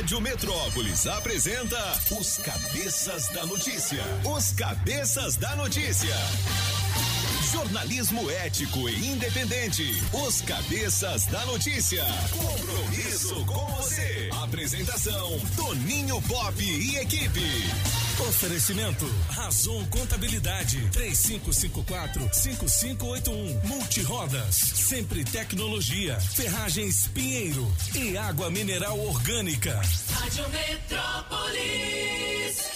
Rádio Metrópolis apresenta Os Cabeças da Notícia. Os Cabeças da Notícia. Jornalismo ético e independente. Os Cabeças da Notícia. Compromisso com você. Apresentação: Toninho Pop e equipe. Oferecimento: Razon Contabilidade 3554-5581. Multirodas, sempre tecnologia. Ferragens Pinheiro e água mineral orgânica. Rádio Metrópolis.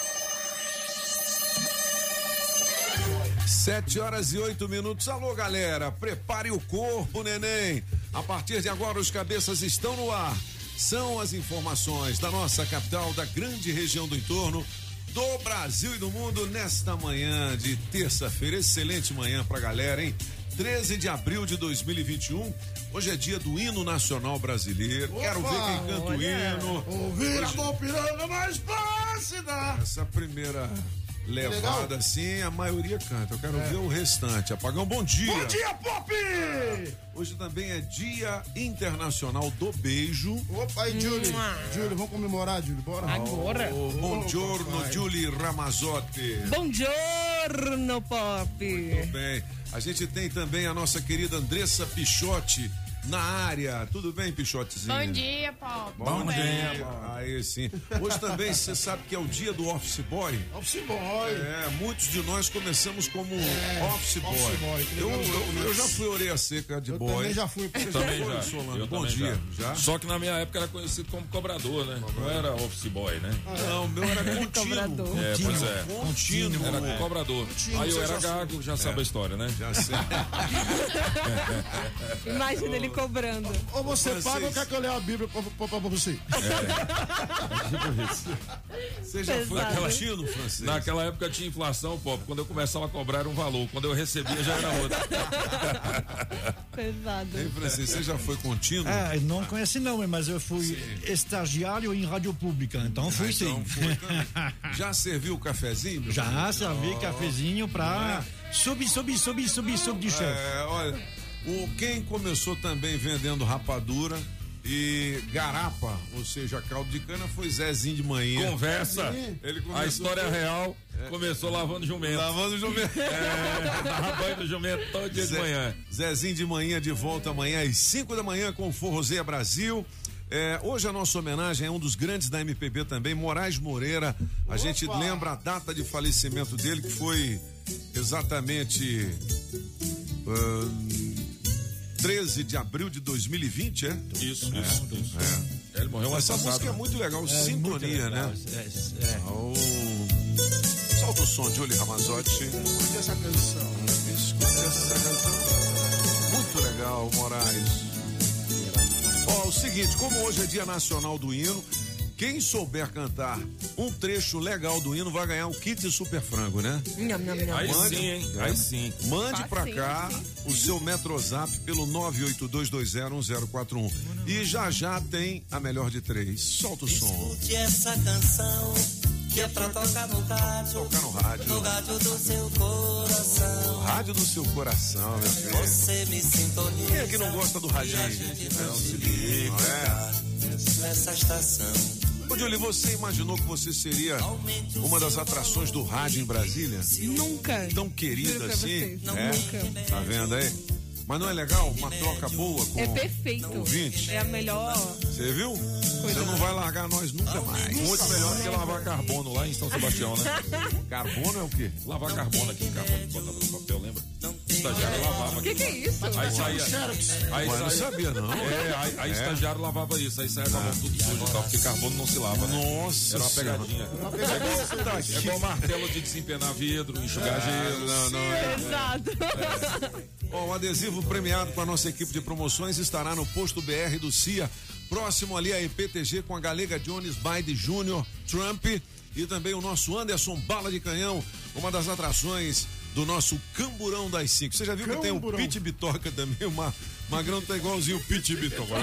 7h08. Alô, galera, prepare o corpo, neném. A partir de agora, os cabeças estão no ar. São as informações da nossa capital, da grande região do entorno, do Brasil e do mundo nesta manhã de terça-feira. Excelente manhã pra galera, hein? 13 de abril de 2021. Hoje é dia do hino nacional brasileiro. Opa, quero ver quem canta o hino. Ouvir a Copiranga mais plácida. Essa primeira levada assim, a maioria canta. Eu quero ver o restante. Apagão, bom dia. Bom dia, Pop! Hoje também é Dia Internacional do Beijo. Opa, e Julie? Julie, vamos comemorar, Julie, bora? Agora. Buongiorno, Julie Ramazotti. Buongiorno, Pop. Muito bem. A gente tem também a nossa querida Andressa Pichotti na área. Tudo bem, Pichottezinho? Bom dia, Pop. Bom dia. Aí sim. Hoje também você sabe que é o dia do Office Boy. Office Boy. Muitos de nós começamos como Office Boy. Eu já fui orelha seca de boy. Também já fui. Também já. Eu bom dia. Já? Só que na minha época era conhecido como cobrador, né? Não era office boy, né? Não, o meu era contínuo. Pois é. Contínuo. Era cobrador. Aí eu era gago, já sabe a história, né? Já sei. Imagina ele cobrando. Ou você paga ou quer que eu leia a Bíblia pra você? Você já foi contínuo, francês? Naquela época tinha inflação, pô. Quando eu começava a cobrar era um valor. Quando eu recebia já era outro. Pesado. Ei, francês, você já foi contínuo? Não conheci não, mas eu fui estagiário em rádio pública, então fui sim. Já serviu o cafezinho? Já servi cafezinho pra subir de chefe. Olha, quem começou também vendendo rapadura e garapa, ou seja, caldo de cana, foi Zezinho de manhã. Conversa. A história real começou lavando jumento. Lavando jumento. Dava banho do jumento todo dia de manhã. Zezinho de manhã de volta amanhã às 5 da manhã com o Forrozeia Brasil. Hoje a nossa homenagem é um dos grandes da MPB também, Moraes Moreira. A gente lembra a data de falecimento dele, que foi exatamente 13 de abril de 2020, é? Isso. Ele morreu ano Essa passado. música é muito legal, Sintonia, legal, né? Solta o som, Julie Ramazotti. Escute essa canção. Escute essa canção. Muito legal, Moraes. O seguinte, como hoje é Dia Nacional do Hino, quem souber cantar um trecho legal do hino vai ganhar um kit Super Frango, né? Aí sim, hein? Aí sim. Mande pra cá o seu Metrozap pelo 982201041. E já tem a melhor de 3. Solta o som. Escute essa canção que é pra tocar no rádio. Tocar no rádio. No rádio do seu coração. Rádio do seu coração, meu filho. Você me sintoniza. Quem é que não gosta do radinho? Não se liga nessa estação. Ô, Julie, você imaginou que você seria uma das atrações do rádio em Brasília? Nunca. Tão querida assim? Nunca. Tá vendo aí? Mas não é legal? Uma troca boa com É perfeito. ouvinte? É a melhor. Você viu? Você não vai largar nós nunca mais. Muito melhor que lavar carbono lá em São Sebastião, né? Carbono é o quê? Lavar carbono aqui, carbono que botava no papel, lembra? O estagiário lavava. O que é isso? Aí saía. Aí Mas não saía. sabia, não. Aí estagiário lavava isso, aí saia com a mão tudo sujo e tal, porque carbono não se lava, né? Nossa Era uma Senhora. pegadinha. É igual martelo de desempenar vidro, enxugar gelo. Exato. O adesivo premiado com a nossa equipe de promoções estará no posto BR do CIA, próximo ali a EPTG, com a Galega Jones Biden Jr., Trump e também o nosso Anderson Bala de Canhão, uma das atrações do nosso Camburão das 5. Você já viu que tem o Pit Bitoca também? O Magrão tá igualzinho o Pit Bitoca.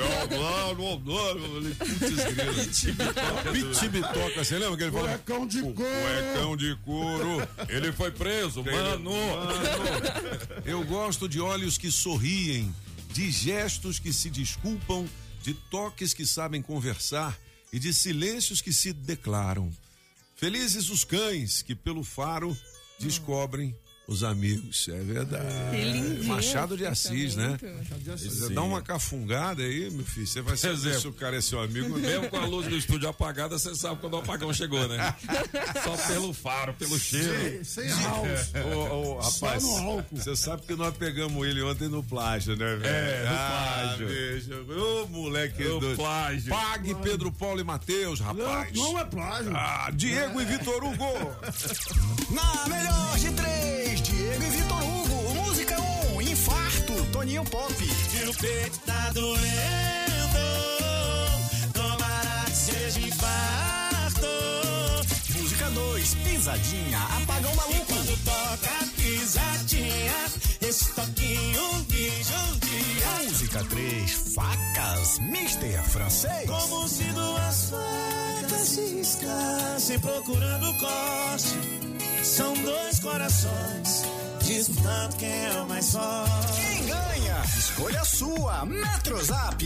Pit Bitoca, você lembra que ele falou? Cuecão de couro. Cuecão de couro. Ele foi preso, mano. Eu gosto de olhos que sorriem, de gestos que se desculpam, de toques que sabem conversar e de silêncios que se declaram. Felizes os cães que pelo faro descobrem os amigos. É verdade. Que lindinho. Machado de Assis, né? Assim. Você dá uma cafungada aí, meu filho, você vai saber se o cara é seu amigo. Mesmo com a luz do estúdio apagada, você sabe quando o apagão chegou, né? Só pelo faro, pelo cheiro. Sem house. Rapaz, Só no álcool. você sabe que nós pegamos ele ontem no plágio, né, velho? É, no plágio. Bicho. Ô, moleque No doido. plágio. Pague Pedro Paulo e Matheus, rapaz. Não é plágio. Diego e Vitor Hugo. Na melhor de três, Diego e Vitor Hugo. Música 1, Infarto, Toninho Pop. Se o peito tá doendo, tomara que seja infarto. Música 2, Pisadinha, Apagão Maluco. Quando toca pisadinha, esse toquinho me judia. Música 3, Facas, Mister Francês. Como se duas facas se riscassem procurando corte. São dois corações disputando quem é o mais forte. Quem ganha? Escolha a sua. Metrozap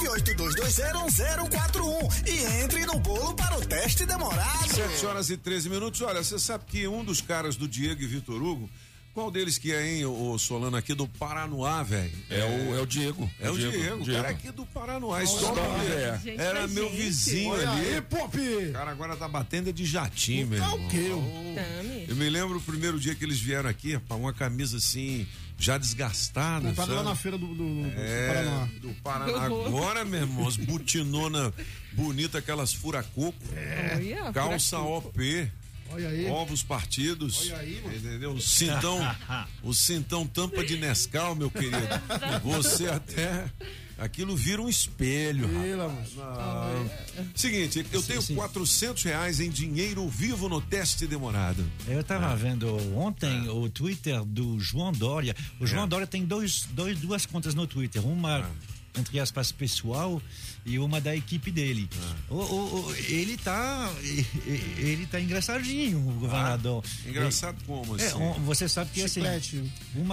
982201041 e entre no bolo para o teste demorado. 7h13. Olha, você sabe que um dos caras do Diego e Vitor Hugo, qual deles que é, hein, o Solano, aqui do Paranoá, velho? É o Diego. É o Diego, cara aqui do Paranoá. Stop, Gente era da meu gente. vizinho Olha ali. aí, Pop. O cara agora tá batendo de jatinho, meu irmão. o quê? Tami. Eu me lembro o primeiro dia que eles vieram aqui, rapaz, uma camisa assim, já desgastada. Comprado lá sabe? na feira do Paraná. Do Paraná. Agora, meu irmão, as butinona bonita, aquelas furacoco, Olha, calça OP. Olha aí. Ovos partidos. Olha aí, mano. Entendeu? O cintão tampa de Nescau, meu querido. Você até. Aquilo vira um espelho. Pela, Rapaz. Seguinte, eu tenho R$400 em dinheiro vivo no teste demorado. Eu estava vendo ontem o Twitter do João Dória. O João Dória tem duas contas no Twitter. Uma, entre aspas, pessoal e uma da equipe dele. Ele tá engraçadinho, o governador. Engraçado como assim? Você sabe que assim, chiclete.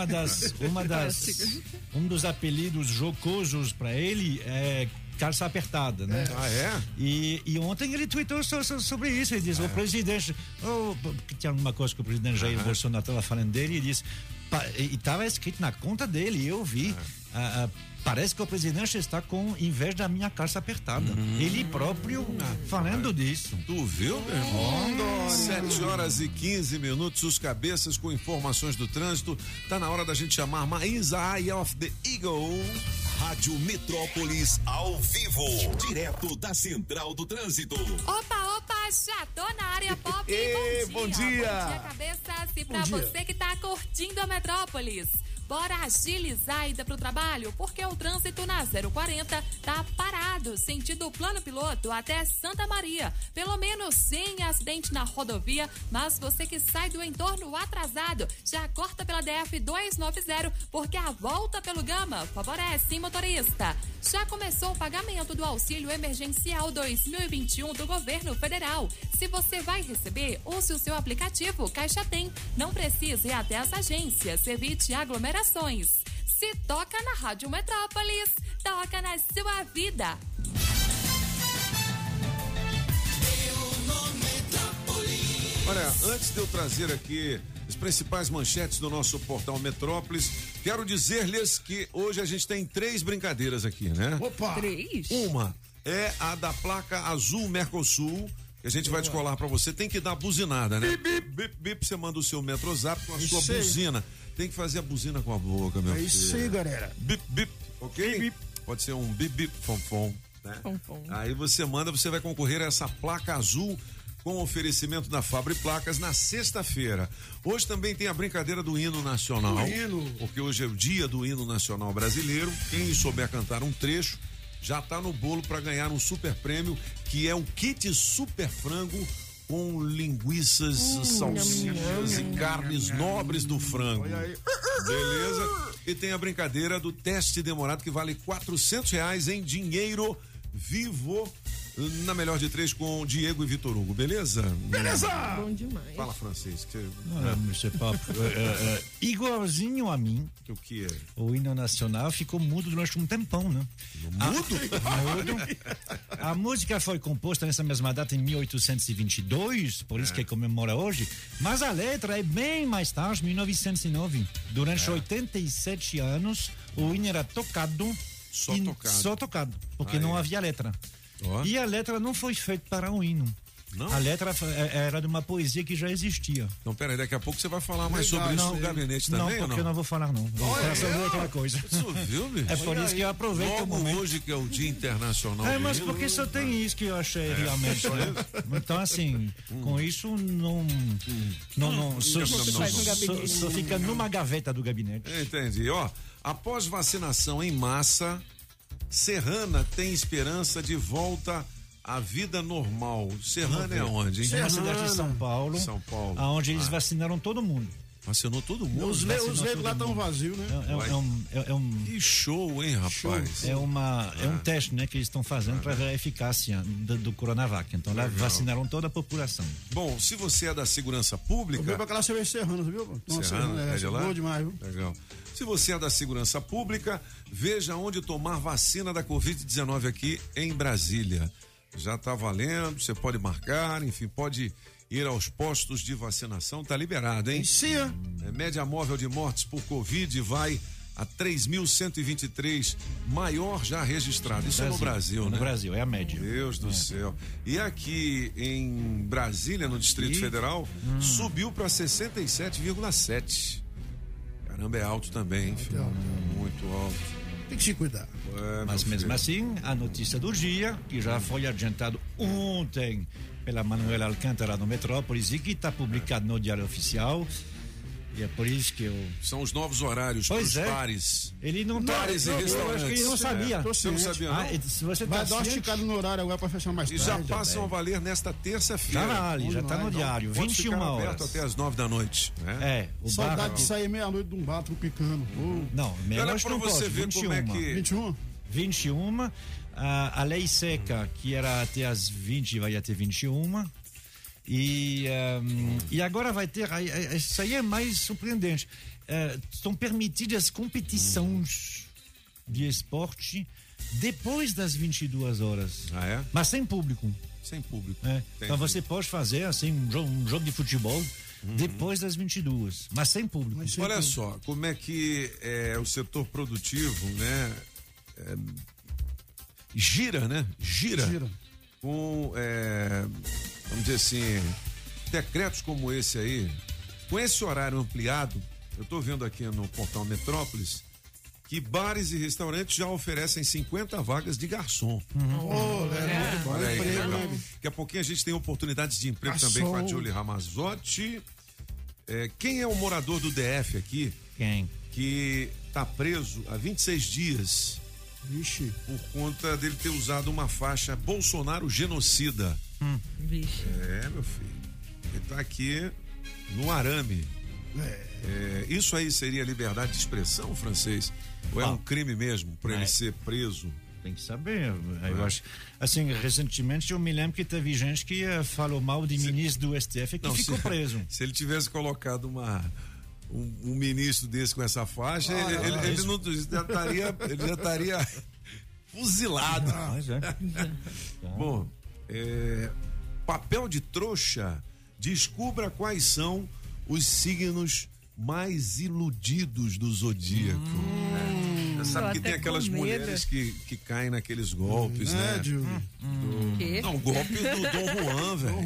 um dos apelidos jocosos para ele é calça apertada, né? Ah, é? E ontem ele tweetou sobre isso. Ele diz: o presidente. Que tinha alguma coisa que o presidente Jair Bolsonaro estava falando dele, e disse. E estava escrito na conta dele, e eu vi. Parece que o presidente está com inveja da minha calça apertada. Ele próprio falando disso. Tu viu, meu irmão? 7h15, os cabeças com informações do trânsito. Tá na hora da gente chamar Maísa Eye of the Eagle. Rádio Metrópolis ao vivo, direto da Central do Trânsito. Opa, já tô na área Pop. Bom dia. Bom dia, cabeças. E pra você que tá curtindo a Metrópolis, bora agilizar a ida pro trabalho, porque o trânsito na 040 tá parado, sentido Plano Piloto até Santa Maria. Pelo menos sem acidente na rodovia, mas você que sai do entorno atrasado, já corta pela DF 290, porque a volta pelo Gama favorece, motorista. Já começou o pagamento do Auxílio Emergencial 2021 do Governo Federal. Se você vai receber, use o seu aplicativo Caixa Tem. Não precisa ir até as agências, evite aglomerações. Se toca na Rádio Metrópolis, toca na sua vida. Olha, antes de eu trazer aqui as principais manchetes do nosso portal Metrópolis, quero dizer-lhes que hoje a gente tem 3 brincadeiras aqui, né? Opa! 3? Uma é a da placa azul Mercosul, que a gente vai descolar pra você. Tem que dar buzinada, né? Bip, bip, bip, você manda o seu Metrozap com a sua buzina. Tem que fazer a buzina com a boca, meu filho. É isso aí, galera. Bip, bip, ok? Bip. Pode ser um bip, bip, fom, fom, né? Fom, fom. Aí você manda, você vai concorrer a essa placa azul com oferecimento da Fábrica Placas na sexta-feira. Hoje também tem a brincadeira do hino nacional. Porque hoje é o dia do hino nacional brasileiro. Quem souber cantar um trecho já tá no bolo para ganhar um super prêmio, que é o kit super frango com linguiças, salsichas e carnes nobres do frango. Beleza? E tem a brincadeira do teste demorado, que vale R$400 em dinheiro vivo na melhor de 3 com Diego e Vitor Hugo, beleza? Bom demais. Fala, Francisco. Igualzinho a mim, O que é? o hino nacional ficou mudo durante um tempão, né? Mudo? Mudo. A música foi composta nessa mesma data em 1822, por isso que comemora hoje, mas a letra é bem mais tarde, 1909. Durante 87 anos, o hino era tocado. Só tocado, porque não havia letra. E a letra não foi feita para um hino. Não? A letra era de uma poesia que já existia. Então, peraí, daqui a pouco você vai falar mais sobre isso no gabinete Não, também, ou porque não? eu não vou falar, não. Vou falar sobre outra coisa. Isso, viu, bicho? É por isso que eu aproveito o Logo momento. hoje que é o Dia Internacional. É, mas do porque Hino, só tem isso que eu achei realmente. Né? Então, assim, com isso não só fica numa gaveta do gabinete. Entendi. Ó, após vacinação em massa, Serrana tem esperança de volta à vida normal. Serrana é onde, hein? É uma cidade de São Paulo, onde eles vacinaram todo mundo. Vacinou todo mundo? Os leitos lá estão vazios, né? Que show, hein, rapaz? É um teste, né, que eles estão fazendo para ver a eficácia do Coronavac. Então, lá vacinaram toda a população. Bom, se você é da segurança pública... Eu veio pra aquela cerveja Serrana, viu? Serrana, é de lá? Boa demais, viu? Legal. Se você é da segurança pública, veja onde tomar vacina da Covid-19 aqui em Brasília. Já está valendo, você pode marcar, enfim, pode ir aos postos de vacinação, tá liberado, hein? Sim. Média móvel de mortes por Covid vai a 3.123, maior já registrado. Isso é no Brasil, né? No Brasil, é a média. Deus do céu. E aqui em Brasília, no Distrito Federal, subiu para 67,7. Caramba, é alto também, hein, filho? Muito alto. Tem que se cuidar. Mas mesmo assim, a notícia do dia, que já foi adiantado ontem pela Manuela Alcântara no Metrópolis e que está publicado no Diário Oficial. E é por isso que eu... São os novos horários para os bares. Ele não tá... Bares e restaurantes. Eu acho que ele não sabia. Você não sabia, não? Se você Vai tá dar uma esticada no horário agora para fechar mais E tarde. já passam a valer nesta terça-feira. Já vale, já tá no diário. Pode 21 ficar horas. aberto até as 9 da noite. Né? O Saudade bar... de sair meia-noite de um bar picando. Não, Olha meia-noite para não você pode. ver 21. como é que... 21? 21. A lei seca, que era até as 20, vai até 21. E agora vai ter... Isso aí é mais surpreendente. Estão permitidas competições de esporte depois das 22 horas. Ah, é? Mas sem público. Sem público. Então você pode fazer assim um jogo de futebol depois das 22, mas sem público. Olha só, como é que o setor produtivo, né? Gira, né? Gira. Com, vamos dizer assim, decretos como esse aí, com esse horário ampliado. Eu estou vendo aqui no portal Metrópolis que bares e restaurantes já oferecem 50 vagas de garçom. Olha aí, legal. Daqui a pouquinho a gente tem oportunidades de emprego também com a Julie Ramazotti. Quem é o morador do DF aqui? Quem? Que está preso há 26 dias. Vixe. Por conta dele ter usado uma faixa Bolsonaro genocida. Vixe. Meu filho. Ele tá aqui no arame. Isso aí seria liberdade de expressão, francês? Ou é um crime mesmo, por ele ser preso? Tem que saber. Eu acho. Assim, recentemente eu me lembro que teve gente que falou mal de ministro do STF que ficou preso. Se ele tivesse colocado um ministro desse com essa faixa, ele já estaria fuzilado. Bom, papel de trouxa, descubra quais são os signos mais iludidos do zodíaco. Você sabe que tem aquelas mulheres que caem naqueles golpes, né? Não, golpe do Dom Juan, velho.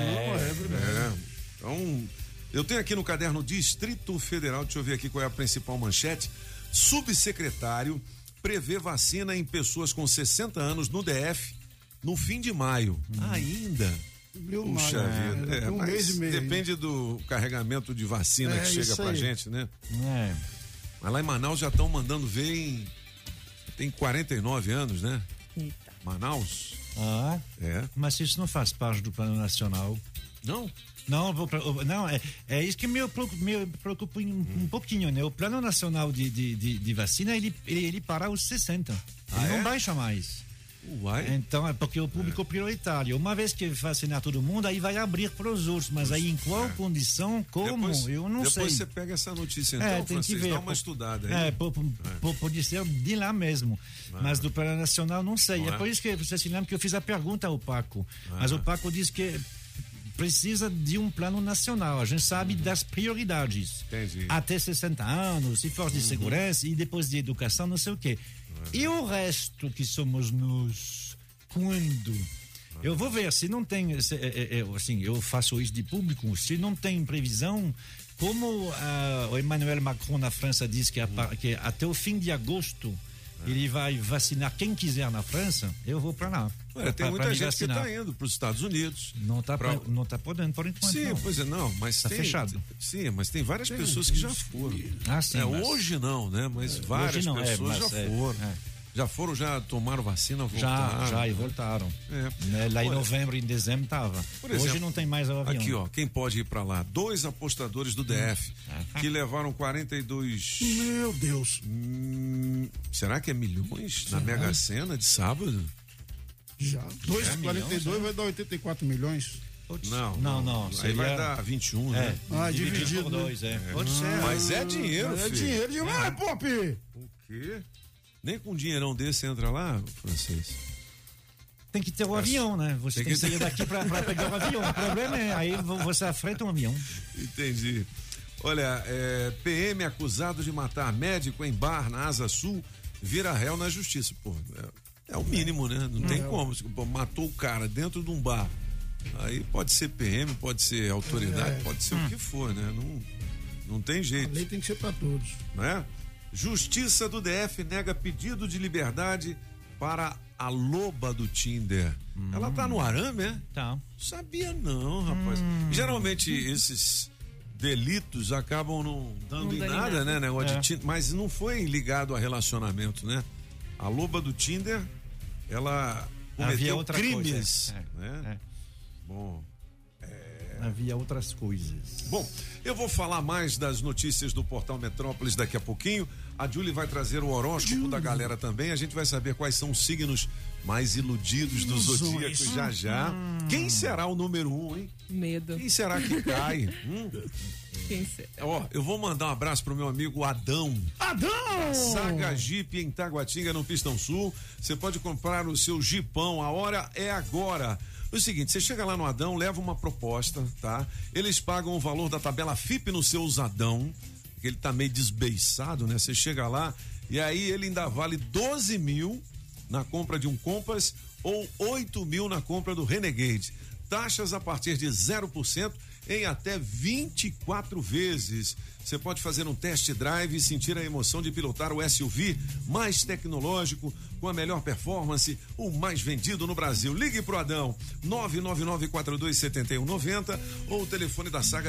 Então, eu tenho aqui no caderno Distrito Federal, deixa eu ver aqui qual é a principal manchete. Subsecretário prevê vacina em pessoas com 60 anos no DF no fim de maio. Ainda? Puxa vida. Um mês e meio. Depende do carregamento de vacina que chega pra gente, né? Mas lá em Manaus já estão mandando ver tem 49 anos, né? Eita. Manaus? Mas isso não faz parte do Plano Nacional. Não? Não, é isso que me preocupa um pouquinho, né? O Plano Nacional de Vacina, ele para os 60. Ele não baixa mais. Uai. Então é porque o público prioritário. Uma vez que vacinar todo mundo, aí vai abrir para os outros. Mas aí em qual condição, como, eu não sei. Depois você pega essa notícia, então, tem Francisco, que ver. dá uma estudada aí. Pode ser de lá mesmo. Mas do Plano Nacional, não sei. É por isso que você se lembra que eu fiz a pergunta ao Paco. Mas o Paco disse que precisa de um plano nacional. A gente sabe das prioridades. Entendi. Até 60 anos, se for de segurança e depois de educação, não sei o quê. E o resto que somos nós, quando? Eu vou ver, se não tem, assim, eu faço isso de público, se não tem previsão, como o Emmanuel Macron na França diz que até o fim de agosto ele vai vacinar quem quiser na França, eu vou para lá. Tem muita gente que está indo para os Estados Unidos. Não está podendo por enquanto. Sim, pois é, não, mas está fechado. Sim, mas tem várias pessoas que já foram. Sim, hoje não, né? Mas várias pessoas já foram. Já tomaram vacina, voltaram. Já, e voltaram. Lá em novembro e em dezembro estava. Hoje não tem mais o avião. Aqui, ó, quem pode ir para lá? 2 apostadores do DF que levaram 42... Meu Deus. Será que é milhões na Mega Sena de sábado? Já. 2,42 vai dar 84 milhões. Não. Aí vai dar 21, né? Dividido por 2, Pode ser. Mas é dinheiro, filho. É dinheiro demais, Pop! O quê? Nem com um dinheirão desse entra lá, Francês? Tem que ter um avião, né? Você tem que sair daqui pra pegar o avião. O problema é, aí você afreta um avião. Entendi. Olha, PM acusado de matar médico em bar na Asa Sul vira réu na justiça. Pô, é o mínimo, né? Não tem como. Pô, matou o cara dentro de um bar. Aí pode ser PM, pode ser autoridade, pode ser o que for, né? Não tem jeito. A lei tem que ser pra todos. Não é? Justiça do DF nega pedido de liberdade para a loba do Tinder. Ela tá no arame, é? Tá. Sabia não, rapaz. Geralmente esses delitos acabam não dando em nada, né? Negócio de Tinder, mas não foi ligado a relacionamento, né? A loba do Tinder, ela cometeu crimes. Né? Bom. Havia outras coisas. Bom, eu vou falar mais das notícias do Portal Metrópolis daqui a pouquinho. A Julie vai trazer o horóscopo da galera também. A gente vai saber quais são os signos mais iludidos do zodíaco já. Quem será o número 1, hein? Medo. Quem será que cai? Quem será? Ó, eu vou mandar um abraço pro meu amigo Adão. Saga Jeep em Taguatinga, no Pistão Sul. Você pode comprar o seu Jeepão. A hora é agora. É o seguinte, você chega lá no Adão, leva uma proposta, tá? Eles pagam o valor da tabela FIP no seu usadão, que ele tá meio desbeiçado, né? Você chega lá e aí ele ainda vale 12 mil na compra de um Compass ou 8 mil na compra do Renegade. Taxas a partir de 0% em até 24 vezes. Você pode fazer um test drive e sentir a emoção de pilotar o SUV mais tecnológico, com a melhor performance, o mais vendido no Brasil. Ligue pro Adão, 999427190 ou o telefone da Saga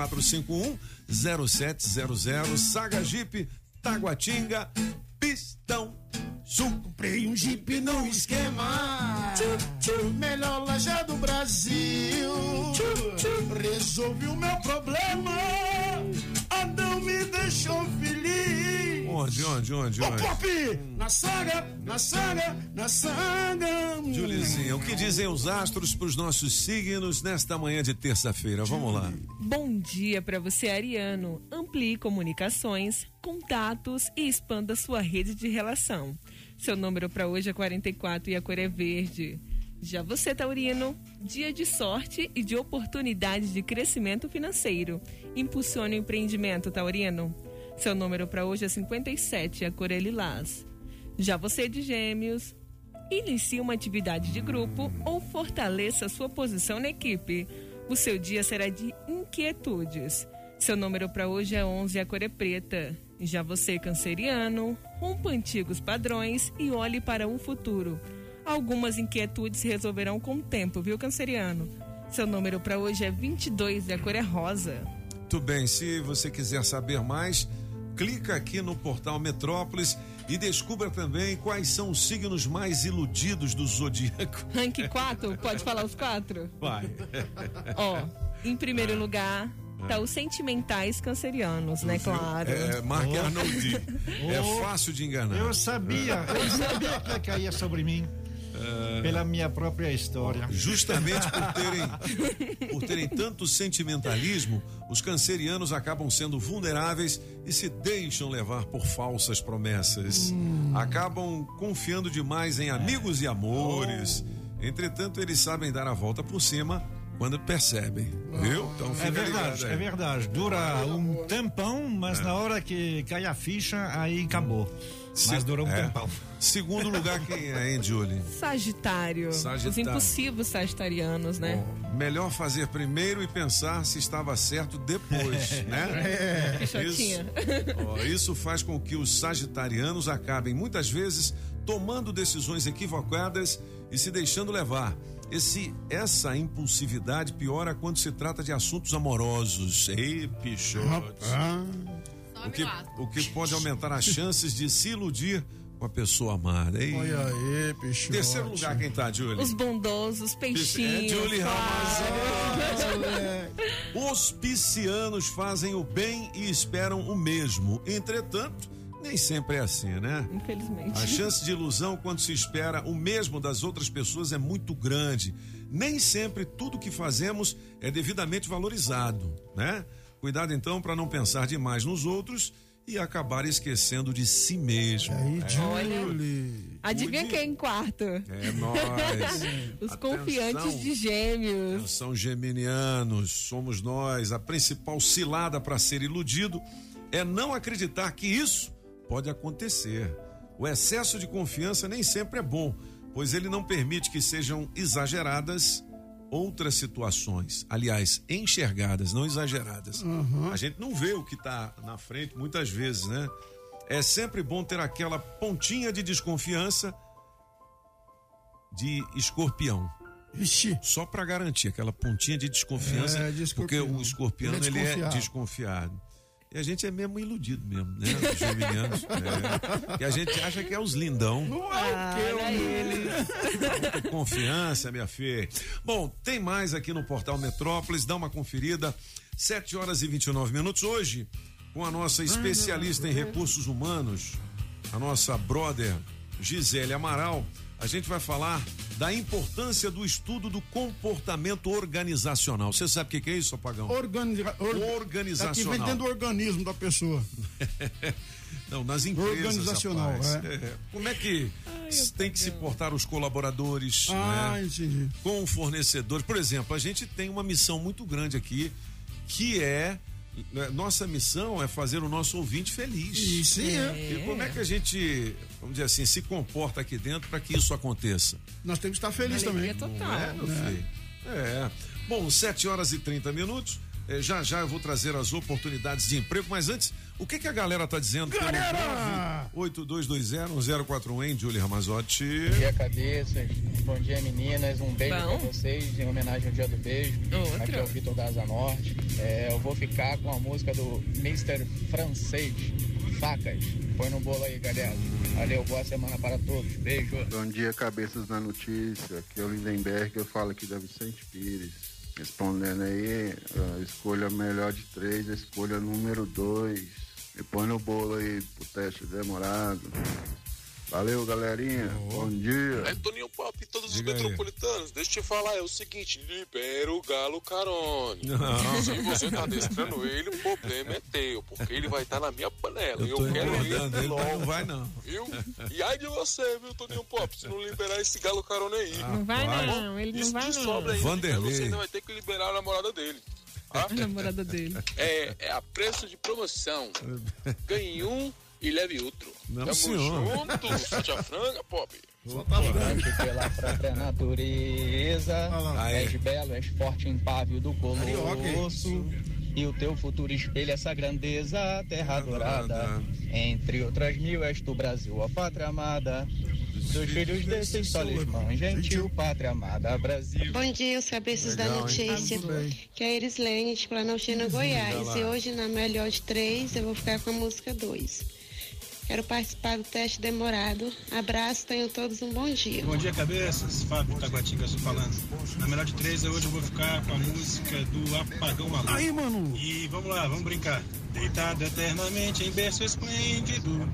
3451-0700. Saga Jeep, Taguatinga, Pistão Sul. Comprei um Jeep no esquema. Melhor loja do Brasil. Resolvi o meu problema. Adão me deixou feliz. Onde? Pop! Na Saga. Julizinha, o que dizem os astros para os nossos signos nesta manhã de terça-feira? Vamos lá. Bom dia para você, ariano. Amplie comunicações, contatos e expanda sua rede de relação. Seu número para hoje é 44 e a cor é verde. Já você, taurino, dia de sorte e de oportunidades de crescimento financeiro. Impulsione o empreendimento, taurino. Seu número para hoje é 57 e a cor é lilás. Já você, de gêmeos, inicie uma atividade de grupo ou fortaleça sua posição na equipe. O seu dia será de inquietudes. Seu número para hoje é 11 e a cor é preta. Já você, canceriano, rompa antigos padrões e olhe para o futuro. Algumas inquietudes se resolverão com o tempo, viu, canceriano? Seu número para hoje é 22 e a cor é rosa. Muito bem, se você quiser saber mais, clica aqui no Portal Metrópolis e descubra também quais são os signos mais iludidos do zodíaco. Rank 4, pode falar os 4? Vai. Ó, em primeiro lugar, tá os sentimentais cancerianos, né, claro. Mark Arnoldi. É fácil de enganar. Eu sabia que ia cair sobre mim. Pela minha própria história. Justamente por terem tanto sentimentalismo, os cancerianos acabam sendo vulneráveis e se deixam levar por falsas promessas. Acabam confiando demais em amigos e amores. Entretanto, eles sabem dar a volta por cima quando percebem, viu? Então fica ligado aí. É verdade. Dura um tempão, mas na hora que cai a ficha, aí acabou. Mas durou um tempão. Segundo lugar, quem é, hein, Julie? Sagitário. Os impulsivos sagitarianos, né? Melhor fazer primeiro e pensar se estava certo depois, né? Isso faz com que os sagitarianos acabem, muitas vezes, tomando decisões equivocadas e se deixando levar. Essa impulsividade piora quando se trata de assuntos amorosos. Ei, pichote. O que pode aumentar as chances de se iludir com a pessoa amada. Ei. Olha aí, pichote. Terceiro lugar, quem tá, Julie? Os bondosos, peixinhos. Julie Os piscianos fazem o bem e esperam o mesmo. Entretanto, nem sempre é assim, né? Infelizmente. A chance de ilusão quando se espera o mesmo das outras pessoas é muito grande. Nem sempre tudo que fazemos é devidamente valorizado, né? Cuidado então para não pensar demais nos outros e acabar esquecendo de si mesmo. Aí, Julie. Adivinha quem em quarto? É nós. Os confiantes de Gêmeos. São geminianos, somos nós. A principal cilada para ser iludido é não acreditar que isso pode acontecer. O excesso de confiança nem sempre é bom, pois ele não permite que sejam exageradas outras situações. Aliás, enxergadas, não exageradas. A gente não vê o que está na frente muitas vezes, né? É sempre bom ter aquela pontinha de desconfiança de escorpião. Ixi. Só para garantir aquela pontinha de desconfiança, porque o escorpião ele é desconfiado. E a gente é mesmo iludido mesmo, né? Os geminianos. E a gente acha que é os lindão. Não é Muita confiança, minha filha. Bom, tem mais aqui no Portal Metrópolis, dá uma conferida. 7h29. Hoje, com a nossa especialista em recursos humanos, a nossa brother Gisele Amaral, a gente vai falar da importância do estudo do comportamento organizacional. Você sabe o que é isso, Apagão? Organizacional. Aqui vem dentro do organismo da pessoa. Não, nas empresas. Organizacional, Como é que tem que se portar os colaboradores, entendi. com fornecedores? Por exemplo, a gente tem uma missão muito grande aqui, que nossa missão é fazer o nosso ouvinte feliz. Isso E como é que a gente, vamos dizer assim, se comporta aqui dentro para que isso aconteça? Nós temos que estar felizes também. Total. Não é, meu filho? Bom, 7h30. Já eu vou trazer as oportunidades de emprego, mas antes, o que a galera tá dizendo? Galera! 82201041, hein, Julie Ramazotti? Bom dia, cabeças. Bom dia, meninas. Um beijo pra vocês em homenagem ao Dia do Beijo. Aqui é o Vitor da Asa Norte. Eu vou ficar com a música do Mr. Francês, Facas. Põe no bolo aí, galera. Valeu, boa semana para todos. Beijo. Bom dia, cabeças da notícia. Aqui é o Lindenberg, eu falo aqui da Vicente Pires. Respondendo aí, a escolha melhor de 3, a escolha número 2. E põe no bolo aí pro teste demorado. Valeu, galerinha. Bom dia. É Toninho Pop e todos os metropolitanos. Deixa eu te falar, é o seguinte: libera o Galo Carone. Se você tá adestrando ele, o problema é teu, porque ele vai estar na minha panela. Eu quero ele logo. Não vai não. Viu? E aí de você, viu, Toninho Pop, se não liberar esse Galo Carone aí. Não vai não, ele não vai não. Sobra aí, Vanderlei. Você ainda vai ter que liberar a namorada dele. A namorada dele. É a preço de promoção. Ganhe um e leve outro. Não, tamo senhor. junto, Sete a Franga, Pop. Durante pela própria natureza, és belo, és forte, impávido do colosso. E o teu futuro espelha essa grandeza, terra dourada. Entre outras mil, és tu, Brasil, a pátria amada. Dos filhos desses solis, mãe gentil, pátria amada, Brasil. Bom dia, os cabeças da notícia. Que é Iris Lene, de Planaltina, Goiás. E hoje, na melhor de 3, eu vou ficar com a música 2. Quero participar do teste demorado. Abraço, tenham todos um bom dia. Bom dia, cabeças. Fábio Taguatinga, estou falando. Na melhor de 3, hoje eu vou ficar com a música do Apagão Maluco. Aí, mano. E vamos lá, vamos brincar. Deitado eternamente em berço esplêndido,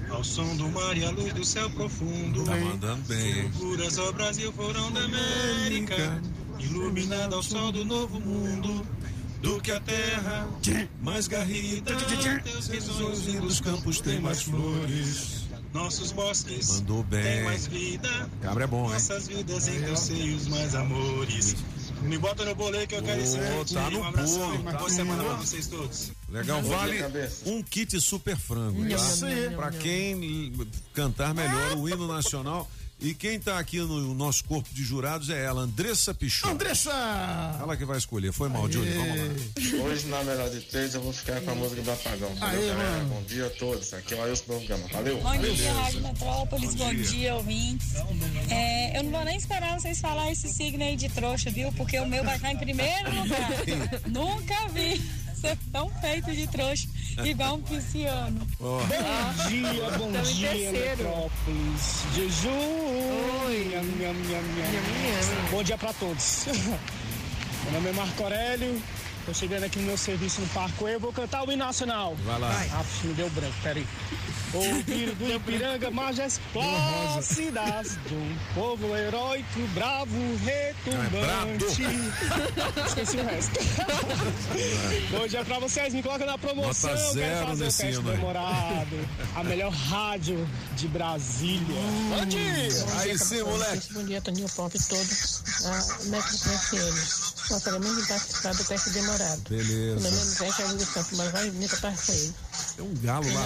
Ao som do mar e a luz do céu profundo. Tá mandando bem. Loucuras ao Brasil foram da América, iluminado ao sol do novo mundo. Do que a terra mais garrida, teus risonhos lindos campos têm mais flores. Nossos bosques mandou bem. Têm mais vida. Cabra é bom, hein? Nossas vidas em teus seios mais amores. Me bota no bolo aí que eu quero esse tá no bolo. Boa semana pra vocês todos. Legal, vale um kit super frango, tá? Pra quem cantar melhor o hino nacional. E quem tá aqui no nosso corpo de jurados é ela, Andressa Pichot. Andressa! Ela que vai escolher. Foi mal, Júlio, vamos lá. Hoje, na melhor de 3, eu vou ficar com a música do Apagão. Valeu, galera. Bom dia a todos. Aqui é o Ailson do Gama. Valeu. Bom dia, Rádio Metrópolis. Bom dia, ouvintes. Eu não vou nem esperar vocês falarem esse signo aí de trouxa, viu? Porque o meu vai estar em primeiro lugar. Nunca vi ser tão feito de trouxa igual um pisciano. Bom dia, Metrópolis. Jesus! Oi! Bom dia pra todos. Meu nome é Marco Aurélio. Tô chegando aqui no meu serviço no Parque. Eu vou cantar o hino nacional. Vai lá. Me deu branco, peraí. Ouvir do Ipiranga, majestosidades de um povo heróico, bravo, retumbante. Esqueci o resto. Bom dia pra vocês, me coloca na promoção. Nota zero quero fazer nesse o teste hino aí. demorado. A melhor rádio de Brasília. Bom dia! Aí sim, moleque. Bom dia, Toninho Pop e todos a Metrópolis FM. Gostaria muito de participar do teste demorado. Beleza. Meu nome é Zé Charles dos Campos, mas vai bonita parte com ele. Tem um galo lá.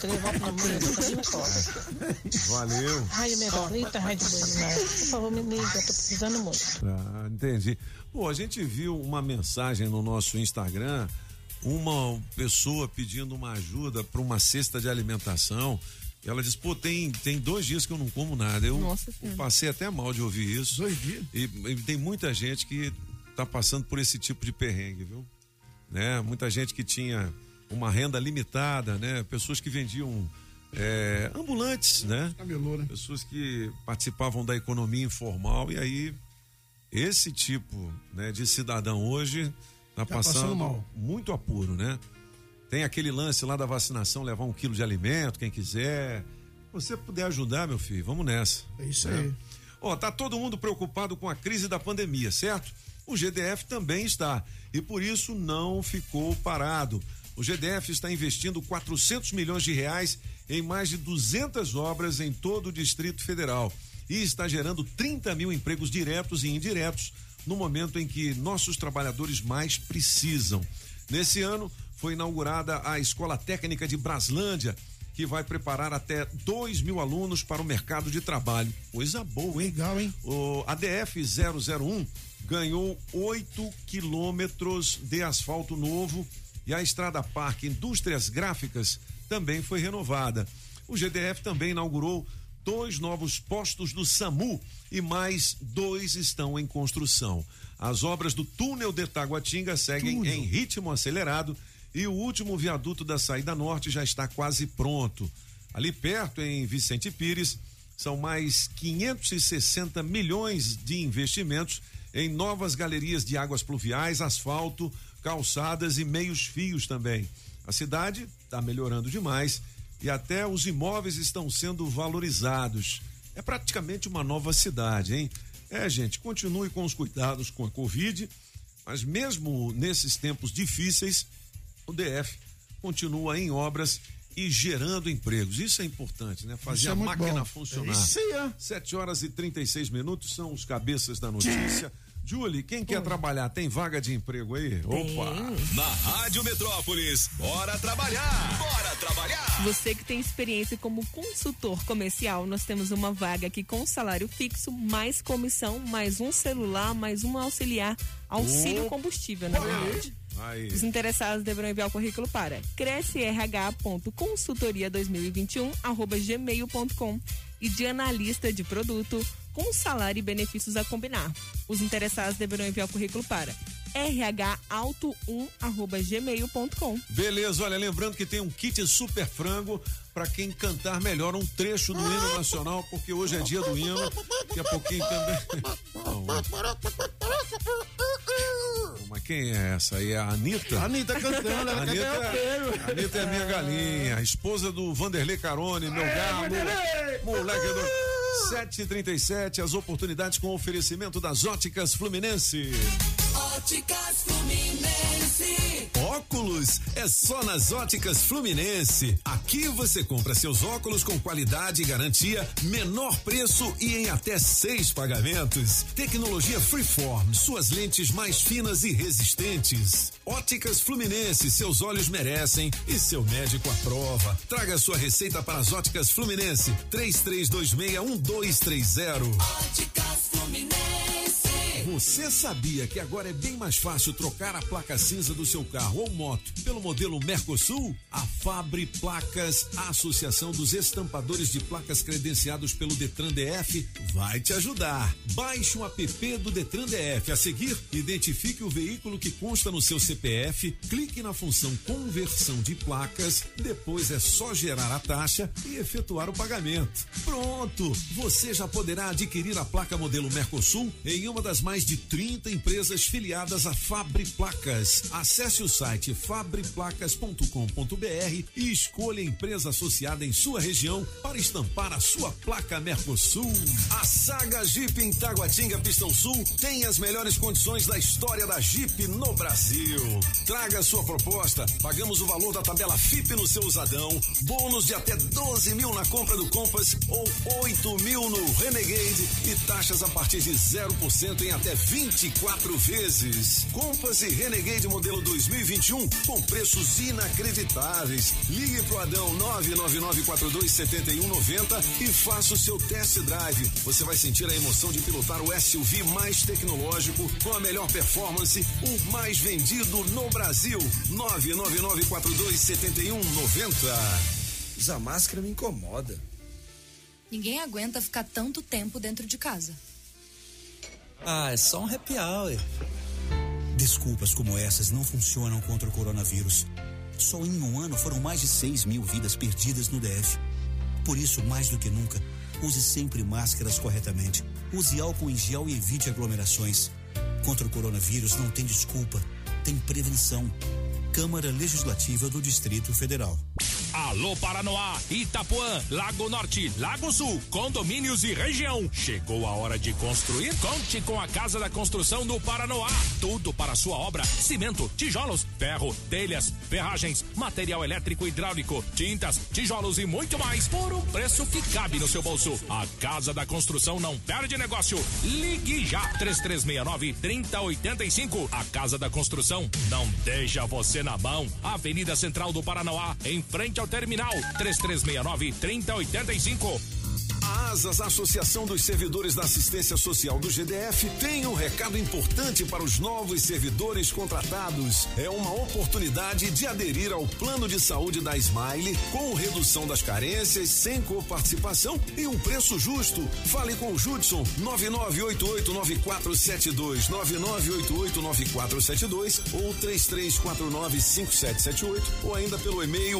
Valeu. Rádio Metropolita, Rádio Boizinho. Por favor, me liga, eu tô precisando muito. Ah, entendi. Pô, a gente viu uma mensagem no nosso Instagram, uma pessoa pedindo uma ajuda para uma cesta de alimentação. Ela disse, pô, tem 2 dias que eu não como nada. Eu passei até mal de ouvir isso. 2 dias? E tem muita gente que tá passando por esse tipo de perrengue, viu? Né? Muita gente que tinha uma renda limitada, né? Pessoas que vendiam ambulantes, né? Camelô, né? Pessoas que participavam da economia informal e aí esse tipo, né, de cidadão hoje tá passando mal. Muito apuro, né? Tem aquele lance lá da vacinação, levar 1 quilo de alimento, quem quiser. Se você puder ajudar, meu filho, vamos nessa. É isso aí. Ó, tá todo mundo preocupado com a crise da pandemia, certo? O GDF também está e por isso não ficou parado. O GDF está investindo 400 milhões de reais em mais de 200 obras em todo o Distrito Federal e está gerando 30 mil empregos diretos e indiretos no momento em que nossos trabalhadores mais precisam. Nesse ano foi inaugurada a Escola Técnica de Braslândia, que vai preparar até 2.000 alunos para o mercado de trabalho. Coisa boa, hein? Legal, hein? O ADF 001 ganhou 8 quilômetros de asfalto novo e a Estrada Parque Indústrias Gráficas também foi renovada. O GDF também inaugurou 2 novos postos do SAMU e mais 2 estão em construção. As obras do túnel de Taguatinga seguem em ritmo acelerado e o último viaduto da saída norte já está quase pronto. Ali perto, em Vicente Pires, são mais 560 milhões de investimentos em novas galerias de águas pluviais, asfalto, calçadas e meios fios também. A cidade está melhorando demais e até os imóveis estão sendo valorizados. É praticamente uma nova cidade, hein? Gente, continue com os cuidados com a Covid, mas mesmo nesses tempos difíceis, o DF continua em obras e gerando empregos. Isso é importante, né? Fazer a máquina funcionar. Isso aí, 7h36 são os cabeças da notícia. Julie, quem quer trabalhar, tem vaga de emprego aí? Opa! Na Rádio Metrópolis, bora trabalhar! Bora trabalhar! Você que tem experiência como consultor comercial, nós temos uma vaga aqui com salário fixo, mais comissão, mais um celular, mais um auxiliar, auxílio combustível, na verdade. Aí. Os interessados deverão enviar o currículo para crescerh.consultoria2021@gmail.com e de analista de produto com salário e benefícios a combinar. Os interessados deverão enviar o currículo para rhauto1@gmail.com. Beleza, olha, lembrando que tem um kit super frango para quem cantar melhor um trecho do hino nacional, porque hoje é dia do hino, daqui a pouquinho também. Mas Quem é essa aí? É a Anitta? A Anitta cantando, ela quer ganhar o prêmio. A Anitta é minha galinha, esposa do Vanderlei Carone, meu galo, moleque do 7h37, as oportunidades com oferecimento das Óticas Fluminense. Óticas Fluminense. Óculos é só nas Óticas Fluminense. Aqui você compra seus óculos com qualidade e garantia, menor preço e em até 6 pagamentos. Tecnologia Freeform, suas lentes mais finas e resistentes. Óticas Fluminense, seus olhos merecem e seu médico aprova. Traga sua receita para as Óticas Fluminense. 3326-1230. Óticas Fluminense. Você sabia que agora é bem mais fácil trocar a placa cinza do seu carro ou moto pelo modelo Mercosul? A Fabri Placas, a Associação dos Estampadores de Placas credenciados pelo Detran DF, vai te ajudar. Baixe um app do Detran DF. A seguir, identifique o veículo que consta no seu CPF, clique na função Conversão de Placas, depois é só gerar a taxa e efetuar o pagamento. Pronto! Você já poderá adquirir a placa modelo Mercosul em uma das mais de 30 empresas filiadas à Fabri Placas. Acesse o site fabriplacas.com.br e escolha a empresa associada em sua região para estampar a sua placa Mercosul. A Saga Jeep em Taguatinga, Pistão Sul, tem as melhores condições da história da Jeep no Brasil. Traga sua proposta, pagamos o valor da tabela FIP no seu usadão, bônus de até 12 mil na compra do Compass ou 8 mil no Renegade e taxas a partir de 0% em até 24 vezes. Compass e Renegade modelo 2021 com preços inacreditáveis. Ligue pro Adão 999427190 e faça o seu test drive. Você vai sentir a emoção de pilotar o SUV mais tecnológico com a melhor performance, o mais vendido no Brasil. 999427190. Usar máscara me incomoda. Ninguém aguenta ficar tanto tempo dentro de casa. Ah, é só um happy hour. Desculpas como essas não funcionam contra o coronavírus. Só em um ano foram mais de 6 mil vidas perdidas no DF. Por isso, mais do que nunca, use sempre máscaras corretamente. Use álcool em gel e evite aglomerações. Contra o coronavírus não tem desculpa, tem prevenção. Câmara Legislativa do Distrito Federal. Alô Paranoá, Itapuã, Lago Norte, Lago Sul, condomínios e região. Chegou a hora de construir? Conte com a Casa da Construção do Paranoá. Tudo para a sua obra: cimento, tijolos, ferro, telhas, ferragens, material elétrico e hidráulico, tintas, tijolos e muito mais por um preço que cabe no seu bolso. A Casa da Construção não perde negócio. Ligue já 3369-3085. A Casa da Construção não deixa você na mão. Avenida Central do Paranoá, em frente ao terminal. 3369-3085. A ASAS, Associação dos Servidores da Assistência Social do GDF, tem um recado importante para os novos servidores contratados. É uma oportunidade de aderir ao plano de saúde da Smile, com redução das carências, sem coparticipação e um preço justo. Fale com o Judson, 99889472, 99889472 ou 33495778, ou ainda pelo e-mail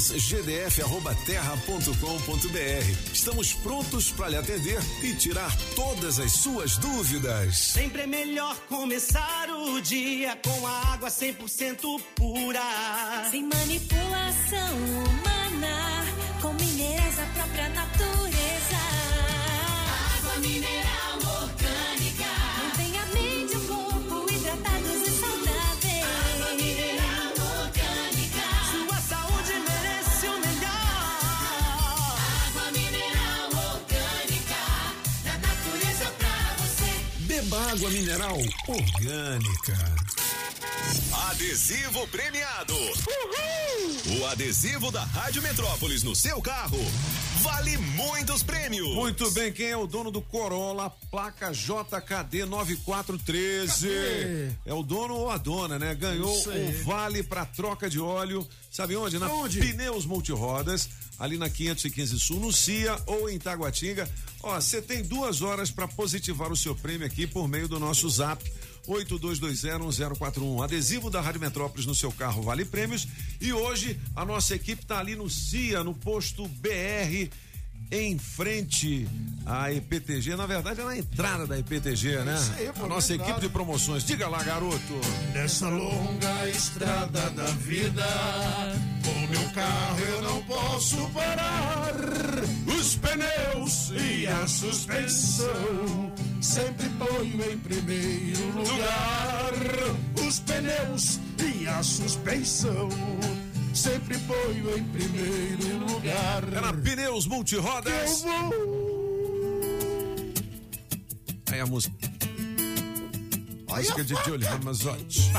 asasgdf@terra.com.br. Estamos prontos para lhe atender e tirar todas as suas dúvidas. Sempre é melhor começar o dia com a água 100% pura. Sem manipulação humana, com minerais da própria natureza. Água mineral orgânica. Mantém a mente e o corpo hidratados e saudáveis. Água mineral orgânica. Sua saúde merece o melhor. Água mineral orgânica. Da natureza pra você. Beba água mineral orgânica. Adesivo premiado. Uhul! O adesivo da Rádio Metrópolis no seu carro vale muitos prêmios. Muito bem, quem é o dono do Corolla, placa JKD 9413? É o dono ou a dona, né? Ganhou o vale para troca de óleo. Sabe onde? Pneus Multirodas, ali na 515 Sul, no CIA ou em Taguatinga. Ó, você tem 2 horas para positivar o seu prêmio aqui por meio do nosso Zap 82201041. Adesivo da Rádio Metrópolis no seu carro vale prêmios. E hoje a nossa equipe tá ali no CIA, no posto BR em frente à EPTG, na verdade é na entrada da EPTG, né? A nossa equipe de promoções. Diga lá, garoto. Nessa longa estrada da vida, com meu carro eu não posso parar. Os pneus e a suspensão sempre ponho em primeiro lugar. Os pneus e a suspensão sempre ponho em primeiro lugar. É na Pneus Multirodas. Eu vou. Aí a música. Música de Júlio Ramazotti.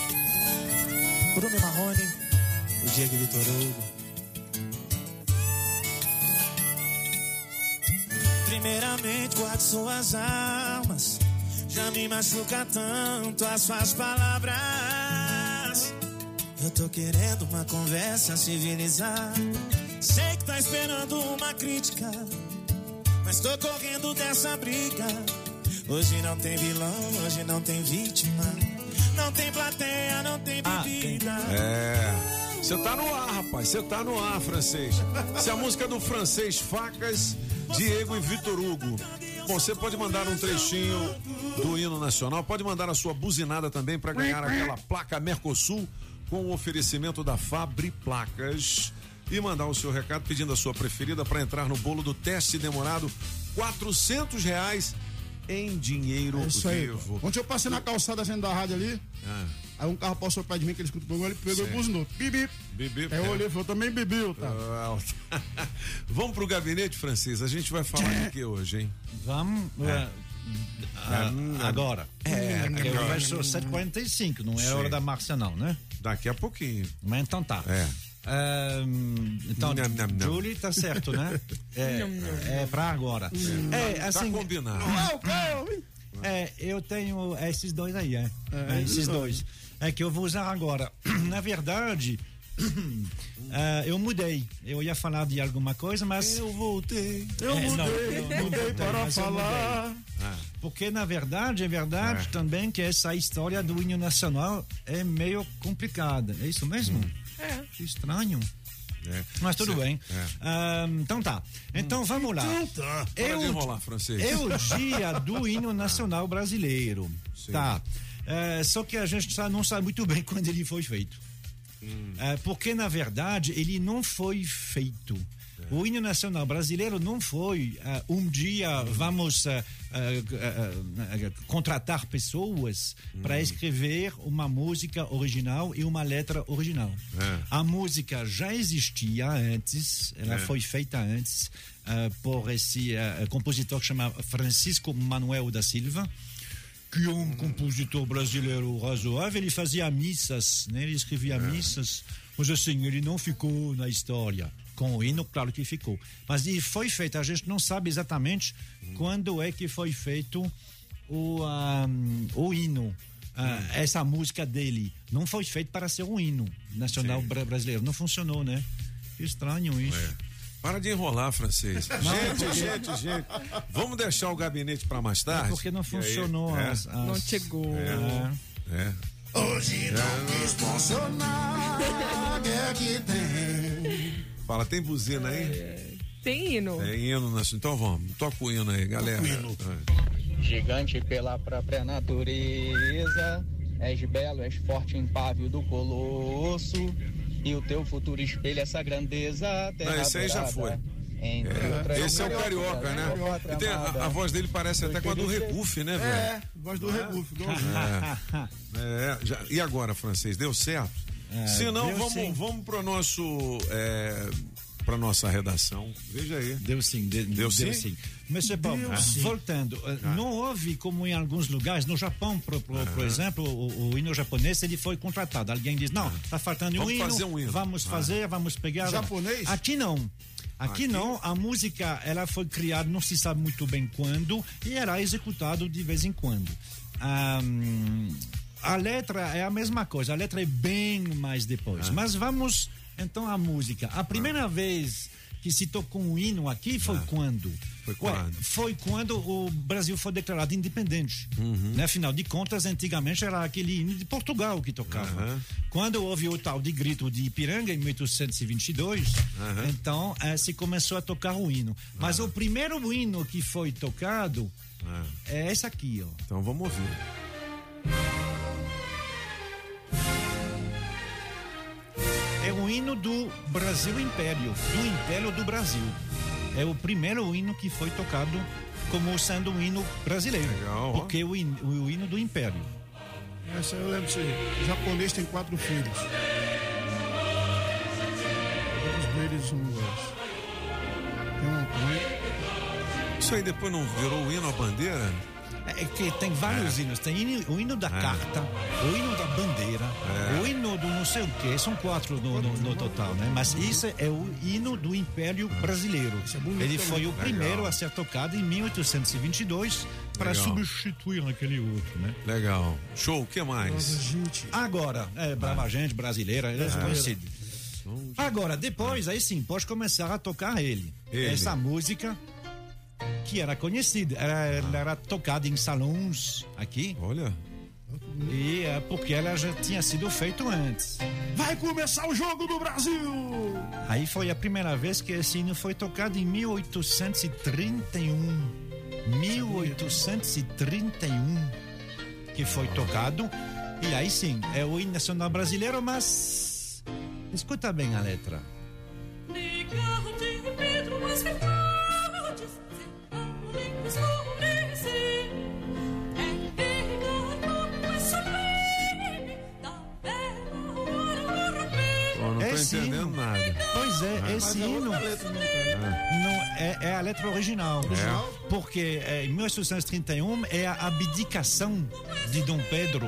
Bruno Marrone, o Diego Vitor Hugo. Primeiramente, guarde suas armas. Já me machuca tanto as suas palavras. Eu tô querendo uma conversa civilizada. Sei que tá esperando uma crítica, mas tô correndo dessa briga. Hoje não tem vilão, hoje não tem vítima. Não tem plateia, não tem bebida. Você tá no ar, rapaz. Você tá no ar, Francês. Essa é a música do Francês Facas, Diego e Vitor Hugo. Bom, você pode mandar um trechinho do hino nacional. Pode mandar a sua buzinada também para ganhar aquela placa Mercosul com o oferecimento da Fabri Placas. E mandar o seu recado pedindo a sua preferida para entrar no bolo do teste demorado. R$400 em dinheiro vivo. Ontem eu passei na calçada saindo da rádio ali. Aí um carro passou perto de mim, que ele escutou, ele pegou e buzinou. Bibi. Bibi. Aí eu olhei e falei, também bebiu, tá? Vamos pro gabinete, Francês. A gente vai falar de que hoje, hein? Vamos. Agora. Porque vai ser 7h45, não é hora da Márcia, não, né? Daqui a pouquinho. Mas então tá. Então, Julie, tá certo, né? É pra agora. Assim, tá combinado. Eu tenho esses dois aí, esses dois. É que eu vou usar agora. Na verdade, eu mudei. Eu ia falar de alguma coisa, mas. Eu voltei. Eu mudei para falar. Porque, na verdade, é verdade também que essa história do hino nacional é meio complicada. É isso mesmo? Que estranho. Mas tudo bem. Então tá. Então vamos lá. Para de enrolar, Francês. É o dia do hino nacional brasileiro. Sim. Tá. Só que a gente não sabe muito bem quando ele foi feito. Porque, na verdade, ele não foi feito. O hino nacional brasileiro não foi um dia vamos contratar pessoas para escrever uma música original e uma letra original. A música já existia antes, ela foi feita antes por esse compositor que chama Francisco Manuel da Silva, que é um compositor brasileiro razoável. Ele fazia missas, né? Ele escrevia missas, mas assim, ele não ficou na história. Com o hino, claro que ficou. Mas ele foi feito, a gente não sabe exatamente quando é que foi feito o hino. Essa música dele não foi feita para ser um hino nacional brasileiro. Não funcionou, né? Que estranho isso. Para de enrolar, Francês. Gente. Vamos deixar o gabinete para mais tarde? Porque não funcionou. Não chegou. Hoje não quis funcionar. É que tem. Fala, tem buzina aí? Tem hino. Tem hino, então vamos. Toca o hino aí, galera. Gigante pela própria natureza, és belo, és forte, impávido do colosso, e o teu futuro espelha essa grandeza. Não, esse aí já foi. Esse é o Carioca, né? E tem a voz dele parece até com a do Regufe, né, velho? Voz do Regufe. E agora, Francês, deu certo? Se não, vamos pro nosso para nossa redação. Veja aí. Deu sim. Mas voltando, não houve como em alguns lugares, no Japão, por exemplo, o hino japonês, ele foi contratado. Alguém diz, não, tá faltando um hino, vamos fazer, vamos pegar. Japonês? Aqui não. Aqui não, a música, ela foi criada, não se sabe muito bem quando, e era executado de vez em quando. A letra é a mesma coisa, a letra é bem mais depois. Mas vamos, então, à música. A primeira vez que se tocou um hino aqui foi quando? Foi quando o Brasil foi declarado independente. Né? Afinal de contas, antigamente era aquele hino de Portugal que tocava. Quando houve o tal de grito de Ipiranga, em 1822, então se começou a tocar o hino. Mas o primeiro hino que foi tocado é esse aqui, ó. Então vamos ouvir. É o hino do Brasil Império, do Império do Brasil. É o primeiro hino que foi tocado como sendo um hino brasileiro. Legal, porque o hino do Império. Essa eu lembro disso aí. O japonês tem 4 filhos. Todos deles são iguais. Tem uma mãe. Isso aí depois não virou o hino à bandeira? É que tem vários hinos. Tem o hino da carta, o hino da bandeira, o hino do não sei o quê. São 4 no total, né? Mas isso é o hino do Império Brasileiro. Ele foi o primeiro a ser tocado em 1822 para substituir aquele outro, né? Legal. Show, o que mais? Agora, Brava Gente, brasileira, ele é conhecido. Agora, depois, aí sim, pode começar a tocar ele. Essa música que era conhecida, ela era tocada em salões aqui. Olha. E é porque ela já tinha sido feita antes. Vai começar o jogo do Brasil! Aí foi a primeira vez que esse hino foi tocado em 1831. 1831 que foi tocado. E aí sim, é o hino nacional brasileiro, mas escuta bem a letra. Não tô entendendo nada. Pois é, esse hino é a letra original. Porque em 1831 é a abdicação de Dom Pedro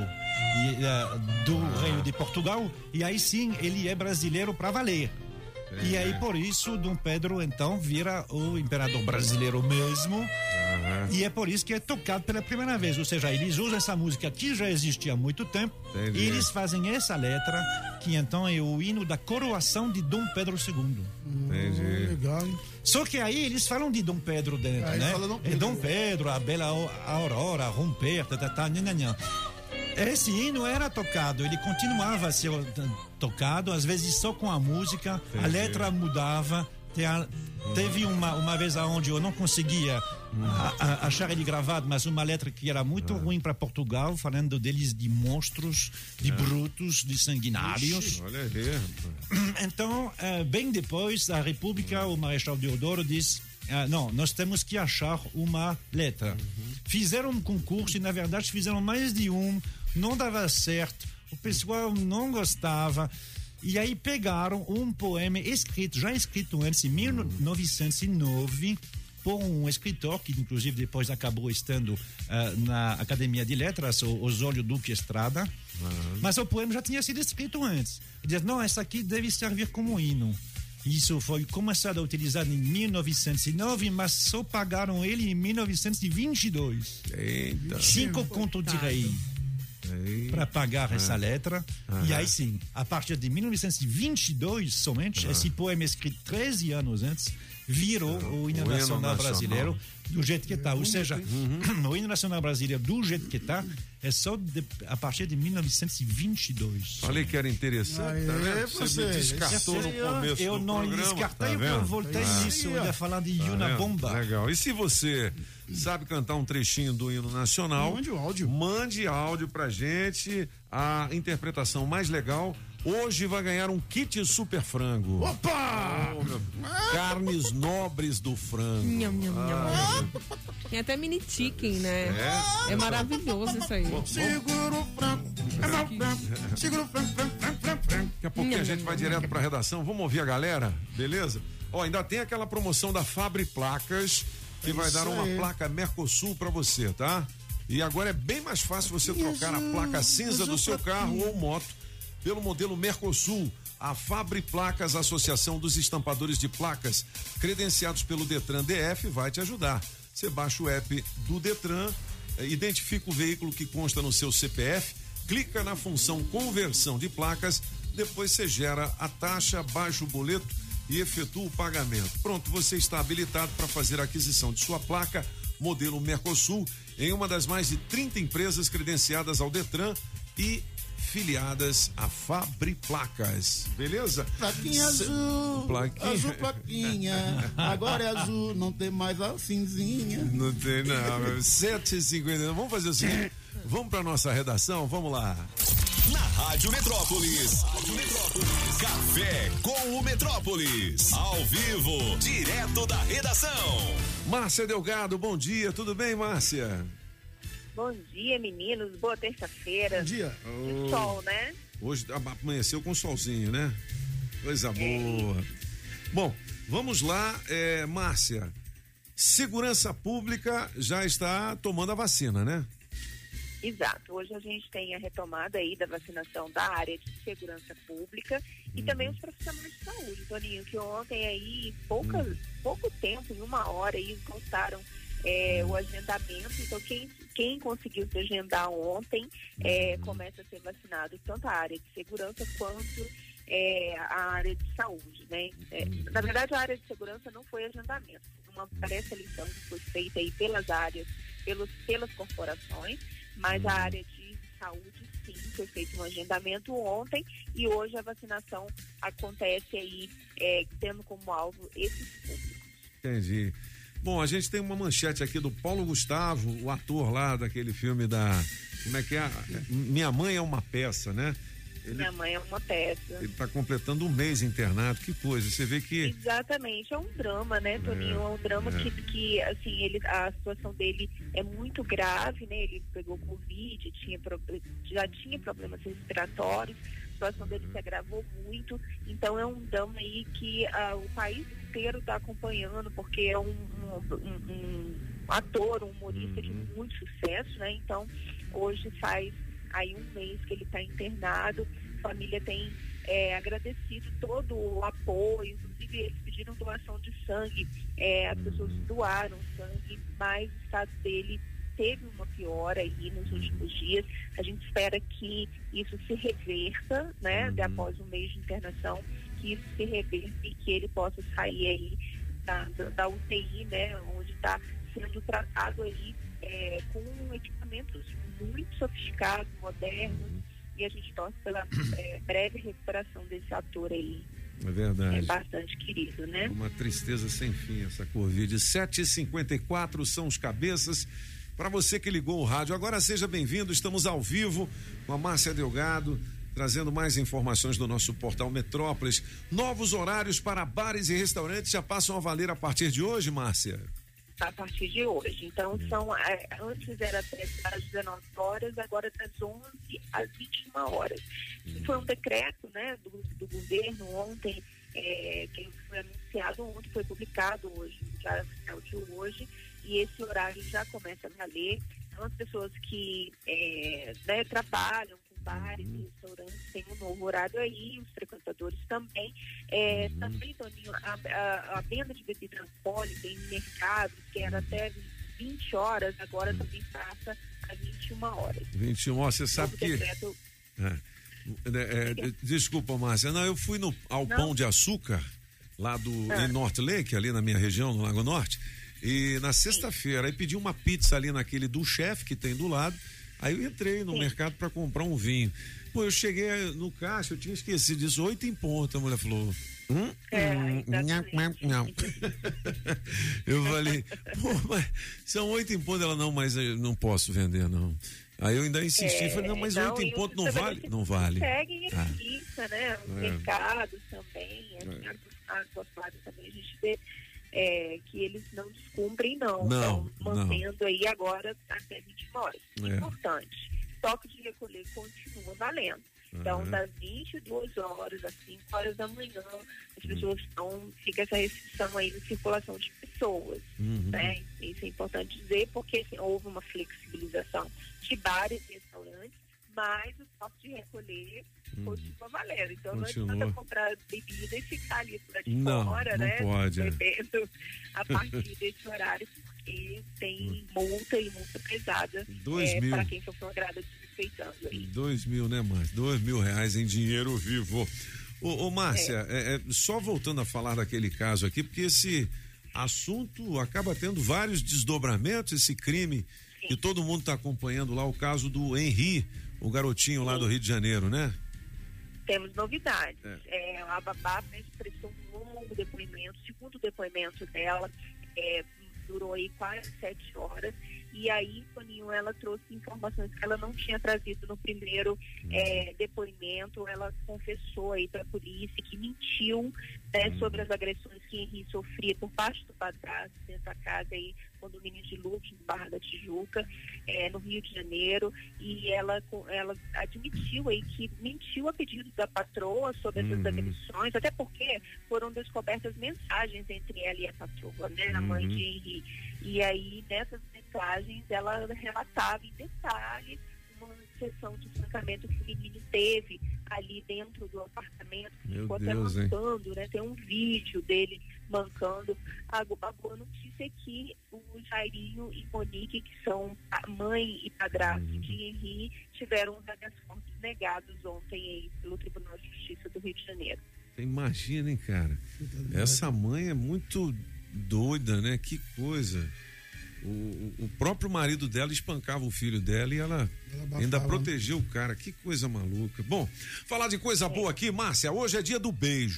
do Reino de Portugal, e aí sim ele é brasileiro para valer. E aí por isso Dom Pedro então vira o imperador brasileiro mesmo. E é por isso que é tocado pela primeira vez. Ou seja, eles usam essa música que já existia há muito tempo. E eles fazem essa letra, que então é o hino da coroação de Dom Pedro II. Entendi. Legal, hein? Só que aí eles falam de Dom Pedro dentro, né? É Dom Pedro, a bela aurora, romper, nananã. Esse hino era tocado, ele continuava a ser tocado, às vezes só com a música. A letra mudava. Teve uma vez onde eu não conseguia achar ele gravado, mas uma letra que era muito ruim para Portugal, falando deles de monstros, de brutos, de sanguinários. Ixi, olha aí. Então, bem depois, a República, o Marechal Deodoro diz: não, nós temos que achar uma letra. Fizeram um concurso e, na verdade, fizeram mais de um, não dava certo, o pessoal não gostava. E aí pegaram um poema já escrito antes, em 1909, por um escritor que, inclusive, depois acabou estando na Academia de Letras, o Osório Duque Estrada. Mas o poema já tinha sido escrito antes. Ele diz: não, essa aqui deve servir como hino. Isso foi começado a utilizar em 1909, mas só pagaram ele em 1922. Eita. 5 contos de rei para pagar essa letra. E aí sim, a partir de 1922 somente, esse poema escrito 13 anos antes virou o hino nacional brasileiro do jeito que está. Ou seja, o hino nacional brasileiro do jeito que está é só a partir de 1922. Falei que era interessante, tá vendo? Você me descartou no começo eu do não programa. Descartei, tá porque eu voltei nisso. Eu ia falar de Yuna Bomba. Legal. E se você sabe cantar um trechinho do hino nacional, mande áudio pra gente. A interpretação mais legal hoje vai ganhar um kit super frango. Opa! Carnes nobres do frango. Tem até mini chicken, né? É maravilhoso isso aí. Segura o frango. Segura o frango. Daqui a pouquinho a gente vai direto pra redação. Vamos ouvir a galera, beleza? Ó, ainda tem aquela promoção da Fabri Placas, que vai dar uma placa Mercosul pra você, tá? E agora é bem mais fácil você trocar a placa cinza do seu carro ou moto pelo modelo Mercosul. A Fabri Placas, Associação dos Estampadores de Placas, credenciados pelo Detran DF, vai te ajudar. Você baixa o app do Detran, identifica o veículo que consta no seu CPF, clica na função conversão de placas, depois você gera a taxa, baixa o boleto e efetua o pagamento. Pronto, você está habilitado para fazer a aquisição de sua placa modelo Mercosul em uma das mais de 30 empresas credenciadas ao Detran e filiadas a Fabriplacas, beleza? Plaquinha azul, azul plaquinha, agora é azul, não tem mais a cinzinha. Não tem não, 7h50, vamos fazer o seguinte, vamos para nossa redação, vamos lá. Na Rádio Metrópolis, Café com o Metrópolis, ao vivo, direto da redação. Márcia Delgado, bom dia, tudo bem, Márcia? Bom dia, meninos. Boa terça-feira. Bom dia. De sol, né? Hoje amanheceu com solzinho, né? Coisa boa. Bom, vamos lá, Márcia. Segurança Pública já está tomando a vacina, né? Exato. Hoje a gente tem a retomada aí da vacinação da área de segurança pública e também os profissionais de saúde, Toninho, que ontem aí, pouco tempo, em 1 hora, aí esgotaram o agendamento. Então, quem conseguiu se agendar ontem começa a ser vacinado, tanto a área de segurança quanto a área de saúde, né? Na verdade, a área de segurança não foi agendamento, uma pré-seleção que foi feita aí pelas áreas, pelas corporações, mas a área de saúde, sim, foi feito um agendamento ontem e hoje a vacinação acontece aí, tendo como alvo esses públicos. Entendi. Bom, a gente tem uma manchete aqui do Paulo Gustavo, o ator lá daquele filme como é que é? Minha Mãe é uma Peça, né? Minha Mãe é uma Peça. Ele está completando 1 mês internado, que coisa, você vê que... Exatamente, é um drama, né, Toninho? É um drama que assim, a situação dele é muito grave, né? Ele pegou Covid, já tinha problemas respiratórios, a situação dele se agravou muito, então é um drama aí que o país inteiro está acompanhando, porque é um ator, um humorista de muito sucesso, né? Então, hoje faz aí 1 mês que ele está internado, a família tem agradecido todo o apoio, inclusive eles pediram doação de sangue, as pessoas doaram sangue, mas o estado dele teve uma piora aí nos últimos dias. A gente espera que isso se reverta, né, após 1 mês de internação, que isso se reverta e que ele possa sair aí da UTI, né, onde está sendo tratado aí com equipamentos muito sofisticados, modernos, e a gente torce pela breve recuperação desse ator aí. É verdade. É bastante querido, né? Uma tristeza sem fim essa Covid. 7h54 são os cabeças. Para você que ligou o rádio, agora seja bem-vindo, estamos ao vivo com a Márcia Delgado, trazendo mais informações do nosso portal Metrópolis. Novos horários para bares e restaurantes já passam a valer a partir de hoje, Márcia? A partir de hoje. Então, antes era até às 19 horas, agora das 11 às 21 horas. Foi um decreto, né, do governo ontem, que foi anunciado ontem, foi publicado hoje, já é o de hoje, e esse horário já começa a valer. Então, as pessoas que trabalham com bares e restaurantes têm um novo horário aí, os frequentadores também. Também, Toninho, a venda de bebida alcoólica em mercados, que era até 20 horas, agora também passa a 21 horas. 21 horas, você sabe que... Decreto... Desculpa, Márcia, eu fui ao Pão de Açúcar, lá em North Lake, ali na minha região, no Lago Norte, e na sexta-feira, aí pedi uma pizza ali naquele do chefe que tem do lado, aí eu entrei no mercado para comprar um vinho. Pô, eu cheguei no caixa, eu tinha esquecido disso, 8 em ponto, a mulher falou... Eu falei, pô, mas são 8 em ponto, ela não, mas eu não posso vender, não. Aí eu ainda insisti, falei, não, mas 8 em ponto não vale? Não vale. Seguem a lista, né? Os mercados também, as postas também, a gente vê que eles não descumprem, não. Estão mantendo aí agora até 21 horas. Importante, toque de recolher continua valendo. Então, das 22 horas às 5 horas da manhã, as pessoas fica essa restrição aí de circulação de pessoas, né? Isso é importante dizer, porque assim, houve uma flexibilização de bares e restaurantes, mas o toque de recolher continua valendo. Então, não adianta comprar bebida e ficar ali de fora, não né? Pode, bebendo a partir desse horário, porque tem multa e multa pesada para quem for flagrado desrespeitando aí. 2 mil, né, Márcia? R$2.000 em dinheiro vivo. Ô Márcia, só voltando a falar daquele caso aqui, porque esse assunto acaba tendo vários desdobramentos, esse crime que todo mundo está acompanhando lá, o caso do Henri, o garotinho lá do Rio de Janeiro, né? Temos novidades. A babá prestou um longo depoimento. Segundo o depoimento dela, durou aí quase 7 horas. E aí, Toninho, ela trouxe informações que ela não tinha trazido no primeiro depoimento. Ela confessou aí para a polícia que mentiu, né, sobre as agressões que Henri sofria por parte do padrasto dentro da casa aí, condomínio de Lux, no Barra da Tijuca, no Rio de Janeiro. E ela admitiu aí que mentiu a pedido da patroa sobre essas agressões, até porque foram descobertas mensagens entre ela e a patroa, né, a mãe de Henri. E aí, nessas mensagens, ela relatava em detalhes uma sessão de espancamento que o menino teve ali dentro do apartamento, que ficou até mancando, né? Tem um vídeo dele mancando. A boa notícia é que o Jairinho e Monique, que são a mãe e padrasto de Henri, tiveram os habeas corpus negados ontem aí pelo Tribunal de Justiça do Rio de Janeiro. Você imagina, hein, cara? Essa mãe é muito doida, né? Que coisa. O próprio marido dela espancava o filho dela e ela ainda protegeu o cara. Que coisa maluca. Bom, falar de coisa boa aqui, Márcia, hoje é dia do beijo.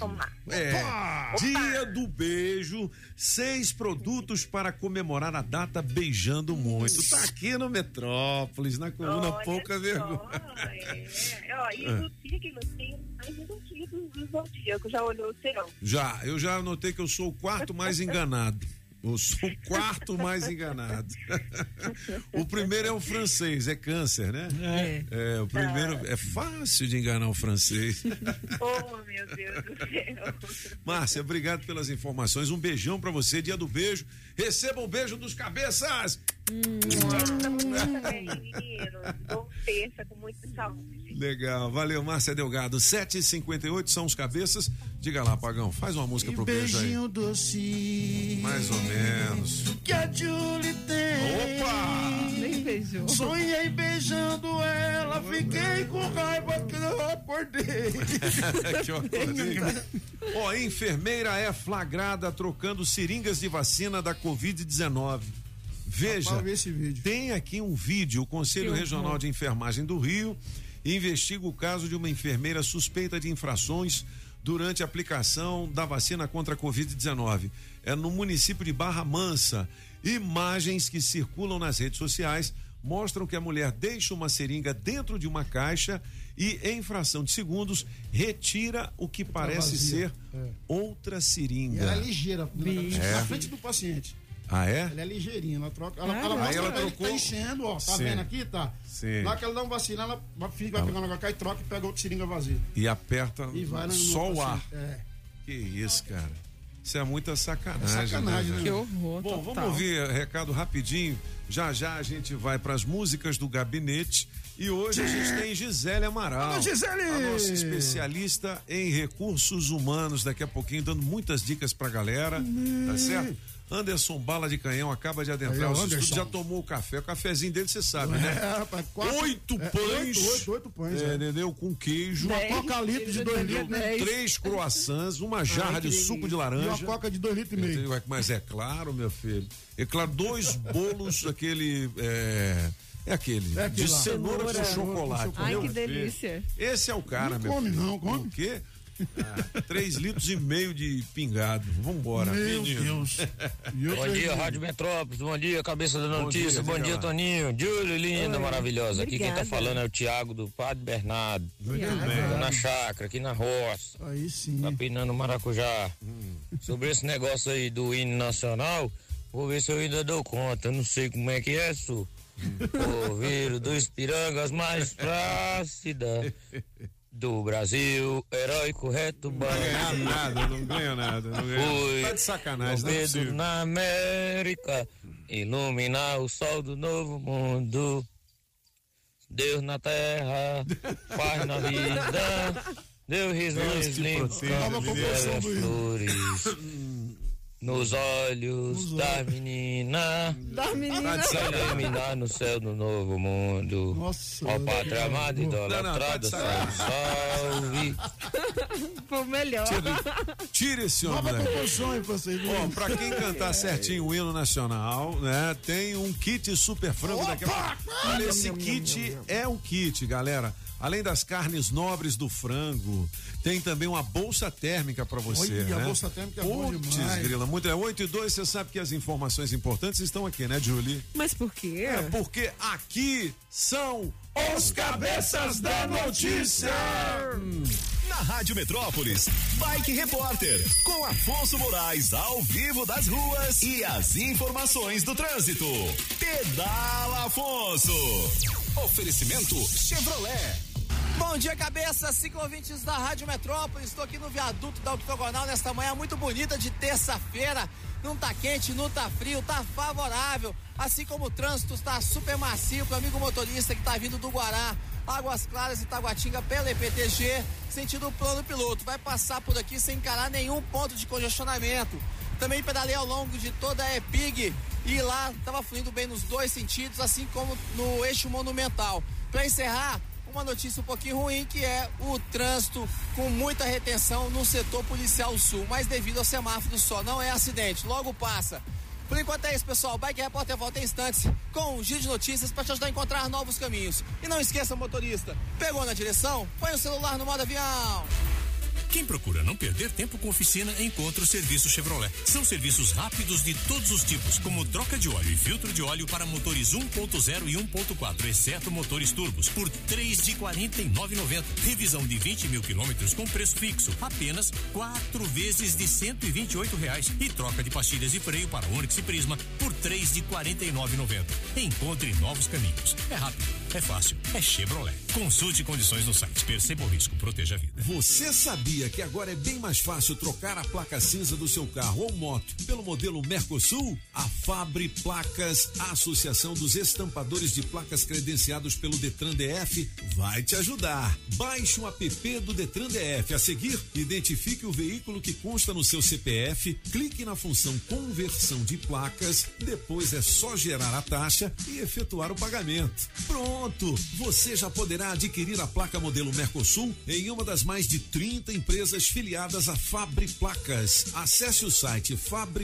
Dia do beijo, 6 produtos para comemorar a data Beijando Muito. Tá aqui no Metrópolis, na coluna Pouca Vergonha. E no signo tem mais um signo do zodíaco. Já olhou o seu? Eu já anotei que eu sou o 4º mais enganado. Eu sou o 4º mais enganado. O primeiro é o francês, é Câncer, né? O primeiro é fácil de enganar o francês. Oh, meu Deus do céu. Márcia, obrigado pelas informações. Um beijão pra você, dia do beijo. Receba um beijo dos cabeças. Bom terça, com muita saúde. Legal, valeu, Márcia Delgado. 7h58 são os cabeças. Diga lá, Pagão, faz uma música pro beijo aí. Beijinho doce. Mais ou menos. Que a Julie tem. Opa! Nem beijou. Sonhei beijando ela, fiquei com raiva que eu acordei. Que eu acordei. Enfermeira é flagrada trocando seringas de vacina da Covid-19. Veja, tem aqui um vídeo. O Conselho Regional de Enfermagem do Rio investiga o caso de uma enfermeira suspeita de infrações durante a aplicação da vacina contra a Covid-19. É no município de Barra Mansa. Imagens que circulam nas redes sociais mostram que a mulher deixa uma seringa dentro de uma caixa e, em fração de segundos, retira o que parece ser outra seringa. E ela é ligeira, na frente do paciente. Ah, é? Ela é ligeirinha, ela troca. Aí ela trocou. Tá enchendo, ó. Tá vendo aqui? Tá. Sim. Lá que ela dá uma vacina, ela vai pegando a caixa e troca e pega outra seringa vazia. E aperta e vai só o ar. Que isso, cara. Isso é muita sacanagem. Sacanagem, né? Que horror. Bom, vamos ouvir recado rapidinho. Já a gente vai para as músicas do gabinete. E hoje a gente tem Gisele Amaral. Alô, Gisele! A nossa especialista em recursos humanos. Daqui a pouquinho dando muitas dicas pra galera. Tá certo? Anderson Bala de Canhão acaba de adentrar o estúdio, já tomou o café. O cafezinho dele, você sabe, né? Rapaz, 8 pães. 8 pães. Entendeu? Com queijo. Uma coca litro de 2 litros, né? 3 croissants, uma jarra de suco de laranja. E uma coca de 2,5 litros. Mas é claro, meu filho. É claro, 2 bolos, aquele. Aquele de cenoura com chocolate. Ai, que delícia. Esse é o cara, meu filho. Não come. O quê? 3,5 litros de pingado. Vambora. Meu Deus. Bom dia, Rádio Metrópolis. Bom dia, Cabeça da Notícia. Bom dia, Toninho. Júlio, linda, maravilhosa. Aqui quem tá falando é o Tiago do Padre Bernardo. Na chácara, aqui na roça. Aí sim. Capinando maracujá. Sobre esse negócio aí do hino nacional, vou ver se eu ainda dou conta. Eu não sei como é que é, Su. Ouviram dos pirangas mais plácida do Brasil, herói correto, não ganha nada. Tá de sacanagem, não na América, iluminar o sol do novo mundo. Deus na terra, paz na vida, deu risões limpos, flores. nos olhos da menina. Da menina. Pra iluminar no céu do novo mundo. Nossa. Ó pátria amada, idolatrada, salve. Foi o melhor. Tira esse homem daí. Ó, pra quem cantar certinho o hino nacional, né, tem um kit super frango daqui a pouco. Olha, esse kit é um kit, galera. Além das carnes nobres do frango, tem também uma bolsa térmica pra você. Olha, né? a bolsa térmica é boa demais. Grila, muito é 8 e 2, você sabe que as informações importantes estão aqui, né, Julie? Mas por quê? É porque aqui são os cabeças da notícia. Na Rádio Metrópolis, Bike Repórter, com Afonso Moraes ao vivo das ruas e as informações do trânsito. Pedala Afonso. Oferecimento Chevrolet. Bom dia, cabeça, ciclo-ouvintes da Rádio Metrópolis. Estou aqui no viaduto da Octogonal nesta manhã muito bonita de terça-feira. Não tá quente, não tá frio, tá favorável. Assim como o trânsito está super macio para o amigo motorista que está vindo do Guará, Águas Claras e Taguatinga pela EPTG, sentido plano piloto. Vai passar por aqui sem encarar nenhum ponto de congestionamento. Também pedalei ao longo de toda a EPIG e lá estava fluindo bem nos dois sentidos, assim como no eixo monumental. Para encerrar, uma notícia um pouquinho ruim, que é o trânsito com muita retenção no setor policial sul, mas devido ao semáforo só, não é acidente, logo passa. Por enquanto é isso, pessoal. Bike Repórter volta em instantes com um giro de notícias para te ajudar a encontrar novos caminhos. E não esqueça, motorista, pegou na direção? Põe o celular no modo avião. Quem procura não perder tempo com oficina, encontra o serviço Chevrolet. São serviços rápidos de todos os tipos, como troca de óleo e filtro de óleo para motores 1.0 e 1.4, exceto motores turbos, por R$ 3.049,90. Revisão de 20 mil quilômetros com preço fixo, apenas 4 vezes de R$ 128,00. E troca de pastilhas de freio para Onix e Prisma por R$ 3.049,90. Encontre novos caminhos. É rápido, é fácil, é Chevrolet. Consulte condições no site. Perceba o risco, proteja a vida. Você sabia que agora é bem mais fácil trocar a placa cinza do seu carro ou moto pelo modelo Mercosul? A Fabri Placas, a Associação dos Estampadores de Placas credenciados pelo Detran DF, vai te ajudar. Baixe o app do Detran DF. A seguir, identifique o veículo que consta no seu CPF, clique na função conversão de placas, depois é só gerar a taxa e efetuar o pagamento. Pronto! Você já poderá adquirir a placa modelo Mercosul em uma das mais de 30 empresas filiadas à Fabri Placas. Acesse o site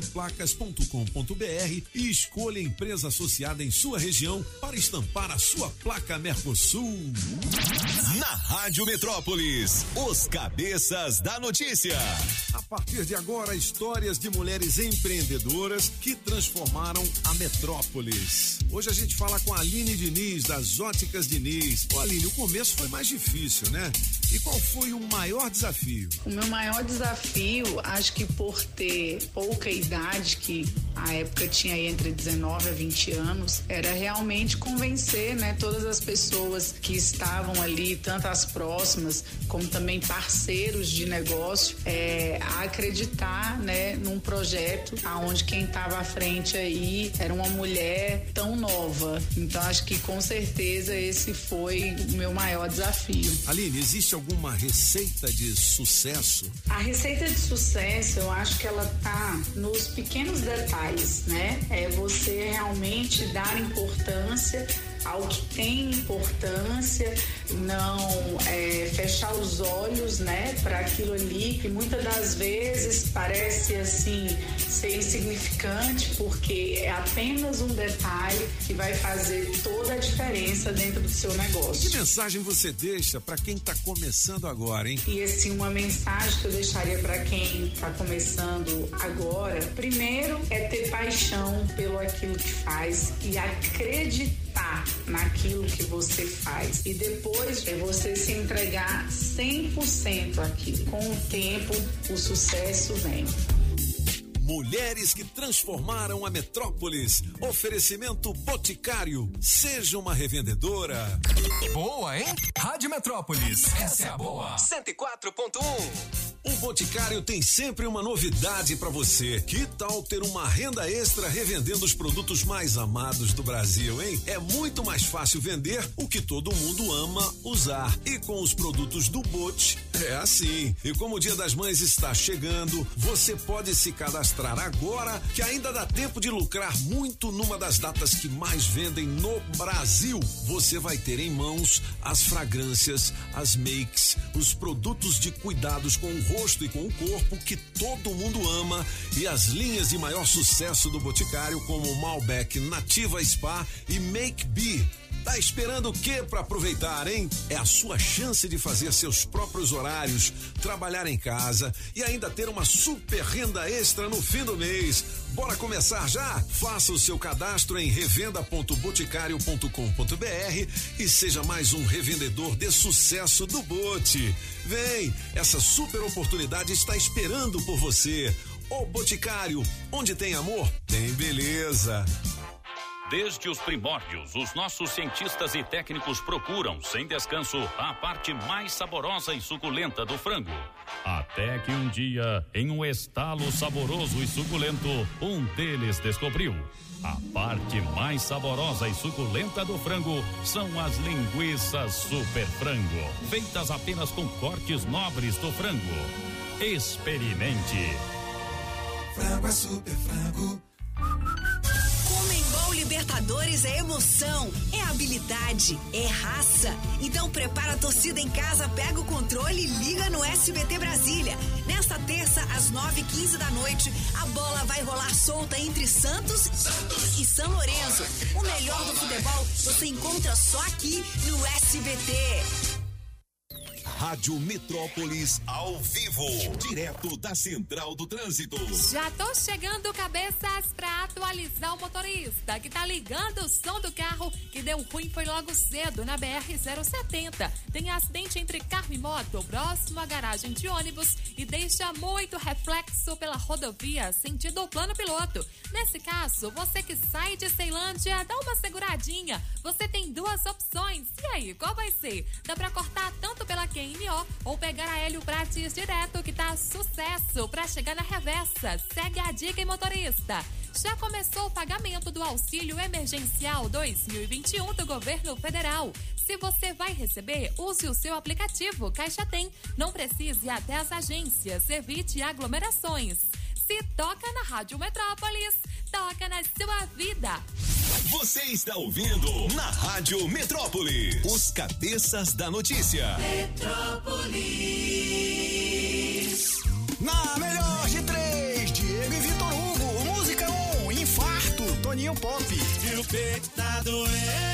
fabriplacas.com.br e escolha a empresa associada em sua região para estampar a sua placa Mercosul. Na Rádio Metrópolis, os cabeças da notícia. A partir de agora, histórias de mulheres empreendedoras que transformaram a metrópolis. Hoje a gente fala com a Aline Diniz, das Óticas Diniz. Ô Aline, o começo foi mais difícil, né? E qual foi o maior desafio? O meu maior desafio, acho que por ter pouca idade, que a época tinha aí entre 19 a 20 anos, era realmente convencer, né, todas as pessoas que estavam ali, tanto as próximas como também parceiros de negócio, a acreditar, né, num projeto aonde quem estava à frente aí era uma mulher tão nova. Então acho que com certeza esse foi o meu maior desafio. Aline, existe alguma receita de sucesso? A receita de sucesso, eu acho que ela tá nos pequenos detalhes, né? É você realmente dar importância ao que tem importância, não fechar os olhos, né, para aquilo ali que muitas das vezes parece assim ser insignificante, porque é apenas um detalhe que vai fazer toda a diferença dentro do seu negócio. Que mensagem você deixa para quem está começando agora, hein? E assim, uma mensagem que eu deixaria para quem está começando agora, primeiro é ter paixão pelo aquilo que faz e acreditar naquilo que você faz, e depois é você se entregar 100% àquilo. Com o tempo, o sucesso vem. Mulheres que transformaram a metrópolis. Oferecimento Boticário. Seja uma revendedora. Boa, hein? Rádio Metrópolis. Essa é a boa. 104.1. O Boticário tem sempre uma novidade para você. Que tal ter uma renda extra revendendo os produtos mais amados do Brasil, hein? É muito mais fácil vender o que todo mundo ama usar. E com os produtos do Bote, É assim. E como o Dia das Mães está chegando, você pode se cadastrar agora, que ainda dá tempo de lucrar muito numa das datas que mais vendem no Brasil. Você vai ter em mãos as fragrâncias, as makes, os produtos de cuidados com o rosto e com o corpo que todo mundo ama e as linhas de maior sucesso do Boticário, como Malbec, Nativa Spa e Make Be. Tá esperando o quê para aproveitar, hein? É a sua chance de fazer seus próprios horários, trabalhar em casa e ainda ter uma super renda extra no fim do mês. Bora começar já? Faça o seu cadastro em revenda.boticário.com.br e seja mais um revendedor de sucesso do Bote. Vem, essa super oportunidade está esperando por você. O Boticário, onde tem amor, tem beleza. Desde os primórdios, os nossos cientistas e técnicos procuram, sem descanso, a parte mais saborosa e suculenta do frango. Até que um dia, em um estalo saboroso e suculento, um deles descobriu: a parte mais saborosa e suculenta do frango são as linguiças Super Frango, feitas apenas com cortes nobres do frango. Experimente. Frango é Super Frango. Comembol Libertadores é emoção, é habilidade, é raça. Então prepara a torcida em casa, pega o controle e liga no SBT Brasília. Nesta terça, às 9h15 da noite, a bola vai rolar solta entre Santos e São Lourenço. O melhor do futebol você encontra só aqui no SBT. Rádio Metrópolis ao vivo, direto da Central do Trânsito. Já tô chegando, cabeças, pra atualizar o motorista que tá ligando o som do carro que deu ruim foi logo cedo na BR-070. Tem acidente entre carro e moto próximo à garagem de ônibus e deixa muito reflexo pela rodovia sentido plano piloto. Nesse caso, você que sai de Ceilândia, dá uma seguradinha. Você tem duas opções. E aí, qual vai ser? Dá pra cortar tanto pela QMO ou pegar a Hélio Prates direto, que tá sucesso pra chegar na reversa. Segue a dica, hein, motorista? Já começou o pagamento do Auxílio Emergencial 2021 do Governo Federal. Se você vai receber, use o seu aplicativo Caixa Tem. Não precise ir até as agências, evite aglomerações. Se toca na Rádio Metrópolis, toca na sua vida. Você está ouvindo na Rádio Metrópolis os cabeças da notícia. Metrópolis. Na melhor de três, Diego e Vitor Hugo. Música 1, Infarto, Toninho Pop. E o peito tá doendo,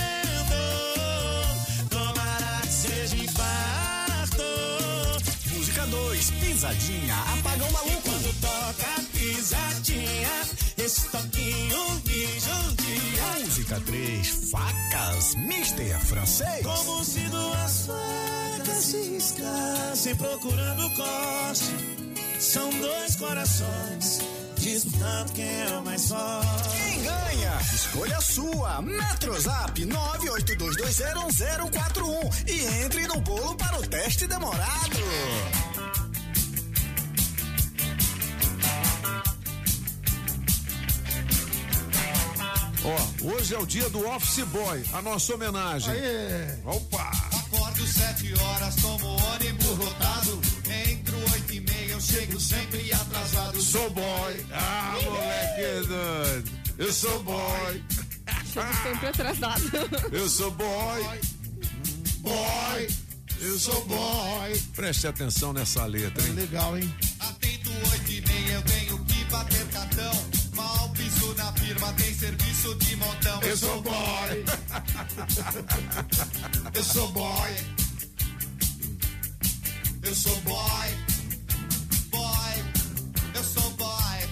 tomara que seja infarto. Música 2, Pisadinha, Apagão Maluco. Quando toca pisadinha, esse toquinho me judia. Música 3, Facas, Mister Francês. Como se duas facas se riscassem procurando corte. São dois corações disputando quem é o mais forte. Quem ganha? Escolha a sua. Metrozap 982201041 e entre no bolo para o teste demorado. Ó, hoje é o dia do Office Boy, a nossa homenagem. Aê. Opa! Acordo 7 horas, tomo ônibus lotado. Entro 8h30, eu chego sempre atrasado. Sou boy. Ah, moleque doido. Eu sou boy. Chego sempre atrasado. Eu sou boy. Boy. Eu sou boy. Preste atenção nessa letra, hein? Legal, hein? Atento 8h30, eu tenho que bater cartão. Mal piso na firma, tem serviço de montão. Eu sou boy. Eu sou boy. Eu sou boy. Boy. Eu sou boy.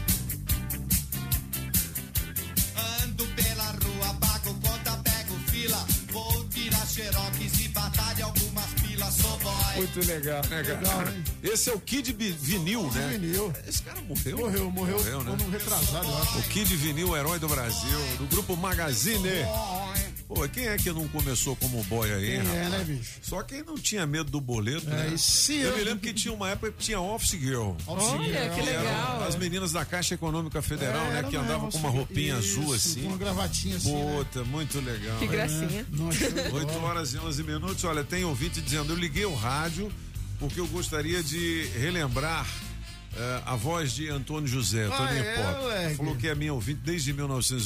Ando pela rua, pago conta, pego fila. Vou tirar xerox e batalha algumas pilas. Sou boy. Muito legal, né, cara? Legal, hein? Esse é o Kid Vinil, né? Vinil. Esse cara morreu. Morreu, né? Ano retrasado, eu acho. O Kid Vinil, herói do Brasil, do grupo Magazine. Pô, quem é que não começou como boy aí, rapaz? É, né, bicho? Só quem não tinha medo do boleto, né? Eu me lembro que tinha uma época que tinha Office Girl. Olha, que legal. As meninas da Caixa Econômica Federal, né? Que andavam com uma roupinha azul assim. Com uma gravatinha assim. Puta, né? Muito legal. Que gracinha. 8h11. Olha, tem ouvinte dizendo, eu liguei o rádio porque eu gostaria de relembrar a voz de Antônio José, Toninho Pop. Falou que é minha ouvinte desde 1900.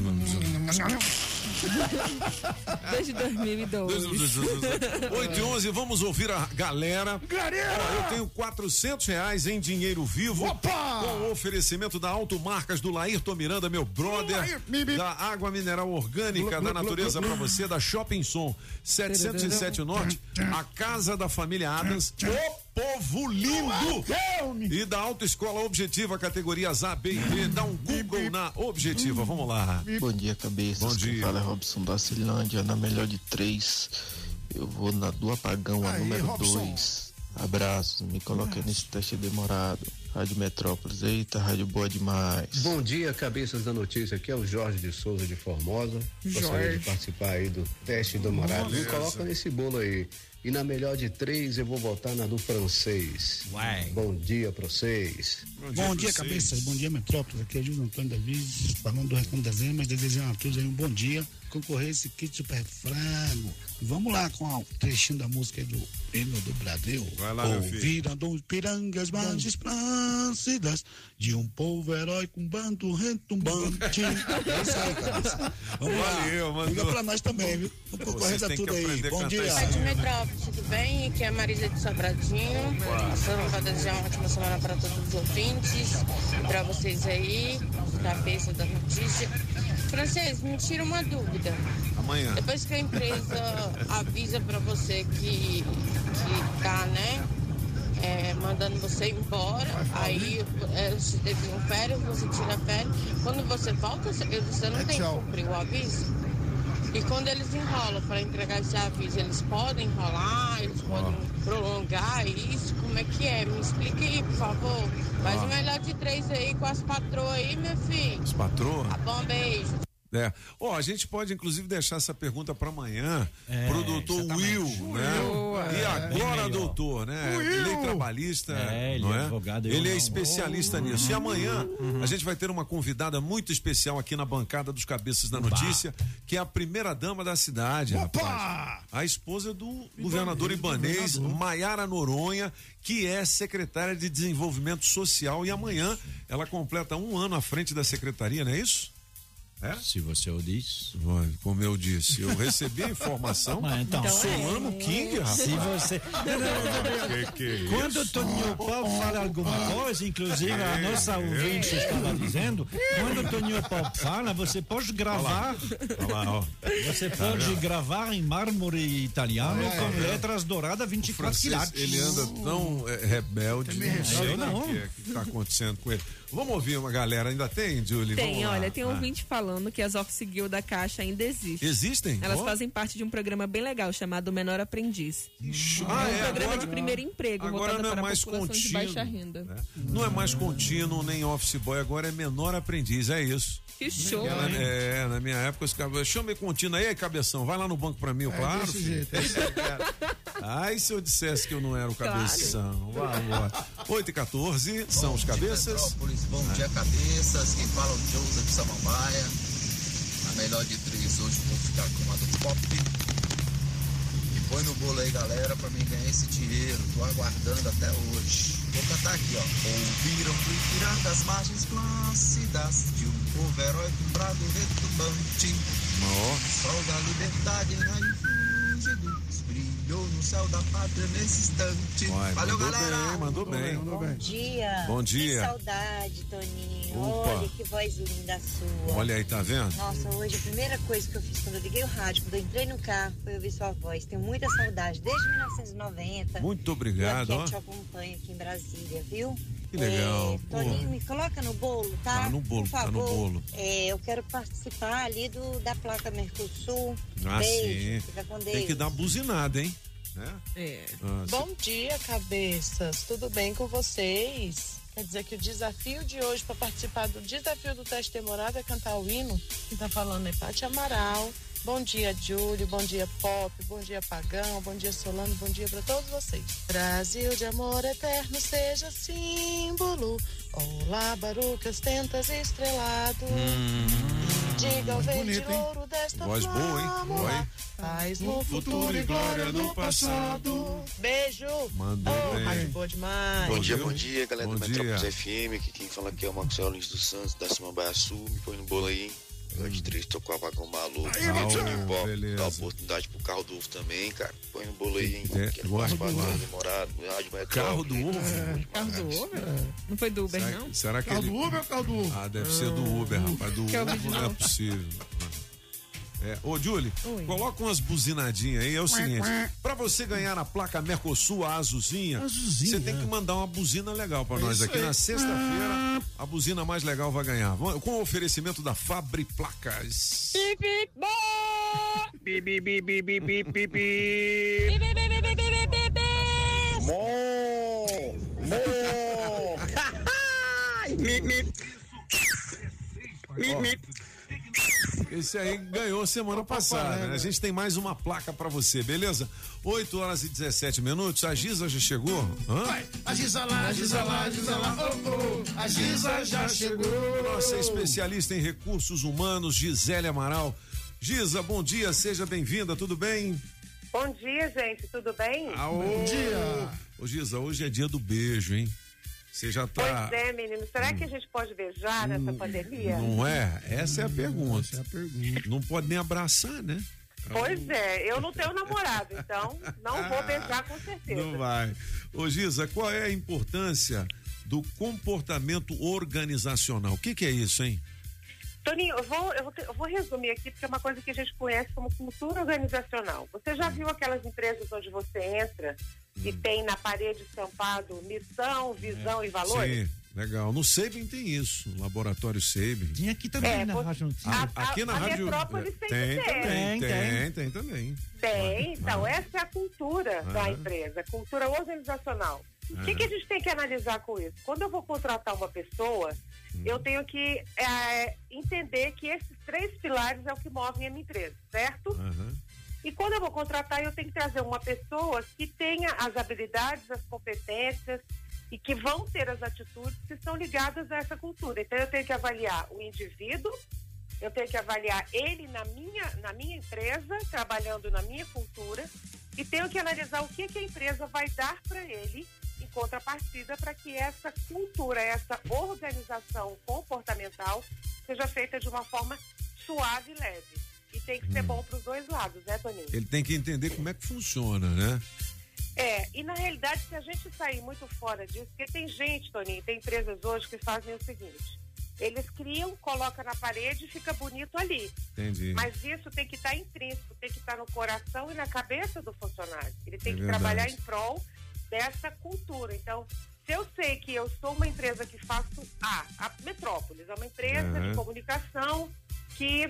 Desde 2012. 8h11, vamos ouvir a galera. Ó, eu tenho R$400 em dinheiro vivo. Opa! Com o oferecimento da Automarcas do Laírton Miranda, meu brother. Da água mineral orgânica da natureza pra você, da Shopping Som 707 Norte, a casa da família Adams. Povo lindo! E da Autoescola Objetiva, categorias A, B e D. Dá um Google na Objetiva. Vamos lá. Bom dia, cabeça. Bom dia. Quem fala é Robson da Cilândia, na melhor de 3. Eu vou na do apagão, a número 2. Abraços, me coloquei nesse teste demorado. Rádio Metrópolis, eita, rádio boa demais. Bom dia, cabeças da notícia, aqui é o Jorge de Souza de Formosa. Gostaria de participar aí do teste demorado. Me coloca nesse bolo aí. E na melhor de 3 eu vou votar na do francês. Bom dia pra vocês. Bom dia, cabeças. Bom dia, Metrópolis. Aqui é Júlio Antônio Davis, falando do Recanto das Emas, desejando a todos aí um bom dia. Concorrer esse kit super frango. Vamos lá com o trechinho da música do hino do Brasil. Vai lá, meu filho. Ouviram os pirangas mais esplêndidas de um povo heróico, um bando retumbante. É isso aí, cabeça. Vamos lá. Liga pra nós também, viu? Vamos concorrer a tudo aí. Bom dia. Rádio Metrópolis, tudo bem? Aqui é a Marisa de Sobradinho. Passando para desejar uma ótima semana para todos os ouvintes. E para vocês aí, cabeça da notícia. Francês, me tira uma dúvida. Amanhã. Depois que a empresa avisa para você que tá, né? Mandando você embora, aí você teve um férias, você tira férias. Quando você volta, você não tem que cumprir o aviso. E quando eles enrolam para entregar esse aviso, eles podem enrolar, eles podem prolongar isso? Como é que é? Me explique aí, por favor. Faz o melhor de 3 aí com as patroas aí, meu filho. As patroas? Tá bom, beijo. A gente pode inclusive deixar essa pergunta para amanhã pro doutor Will, né? E agora, doutor, né? Lei trabalhista, ele não é é? advogado. Ele é especialista nisso. E amanhã a gente vai ter uma convidada muito especial aqui na bancada dos Cabeças da Notícia, que é a primeira dama da cidade, rapaz. A esposa do governador ibanês, Maiara Noronha, que é secretária de Desenvolvimento Social, e amanhã ela completa 1 ano à frente da secretaria, não é isso? Se você o diz. Como eu disse, eu recebi a informação. Então, Solano King, rapaz. Se você. Quando o Toninho Pop fala alguma coisa, inclusive a nossa ouvinte estava dizendo, quando o Toninho Pop fala, você pode gravar. Você pode gravar em mármore italiano com letras douradas 24 quilates. Ele anda tão rebelde. Eu não. O que está acontecendo com ele? Vamos ouvir uma galera. Ainda tem, Julie? Tem, olha, tem um ouvinte falando que as Office Guild da Caixa ainda existem. Existem? Elas fazem parte de um programa bem legal chamado Menor Aprendiz. Um programa de primeiro emprego agora voltado não é para a mais população contínuo, de baixa renda. Né? Não é mais contínuo nem office boy, agora é menor aprendiz, é isso. Que show, na minha época os caras, chama contínuo aí, cabeção, vai lá no banco pra mim, claro. Desse jeito. Ai, se eu dissesse que eu não era o cabeção. Vamos. 8h14, são os cabeças. Bom dia, cabeças. Quem fala é o Joseph de Samambaia. A melhor de 3 hoje vou ficar com a do Pop. E põe no bolo aí, galera, pra mim ganhar esse dinheiro. Tô aguardando até hoje. Vou cantar aqui, ó. Ouviram do Ipiranga as margens plácidas de um povo herói com brado retumbante. Sol da liberdade refúgidos brilhou no céu da pátria nesse instante. Valeu, galera! Mandou bem. Bom dia. Bom dia. Que saudade, Toninho. Opa. Olha que voz linda sua. Olha aí, tá vendo? Nossa, hoje a primeira coisa que eu fiz quando eu liguei o rádio, quando eu entrei no carro, foi ouvir sua voz. Tenho muita saudade, desde 1990. Muito obrigado. Eu te acompanho aqui em Brasília, viu? Que legal. Toninho, me coloca no bolo, tá? Tá no bolo, por favor. tá no bolo. Eu quero participar ali da placa Mercosul. Sim. Beijo, fica com Deus. Tem que dar buzinada, hein? Bom dia, cabeças. Tudo bem com vocês? Quer dizer que o desafio de hoje para participar do desafio do teste demorado é cantar o hino. Quem tá falando é Paty Amaral, Bom dia, Júlio. Bom dia, Pop. Bom dia, Pagão. Bom dia, Solano. Bom dia para todos vocês. Brasil de amor eterno seja símbolo. Olá, barucas, tentas estrelado. Diga ao verde ouro desta voz boa, hein? Oi. Paz no futuro e glória no passado. Beijo. Mandou bem. Rádio boa demais. Bom dia, galera do Metrópolis FM. Aqui quem fala aqui é o Maxwell Lins dos Santos, da Samambaia Sul. Me põe no bolo aí, hein? De 3, tô com a vaga maluco. Dá oportunidade pro carro do Ovo também, cara. Põe no bolo aí, hein? Quero participar do demorado, Rádio Metrópolis. Carro do Ovo? Carro do Uber? Não foi do Uber, não? Será que Carro ele... do Uber ou carro do Uber? Ah, deve ser do Uber, rapaz. Do Uber não é possível. Ô, Julie, coloca umas buzinadinhas aí. É o seguinte: pra você ganhar a placa Mercosul, a azulzinha, você tem que mandar uma buzina legal pra nós aqui. Na sexta-feira, a buzina mais legal vai ganhar. Com o oferecimento da Fabri Placas. Esse aí ganhou semana passada, né? A gente tem mais uma placa pra você, beleza? 8h17. A Giza já chegou? Hã? A Giza lá, a Giza lá, a Giza lá, a Giza já chegou. Nossa especialista em recursos humanos, Gisele Amaral. Giza, bom dia, seja bem-vinda, tudo bem? Bom dia, gente, tudo bem? Bom dia. Ô, Giza, hoje é dia do beijo, hein? Você já tá... Pois é, menino. Será que a gente pode beijar nessa pandemia? Não é? Essa é a pergunta. Não pode nem abraçar, né? Pois é. Eu não tenho namorado, então não vou beijar com certeza. Não vai. Ô, Giza, qual é a importância do comportamento organizacional? O que é isso, hein? Toninho, eu vou resumir aqui, porque é uma coisa que a gente conhece como cultura organizacional. Você já viu aquelas empresas onde você entra e tem na parede estampado missão, visão e valores? Sim, legal. No Sabin tem isso, no laboratório Sabin. Tem aqui também na Rádio Aqui na Rádio Metrópolis tem também. Tem, então essa é a cultura da empresa, cultura organizacional. O que a gente tem que analisar com isso? Quando eu vou contratar uma pessoa, eu tenho que entender que esses 3 pilares é o que movem a minha empresa, certo? E quando eu vou contratar, eu tenho que trazer uma pessoa que tenha as habilidades, as competências e que vão ter as atitudes que são ligadas a essa cultura. Então, eu tenho que avaliar o indivíduo, eu tenho que avaliar ele na minha empresa, trabalhando na minha cultura, e tenho que analisar o que a empresa vai dar para ele em contrapartida para que essa cultura, essa organização comportamental seja feita de uma forma suave e leve. E tem que ser bom para os dois lados, né, Toninho? Ele tem que entender como é que funciona, né? E na realidade, se a gente sair muito fora disso, porque tem gente, Toninho, tem empresas hoje que fazem o seguinte: eles criam, colocam na parede e fica bonito ali. Entendi. Mas isso tem que estar intrínseco, tem que estar no coração e na cabeça do funcionário. Ele tem que trabalhar em prol dessa cultura. Então, se eu sei que eu sou uma empresa que faço a Metrópolis é uma empresa de comunicação que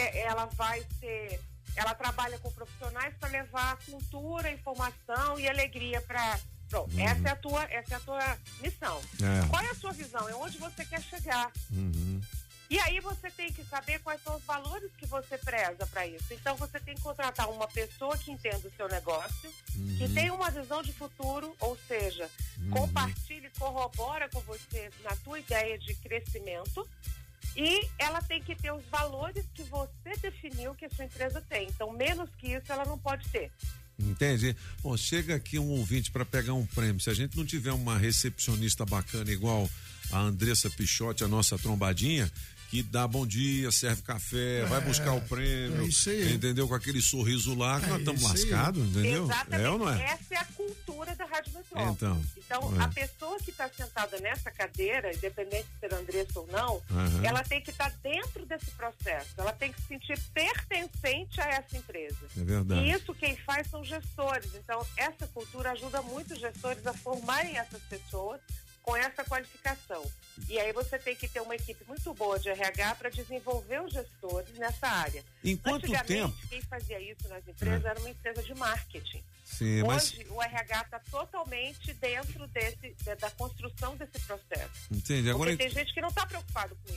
ela trabalha com profissionais para levar cultura, informação e alegria para... Pronto, essa é a tua missão. Qual é a sua visão? É onde você quer chegar. E aí você tem que saber quais são os valores que você preza para isso. Então você tem que contratar uma pessoa que entenda o seu negócio, que tenha uma visão de futuro, ou seja, compartilhe, corrobora com você na tua ideia de crescimento. E ela tem que ter os valores que você definiu que a sua empresa tem. Então, menos que isso, ela não pode ter. Entendi. Bom, chega aqui um ouvinte para pegar um prêmio. Se a gente não tiver uma recepcionista bacana igual a Andressa Pichotti, a nossa trombadinha, que dá bom dia, serve café, vai buscar o prêmio, entendeu? Com aquele sorriso lá, que nós estamos lascados, entendeu? Exatamente. Ou não é? Essa é a cultura da Rádio Metrópolis. Então, a pessoa que está sentada nessa cadeira, independente de ser Andressa ou não, ela tem que estar dentro desse processo, ela tem que se sentir pertencente a essa empresa. É verdade. E isso quem faz são gestores. Então, essa cultura ajuda muito os gestores a formarem essas pessoas com essa qualificação. E aí você tem que ter uma equipe muito boa de RH para desenvolver os gestores nessa área. Em quanto tempo? Quem fazia isso nas empresas era uma empresa de marketing. Sim, Hoje, o RH está totalmente dentro da construção desse processo. Entendi. Agora, porque tem gente que não está preocupado com isso.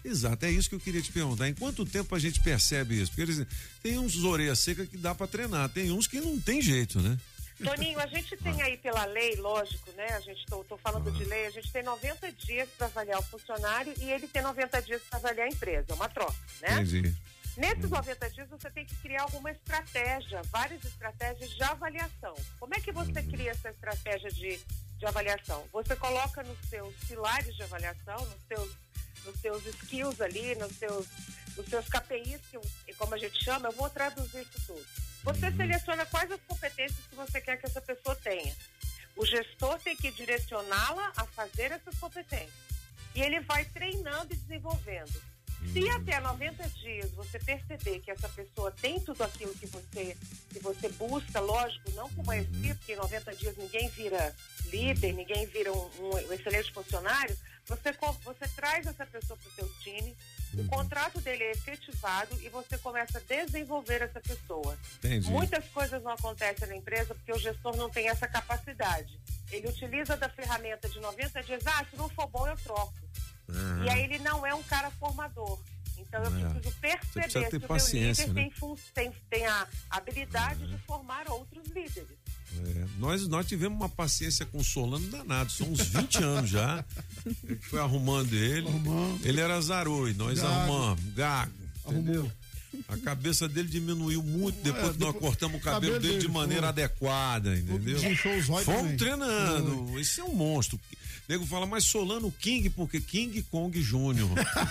Exato, é isso que eu queria te perguntar. Em quanto tempo a gente percebe isso? Porque tem uns orelha seca que dá para treinar, tem uns que não tem jeito, né? Toninho, a gente tem aí pela lei, lógico, né? Tô falando de lei, a gente tem 90 dias para avaliar o funcionário e ele tem 90 dias para avaliar a empresa, é uma troca, né? Entendi. Nesses 90 dias você tem que criar alguma estratégia, várias estratégias de avaliação. Como é que você cria essa estratégia de avaliação? Você coloca nos seus pilares de avaliação, nos seus skills ali, nos seus KPIs, como a gente chama, eu vou traduzir isso tudo. Você seleciona quais as competências que você quer que essa pessoa tenha. O gestor tem que direcioná-la a fazer essas competências. E ele vai treinando e desenvolvendo. Se até 90 dias você perceber que essa pessoa tem tudo aquilo que você busca, lógico, não com maestria, porque em 90 dias ninguém vira líder, ninguém vira um excelente funcionário, você traz essa pessoa para o seu time, o contrato dele é efetivado e você começa a desenvolver essa pessoa. Entendi. Muitas coisas não acontecem na empresa porque o gestor não tem essa capacidade. Ele utiliza da ferramenta de 90 dias, se não for bom eu troco. E aí ele não é um cara formador. Então eu preciso perceber que o meu líder, né, tem a habilidade de formar outros líderes. Nós tivemos uma paciência com o Solano danado, são uns 20 anos já. Ele foi arrumando ele. Ele era zarou e nós arrumamos, gago. Entendeu? A cabeça dele diminuiu muito depois que nós cortamos o cabelo dele de maneira adequada, entendeu? Fomos treinando. Esse é um monstro. O nego fala, mas Solano King, porque King Kong Júnior.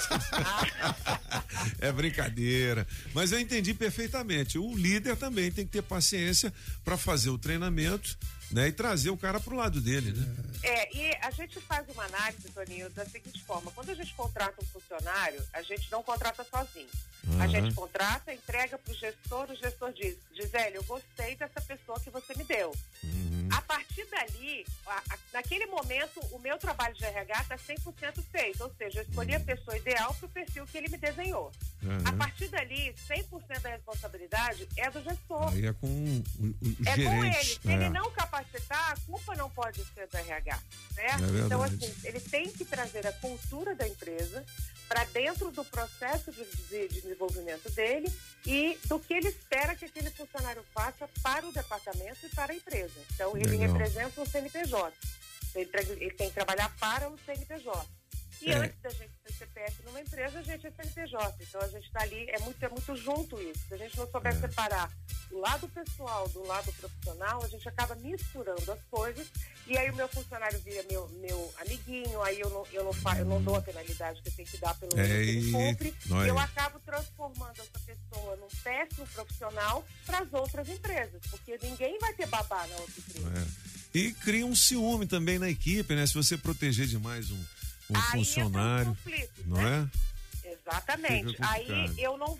É brincadeira. Mas eu entendi perfeitamente. O líder também tem que ter paciência para fazer o treinamento, né, e trazer o cara pro lado dele, né? E a gente faz uma análise, Toninho, da seguinte forma: quando a gente contrata um funcionário, a gente não contrata sozinho. A gente contrata, entrega pro gestor, o gestor diz, Gisele, eu gostei dessa pessoa que você me deu. A partir dali, naquele momento, o meu trabalho de RH está 100% feito, ou seja, eu escolhi a pessoa ideal pro perfil que ele me desenhou. A partir dali, 100% da responsabilidade é do gestor. Aí é com o gerente. Com ele. Se ele não capacitar, a culpa não pode ser do RH, certo? Então, assim, ele tem que trazer a cultura da empresa para dentro do processo de desenvolvimento dele e do que ele espera que aquele funcionário faça para o departamento e para a empresa. Então, ele representa o CNPJ. Ele tem que trabalhar para o CNPJ. E antes da gente ser CPF numa empresa, a gente é CNPJ. Então a gente está ali, é muito junto isso. Se a gente não souber separar o lado pessoal do lado profissional, a gente acaba misturando as coisas e aí o meu funcionário vira meu amiguinho, aí eu não dou a penalidade que eu tenho que dar pelo menos que ele cumpre. Eu acabo transformando essa pessoa num péssimo profissional para as outras empresas, porque ninguém vai ter babá na outra empresa. E cria um ciúme também na equipe, né? Se você proteger demais um funcionário, um conflito, não né? Exatamente. Aí eu não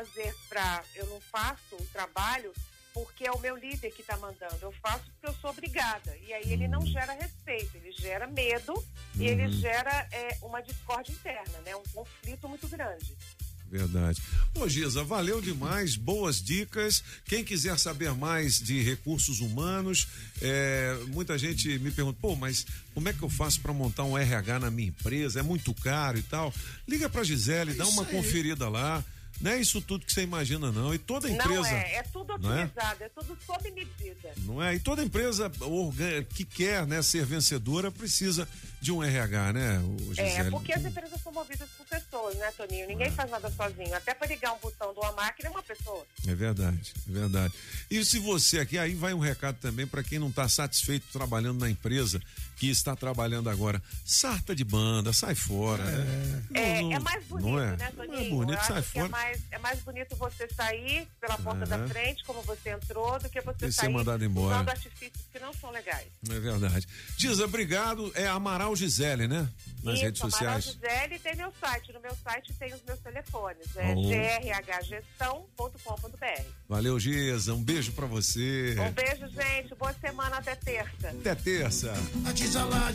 faço o trabalho porque é o meu líder que está mandando. Eu faço porque eu sou obrigada. E aí ele não gera respeito, ele gera medo e ele gera uma discórdia interna, né? Um conflito muito grande. Verdade. Ô Giza, valeu demais, boas dicas. Quem quiser saber mais de recursos humanos, muita gente me pergunta, mas como é que eu faço para montar um RH na minha empresa? É muito caro e tal. Liga pra Gisele, dá uma conferida lá. Não é isso tudo que você imagina, não. E toda empresa. Não é tudo otimizado, é tudo sob medida. Não é? E toda empresa que quer, né, ser vencedora precisa de um RH, né, Gisele? Porque as empresas são movidas por pessoas, né, Toninho? Ninguém faz nada sozinho. Até para ligar um botão de uma máquina é uma pessoa. É verdade, é verdade. E se você aqui, aí vai um recado também para quem não está satisfeito trabalhando na empresa que está trabalhando agora. Sarta de banda, sai fora. É mais bonito, né, Toninho? É bonito, sai fora. É mais bonito você sair pela porta da frente, como você entrou, do que você sair mandado embora. Usando artifícios que não são legais. É verdade. Giza, obrigado. É Amaral Gisele, né? Nas redes sociais. Amaral Gisele, tem meu site. No meu site tem os meus telefones. grhgestão.com.br. Valeu, Giza. Um beijo pra você. Um beijo, gente. Boa semana até terça. Até terça. Diz lá.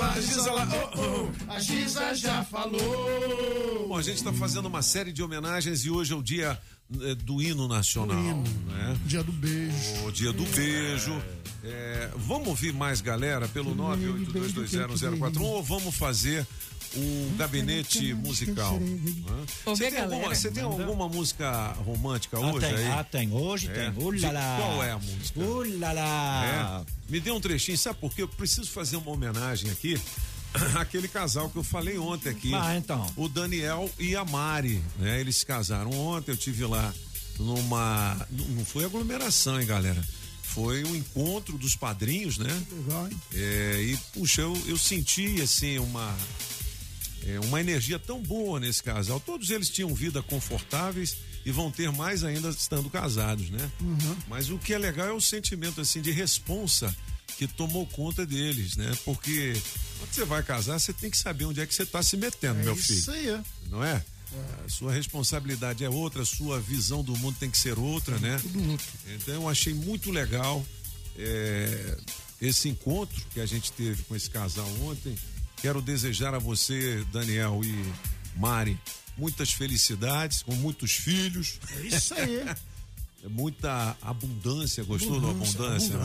A Giza já falou. Bom, a gente está fazendo uma série de homenagens e hoje é o dia do hino nacional. Né? Dia do beijo. O dia do beijo. Vamos ouvir mais, galera, pelo 982201041 ou vamos fazer um gabinete musical? Você tem alguma música romântica hoje? Tem. Hoje tem. Ulala. Qual é a música? Ulala. Me dê um trechinho, sabe por quê? Eu preciso fazer uma homenagem aqui àquele casal que eu falei ontem aqui. Então. O Daniel e a Mari, né? Eles se casaram ontem, eu tive lá não foi aglomeração, hein, galera? Foi um encontro dos padrinhos, né? Legal, hein? E, puxa, eu senti, assim, uma energia tão boa nesse casal. Todos eles tinham vida confortáveis e vão ter mais ainda estando casados, né? Uhum. Mas o que é legal é o sentimento, assim, de responsa que tomou conta deles, né? Porque quando você vai casar, você tem que saber onde é que você está se metendo, meu filho. Isso aí. Não é? A sua responsabilidade é outra, a sua visão do mundo tem que ser outra, né? Tudo outro. Então eu achei muito legal esse encontro que a gente teve com esse casal ontem. Quero desejar a você, Daniel e Mari, muitas felicidades, com muitos filhos. É isso aí. Muita abundância, gostou da abundância?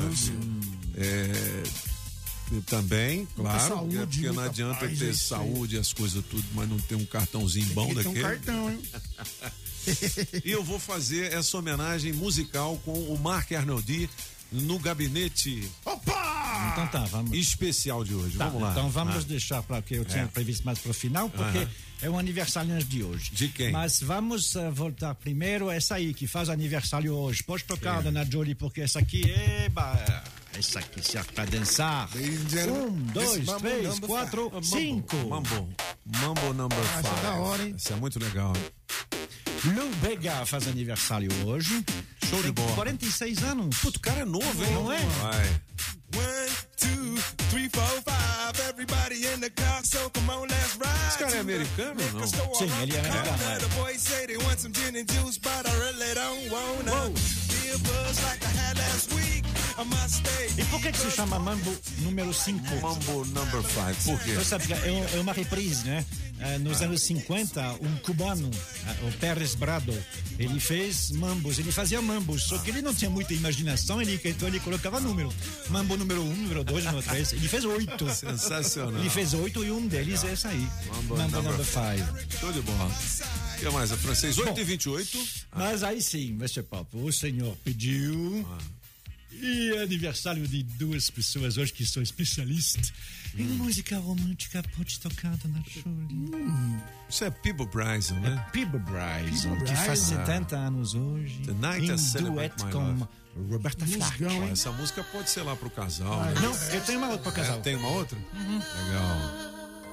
Também, claro, saúde, porque não adianta paz, ter saúde, as coisas tudo, mas não ter um cartãozinho bom daquele. Tem um cartão, hein? E eu vou fazer essa homenagem musical com o Marc Arnoldi no gabinete. Opa! Então tá, vamos. Especial de hoje. Vamos lá. Então vamos deixar para que eu tinha previsto mais para o final, porque é o aniversário de hoje. De quem? Mas vamos voltar primeiro essa aí que faz aniversário hoje. Pode tocar, Dona Jolie, porque essa aqui essa aqui serve para dançar. 1, 2, 3, 4, 5. Mambo number 5. Essa é da hora, hein? Essa é muito legal, hein? Lou Bega faz aniversário hoje. Show de bola. 46 anos. Puto, o cara é novo, hein? Não é? Vai. 1, 2, 3, 4, 5. Everybody in the car, so come on, let's ride. Esse cara é americano ou não? Sim, ele é americano. The boys say they want some gin and juice, but I really don't wanna. Be a buzz like I had last week. I must stay. E por que se chama Mambo número 5? Mambo number 5. Por quê? Você sabe que é uma reprise, né? Nos anos 50, um cubano, o Pérez Brado, ele fez mambos, ele fazia mambos, só que ele não tinha muita imaginação, então ele colocava número. Mambo número 1, número 2, número 3, ele fez 8. Sensacional. Ele fez 8 e um deles é essa aí. Mambo number 5. Show de bola. O que mais? É francês? 8h28. Mas aí sim, Mr. Pop, o senhor pediu. E é aniversário de duas pessoas hoje que são especialistas em música romântica. Pode tocar, Dona Jolie. Isso é Peabo Bryson, né? Peabo Bryson, que faz 70 anos hoje. Tonight em dueto com Roberta Flack. Essa música pode ser lá pro casal. Né? Não, eu tenho uma outra pro casal. Tem uma outra? Legal.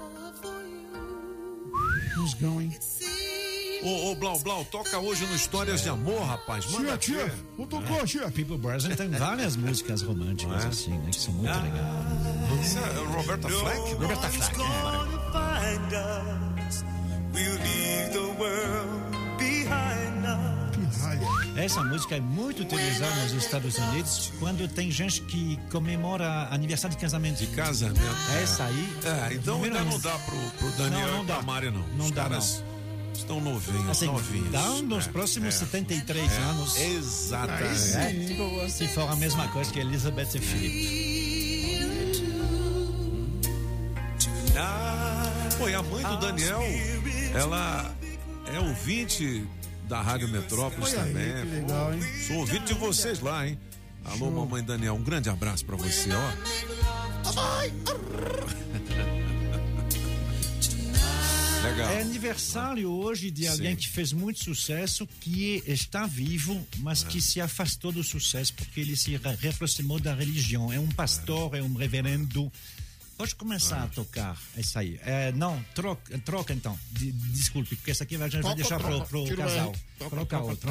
Musgão, hein? Ô, Blau, toca hoje no Histórias de Amor, rapaz. Manda tia. Não tocou, tia. Peabo Bryson tem várias músicas românticas assim, né? Que são muito legais. Isso é Roberta Flack? Roberta Flack, Essa música é muito utilizada nos Estados Unidos quando tem gente que comemora aniversário de casamento. De casamento. Essa aí. Então ainda não dá pro Daniel e pra Mari, não. Não Os dá, caras estão novinhos, assim, novinhos. Dá nos próximos 73 anos. Exatamente. Se for a mesma coisa que Elizabeth e Philip. Pô, e a mãe do Daniel, ela é ouvinte da Rádio Metrópolis também. Aí, que legal, hein? Sou ouvinte de vocês lá, hein? Alô, mamãe Daniel, um grande abraço pra você, ó. Legal. É aniversário hoje de alguém que fez muito sucesso, que está vivo, mas que se afastou do sucesso porque ele se reaproximou da religião. É um pastor, é um reverendo. Pode começar a tocar essa aí. Não, troca então. Desculpe, porque essa aqui a gente vai deixar pro casal. Troca outra.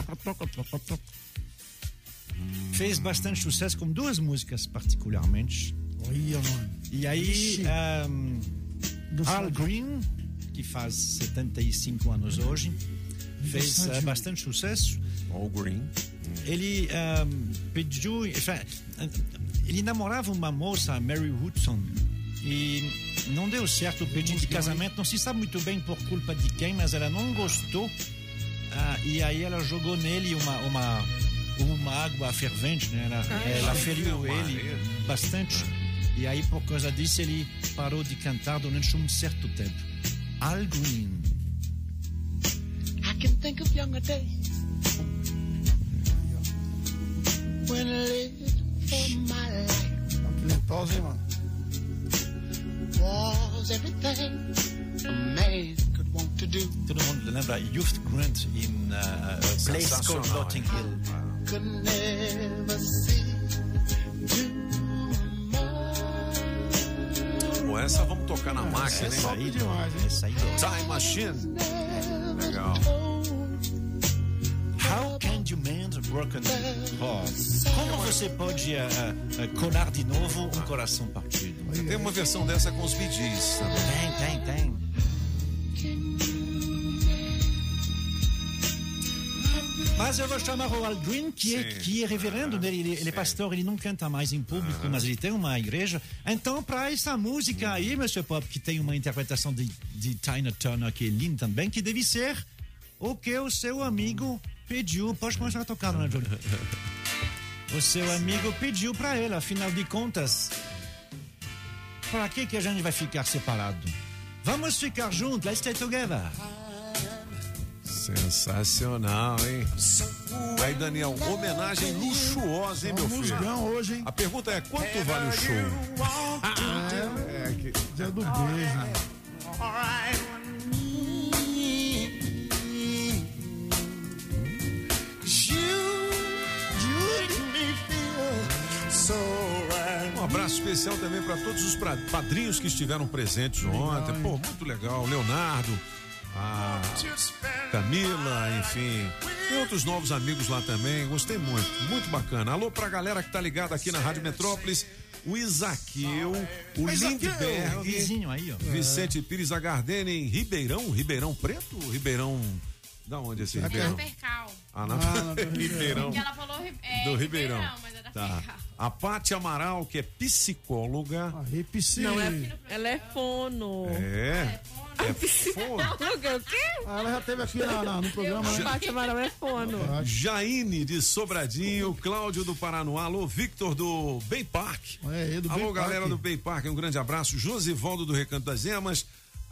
Fez bastante sucesso com duas músicas, particularmente. E aí, Al Green, que faz 75 anos hoje, fez bastante sucesso. Al Green. Ele pediu. Ele namorava uma moça, Mary Woodson, e não deu certo o pedido de casamento. Não se sabe muito bem por culpa de quem, mas ela não gostou e aí ela jogou nele uma água fervente, né? Ela feriu ele bastante. E aí, por causa disso, ele parou de cantar durante um certo tempo. Al Green. I can think of younger days when I lived for my life. Was everything a man could want to do. Todo mundo lembra Youth Grant em Place Called Notting Hill. Could never see Bom, essa vamos tocar na máquina, hein? Essa aí demais, hein? Essa aí. Time Machine. Legal. How can you mend a broken heart? Como você pode colar de novo um coração partido? Tem uma versão dessa com os Bee Gees também. Tem. Mas eu vou chamar o Al Green, que é reverendo, ele é pastor, ele não canta mais em público, mas ele tem uma igreja. Então, para essa música aí, Mr. Pop, que tem uma interpretação de Tina Turner, que é linda também, que deve ser o que o seu amigo pediu. Pode começar a tocar, né, Júlio? O seu amigo pediu para ele, afinal de contas, para que a gente vai ficar separado? Vamos ficar juntos, let's stay together. Sensacional, hein? Aí, Daniel, homenagem luxuosa, hein, meu filho? Musicão hoje, hein? A pergunta é, quanto vale o show? Dia do beijo. Um abraço especial também para todos os padrinhos que estiveram presentes ontem. Pô, muito legal. Leonardo, a Camila, enfim, tem outros novos amigos lá também, gostei muito bacana. Alô pra galera que tá ligada aqui na Rádio Metrópolis, o Isaqueu, o Lindbergh, vizinho aí, ó. Vicente Pires, a Gardene em Ribeirão Preto, Ribeirão, da onde esse Ribeirão? Percal. Ribeirão. Porque ela falou do Ribeirão. Mas era tá. A Paty Amaral, que é psicóloga. Não, ela é fono. É fono. O quê? Ela já esteve aqui no programa. Paty Amaral é fono. Jaine de Sobradinho, Cláudio do Paranoá, alô, Victor do Bay Park. Alô, galera do Bay Park, um grande abraço. Josivaldo do Recanto das Emas,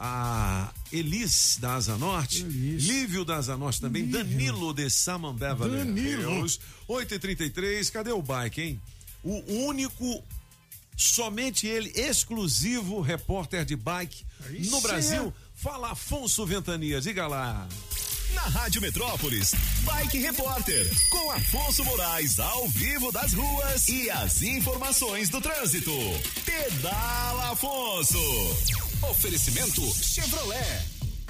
a Elis da Asa Norte, Lívio da Asa Norte também, Danilo de Samambaia, Deus. 8h33, cadê o bike, hein? O único, somente ele, exclusivo repórter de bike no Brasil. Fala, Afonso Ventania, diga lá. Na Rádio Metrópolis, Bike Repórter, com Afonso Moraes, ao vivo das ruas e as informações do trânsito. Pedala Afonso. Oferecimento Chevrolet.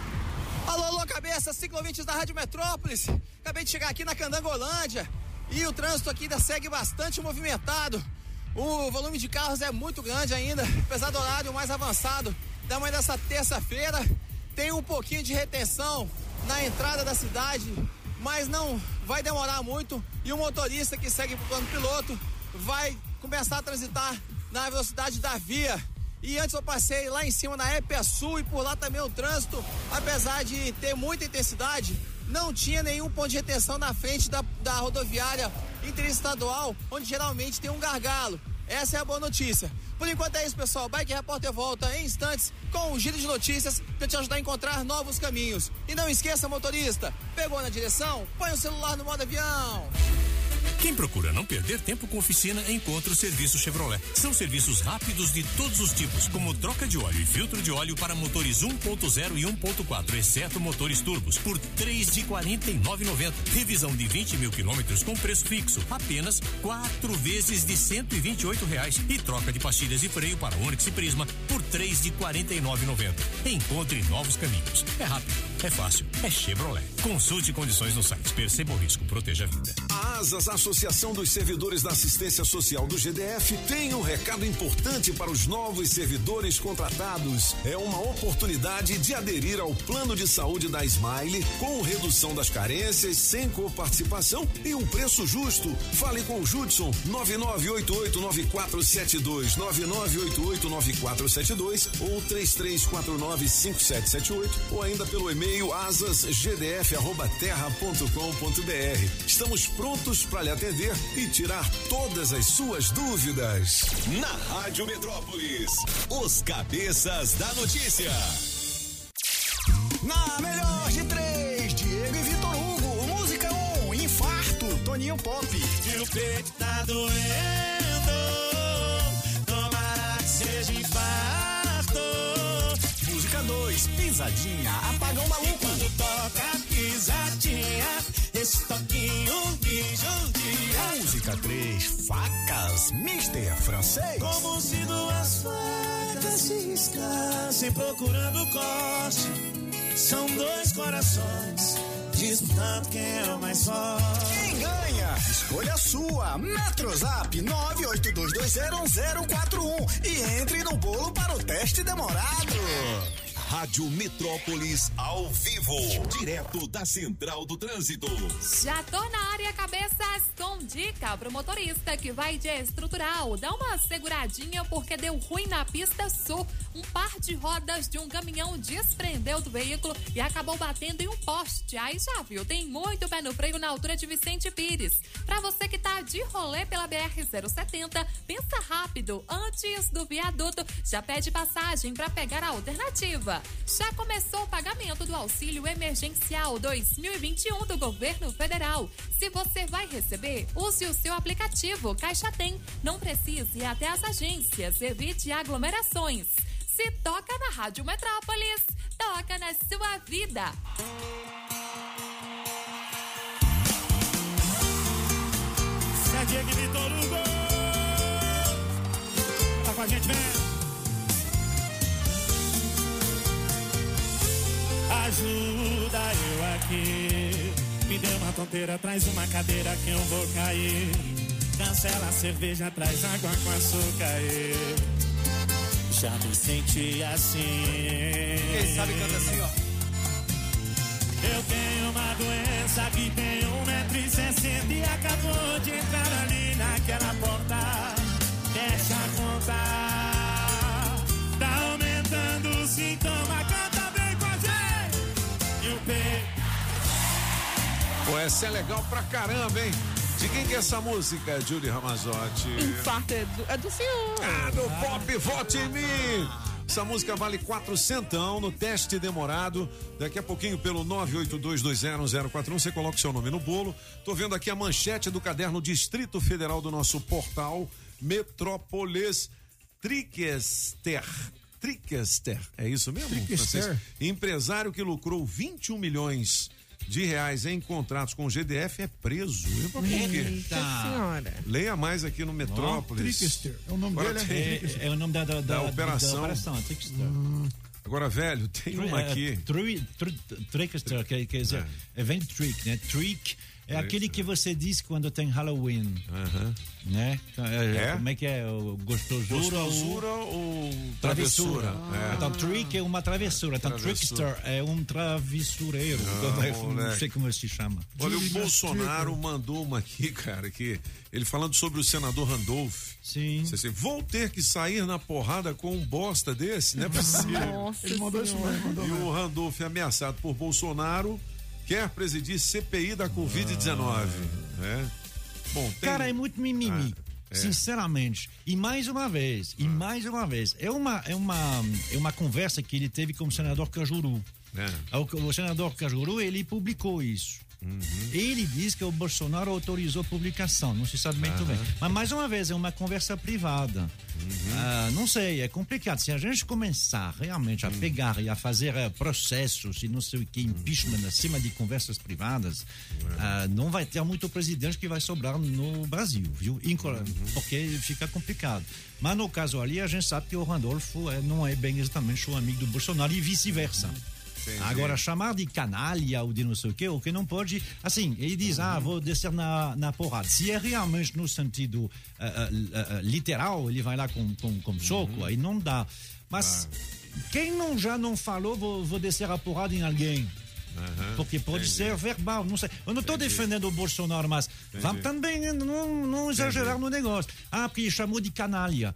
Alô, cabeça, ciclovintes da Rádio Metrópolis. Acabei de chegar aqui na Candangolândia e o trânsito aqui ainda segue bastante movimentado. O volume de carros é muito grande ainda, apesar do horário mais avançado da manhã dessa terça-feira. Tem um pouquinho de retenção na entrada da cidade, mas não vai demorar muito e o motorista que segue pro plano piloto vai começar a transitar na velocidade da via. E antes eu passei lá em cima na Épia Sul e por lá também o trânsito, apesar de ter muita intensidade, não tinha nenhum ponto de retenção na frente da rodoviária interestadual, onde geralmente tem um gargalo. Essa é a boa notícia. Por enquanto é isso, pessoal. Bike Repórter volta em instantes com um giro de notícias para te ajudar a encontrar novos caminhos. E não esqueça, motorista, pegou na direção? Põe o celular no modo avião. Quem procura não perder tempo com oficina, encontra o serviço Chevrolet. São serviços rápidos de todos os tipos, como troca de óleo e filtro de óleo para motores 1.0 e 1.4, exceto motores turbos, por R$ 3.049,90. Revisão de 20 mil quilômetros com preço fixo, apenas 4 vezes de R$ 128,00. E troca de pastilhas e freio para Onix e Prisma por R$ 3.049,90. Encontre novos caminhos. É rápido, é fácil, é Chevrolet. Consulte condições no site. Perceba o risco, proteja a vida. ASAS, Associação dos Servidores da Assistência Social do GDF, tem um recado importante para os novos servidores contratados. É uma oportunidade de aderir ao plano de saúde da Smile, com redução das carências, sem coparticipação e um preço justo. Fale com o Judson, 99889472, 99889472 ou 33495778, ou ainda pelo e-mail asasgdf@terra.com.br. Estamos prontos para lhe atender e tirar todas as suas dúvidas. Na Rádio Metrópolis, os cabeças da notícia. Na melhor de 3, Diego e Vitor Hugo. Música 1, Infarto, Toninho Pop. E o peito tá doendo, tomara que seja infarto. Música 2, Pisadinha, Apagão Maluco. E quando toca pisadinha, esse toquinho me judia. Música 3, Facas, Mister Francês. Como se duas facas se riscassem procurando corte. São dois corações disputando quem é o mais forte. Quem ganha? Escolha a sua. Metrozap 982201041 e entre no bolo para o teste demorado. Rádio Metrópolis ao vivo, direto da Central do Trânsito. Já tô na área, cabeças, com dica pro motorista que vai de estrutural. Dá uma seguradinha porque deu ruim na pista sul. Um par de rodas de um caminhão desprendeu do veículo e acabou batendo em um poste. Aí já viu, tem muito pé no freio na altura de Vicente Pires. Pra você que tá de rolê pela BR-070, pensa rápido, antes do viaduto, já pede passagem pra pegar a alternativa. Já começou o pagamento do auxílio emergencial 2021 do governo federal. Se você vai receber, use o seu aplicativo Caixa Tem. Não precise ir até as agências, evite aglomerações. Se toca na Rádio Metrópolis, toca na sua vida. Diego e Vitor Hugo, tá com a gente, vem. Ajuda eu aqui, me dê uma tonteira, traz uma cadeira que eu vou cair. Cancela a cerveja, traz água com açúcar. Já me senti assim. Quem sabe canta assim, ó. Eu tenho uma doença que tem 1,60 m e acabou de entrar ali naquela porta. Deixa contar, tá aumentando o sintoma, canta bem com a gente. E o peito. Pô, essa é legal pra caramba, hein? De quem que é essa música, Julie Ramazotti? Infarto é do senhor. Ah, do Pop, vote em mim! Essa música vale 400 no teste demorado. Daqui a pouquinho, pelo 982201041, você coloca o seu nome no bolo. Tô vendo aqui a manchete do caderno Distrito Federal do nosso portal Metrópolis. Trickster, é isso mesmo? Trickster. Empresário que lucrou 21 milhões de reais em contratos com o GDF é preso. Por quê? Senhora. Leia mais aqui no Metrópolis. Trickster. É o nome dele, é o nome da operação. Trickster. Agora, velho, tem uma aqui. Trickster, quer dizer, vem de trick, né? Trick é aquele que você diz quando tem Halloween, né? Como é que é? O gostosura ou travessura? Então, trick é uma travessura. Então, trickster é um travessureiro. Não sei como se chama. Olha, o Bolsonaro mandou uma aqui, cara, que ele falando sobre o senador Randolph. Sim. Assim, vou ter que sair na porrada com um bosta desse, não é possível. Nossa, ele mandou isso mesmo. E o Randolph, ameaçado por Bolsonaro, quer presidir CPI da Covid-19. Né? Bom, tem... Cara, é muito mimimi. Sinceramente. E mais uma vez, é uma conversa que ele teve com o senador Cajuru. O senador Cajuru, ele publicou isso. Ele diz que o Bolsonaro autorizou a publicação, não se sabe muito bem. Mas mais uma vez, é uma conversa privada. Não sei, é complicado. Se a gente começar realmente a pegar e a fazer processos e não sei o que, impeachment acima de conversas privadas, não vai ter muito presidente que vai sobrar no Brasil, viu? Porque fica complicado. Mas no caso ali, a gente sabe que o Randolfo não é bem exatamente o amigo do Bolsonaro e vice-versa. Agora, chamar de canalha ou de não sei o que não pode. Assim, ele diz, vou descer na porrada. Se é realmente no sentido literal, ele vai lá com soco, aí não dá. Mas quem já não falou, vou descer a porrada em alguém? Porque pode ser verbal, não sei. Eu não estou defendendo o Bolsonaro, mas vamos também não exagerar no negócio. Porque chamou de canalha.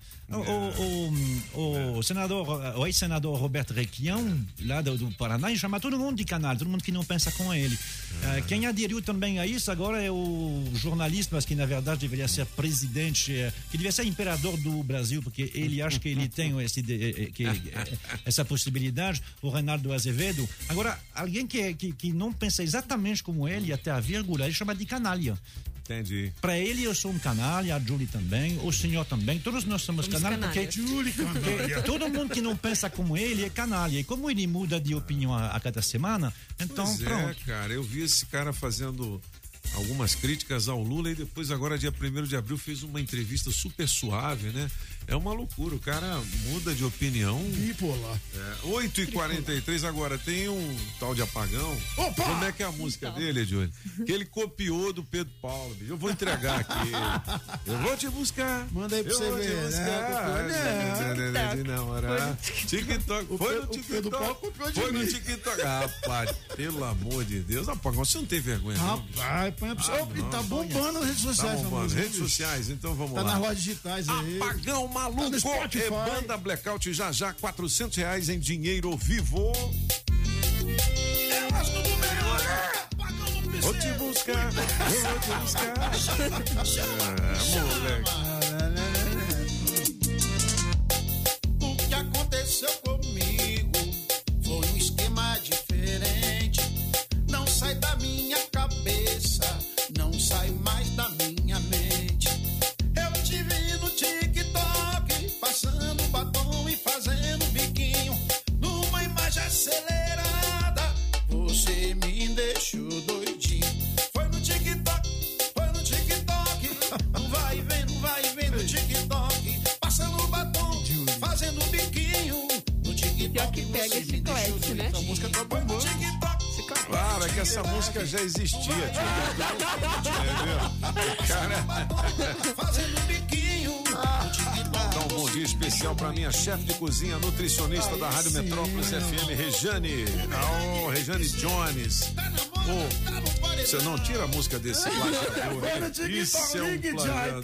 O ex-senador Roberto Requião, lá do Paraná, chama todo mundo de canalha, todo mundo que não pensa com ele. Quem aderiu também a isso agora é o jornalista, mas que na verdade deveria ser presidente, que deveria ser imperador do Brasil, porque ele acha que ele tem essa possibilidade, o Reinaldo Azevedo. Agora, alguém que não pensa exatamente como ele, até a vírgula, ele chama de canalha. Entendi. Para ele eu sou um canalha, a Julie também, o senhor também, todos nós somos canalha, porque todo mundo que não pensa como ele é canalha. E como ele muda de opinião a cada semana, então pronto. Cara, eu vi esse cara fazendo algumas críticas ao Lula e depois agora dia 1º de abril fez uma entrevista super suave, né? É uma loucura, o cara muda de opinião. Bipolar. 8h43, agora tem um tal de Apagão. Opa! Como é que é a música dele, Júlio? Que ele copiou do Pedro Paulo. Eu vou entregar aqui. Eu vou te buscar. Manda aí pra você ver. TikTok. Foi no TikTok. Foi no TikTok. Rapaz, pelo amor de Deus. Apagão, você não tem vergonha, não? Rapaz, põe pra você. Tá bombando nas redes sociais. Tá bombando. Redes sociais, então vamos lá. Tá nas lojas digitais aí. Apagão maluco, é banda Blackout já R$400 em dinheiro vivo. Vou te buscar, eu vou te buscar. Moleque. O que aconteceu comigo foi um esquema diferente. Não sai da minha cabeça, não sai mais da minha mente. Eu te vi no TikTok, passando batom e fazendo biquinho. Numa imagem acelerada, você me deixou doidinho. Foi no TikTok, vai vendo no TikTok. Passando batom, fazendo biquinho. No TikTok, pior que pega chiclete, né? Essa música tá bombando. Claro, é que essa música já existia, tio. Cara. Fazendo biquinho. Então, um bom dia especial para minha chefe de cozinha, nutricionista da Rádio Metrópolis FM, Rejane. Rejane Jones. Você não tira a música desse plagiador. Isso é um plagiador.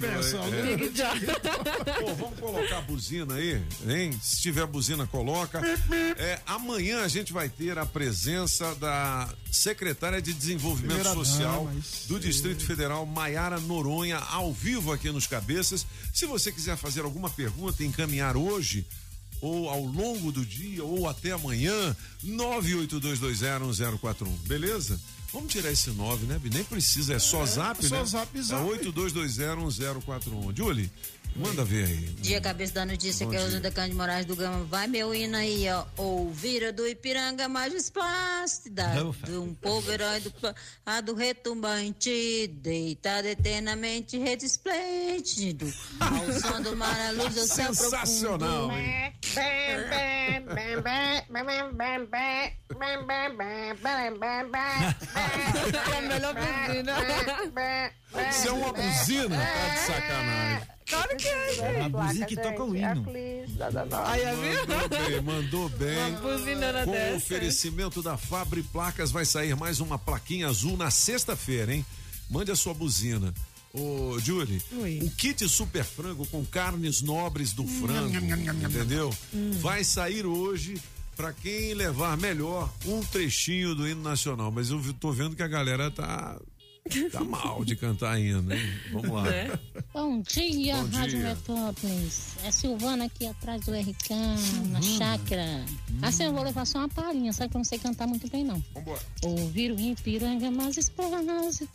Vamos colocar a buzina aí, hein? Se tiver buzina, coloca. Amanhã a gente vai ter a presença da secretária de Desenvolvimento Social do Distrito Federal, Maiara Noronha, ao vivo aqui nos Cabeças. Se você quiser fazer alguma pergunta e encaminhar hoje, ou ao longo do dia, ou até amanhã, 982201041, beleza? Vamos tirar esse 9, né? Nem precisa, é só zap, né? Só zap. É 82201041. Julie, manda ver aí. Dia Cabeça da Notícia, que é o da Cândido Moraes do Gama. Vai meu hino aí, ó. Ouvira do Ipiranga mais esplácida. De um povo herói do retumbante. Deitado eternamente resplêndido. Ao som do mar, a luz do céu profundo. Sensacional, É a melhor buzina. Isso é uma buzina? Tá de sacanagem. Claro que é, É uma buzina que toca o hino. Mandou bem. Uma buzinona Com dessa. oferecimento da Fabri Placas, vai sair mais uma plaquinha azul na sexta-feira, hein? Mande a sua buzina. Ô, Julie, o kit super frango com carnes nobres do frango, entendeu? Vai sair hoje pra quem levar melhor um trechinho do hino nacional. Mas eu tô vendo que a galera tá mal de cantar ainda, hein? Vamos lá. Bom dia, Rádio Metrópolis. É Silvana aqui atrás do RK, na chácara. Assim, eu vou levar só uma palhinha, sabe que eu não sei cantar muito bem, não. Vambora. Ouvir o Ipiranga mais esplácidas.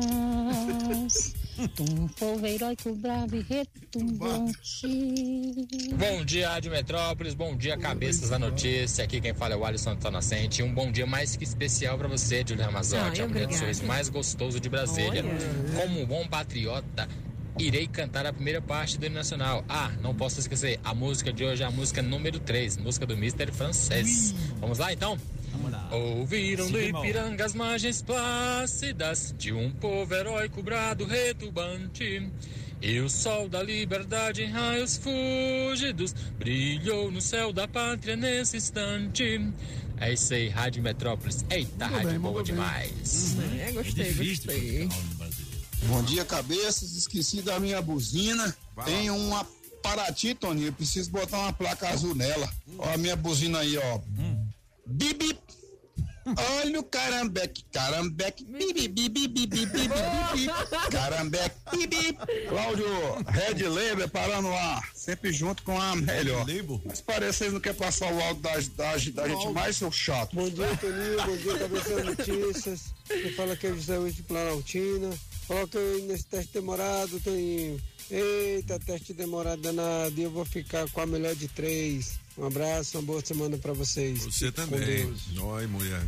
Um povo heróico, bravo e retumbante. Bom dia, Rádio Metrópolis. Bom dia, Cabeças da Notícia. Aqui quem fala é o Alisson Nascente. Um bom dia mais que especial pra você, Julia Ramazotti. A mulher do sorriso mais gostoso de Brasília. Como um bom patriota, irei cantar a primeira parte do hino nacional. Não posso esquecer, a música de hoje é a música número 3, música do Mr. Francês. Vamos lá, então? Vamos lá. Ouviram do Ipiranga as margens plácidas de um povo heróico brado retumbante. E o sol da liberdade em raios fúlgidos brilhou no céu da pátria nesse instante. É isso aí, Rádio Metrópolis. Eita, rádio boa demais. Gostei. Bom dia, cabeças. Esqueci da minha buzina. Tem uma Paraty, Toninho. Eu preciso botar uma placa azul nela. Ó, a minha buzina aí, ó. Bibi. Olha o carambeque, bibi, bibi, bibi, bibi, bibi, carambeque, bibi. Cláudio, Red Label parando lá, sempre junto com a melhor. Mas parece que vocês não querem passar o áudio da gente mais, seu chato. Bom dia, Toninho, bom dia, Cabeça das Notícias. Quem fala que é José Luiz de Planaltina. Coloca aí nesse teste demorado, Toninho. Eita, teste demorado danado, e eu vou ficar com a melhor de 3. Um abraço, uma boa semana pra vocês. Você também. Oi, mulher.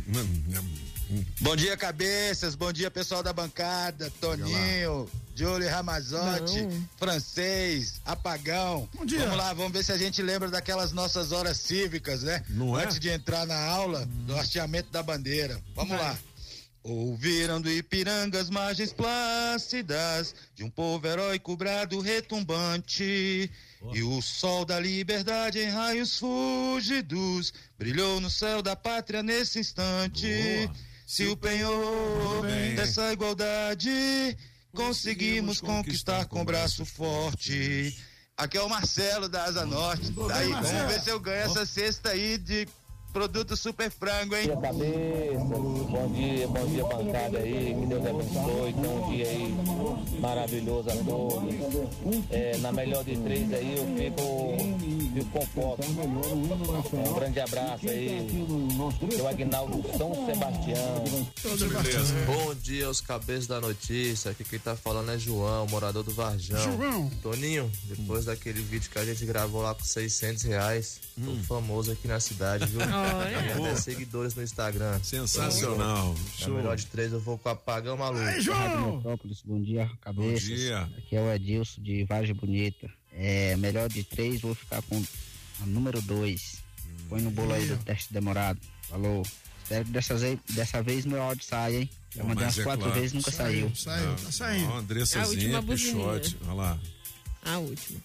Bom dia, cabeças. Bom dia, pessoal da bancada. Toninho, Júlio Ramazotti, Francês, Apagão. Bom dia. Vamos lá, vamos ver se a gente lembra daquelas nossas horas cívicas, né? Não é? Antes de entrar na aula, do hasteamento da bandeira. Vamos lá. Ouviram do Ipiranga as margens plácidas de um povo heróico brado retumbante. E o sol da liberdade em raios fúlgidos brilhou no céu da pátria nesse instante. Se o penhor dessa igualdade conseguimos conquistar com braço forte. Aqui é o Marcelo da Asa Norte. Daí, vamos ver se eu ganho essa cesta aí de produto super frango, hein? Bom dia, bancada aí, que Deus abençoe, tenha um dia aí maravilhoso a todos. Na melhor de 3 aí eu fico com foco. Um grande abraço aí, o Aguinaldo São Sebastião. Bom dia aos cabeças da notícia, aqui quem tá falando é João, morador do Varjão. João. Toninho, depois daquele vídeo que a gente gravou lá com R$600, tô famoso aqui na cidade, viu? Tem até seguidores no Instagram. Sensacional. Na melhor de 3 eu vou com Apagão Maluco. Rádio Metrópolis, bom dia, cabeças. Bom dia. Aqui é o Edilson de Vargem Bonita. Melhor de 3, vou ficar com a número 2. Põe no bolo aí do teste demorado. Falou. Espero que dessa vez meu áudio saia, hein? Já mandei umas 4 vezes e nunca saiu. Tá saindo. Andressazinha, Pichote. Olha lá. A última.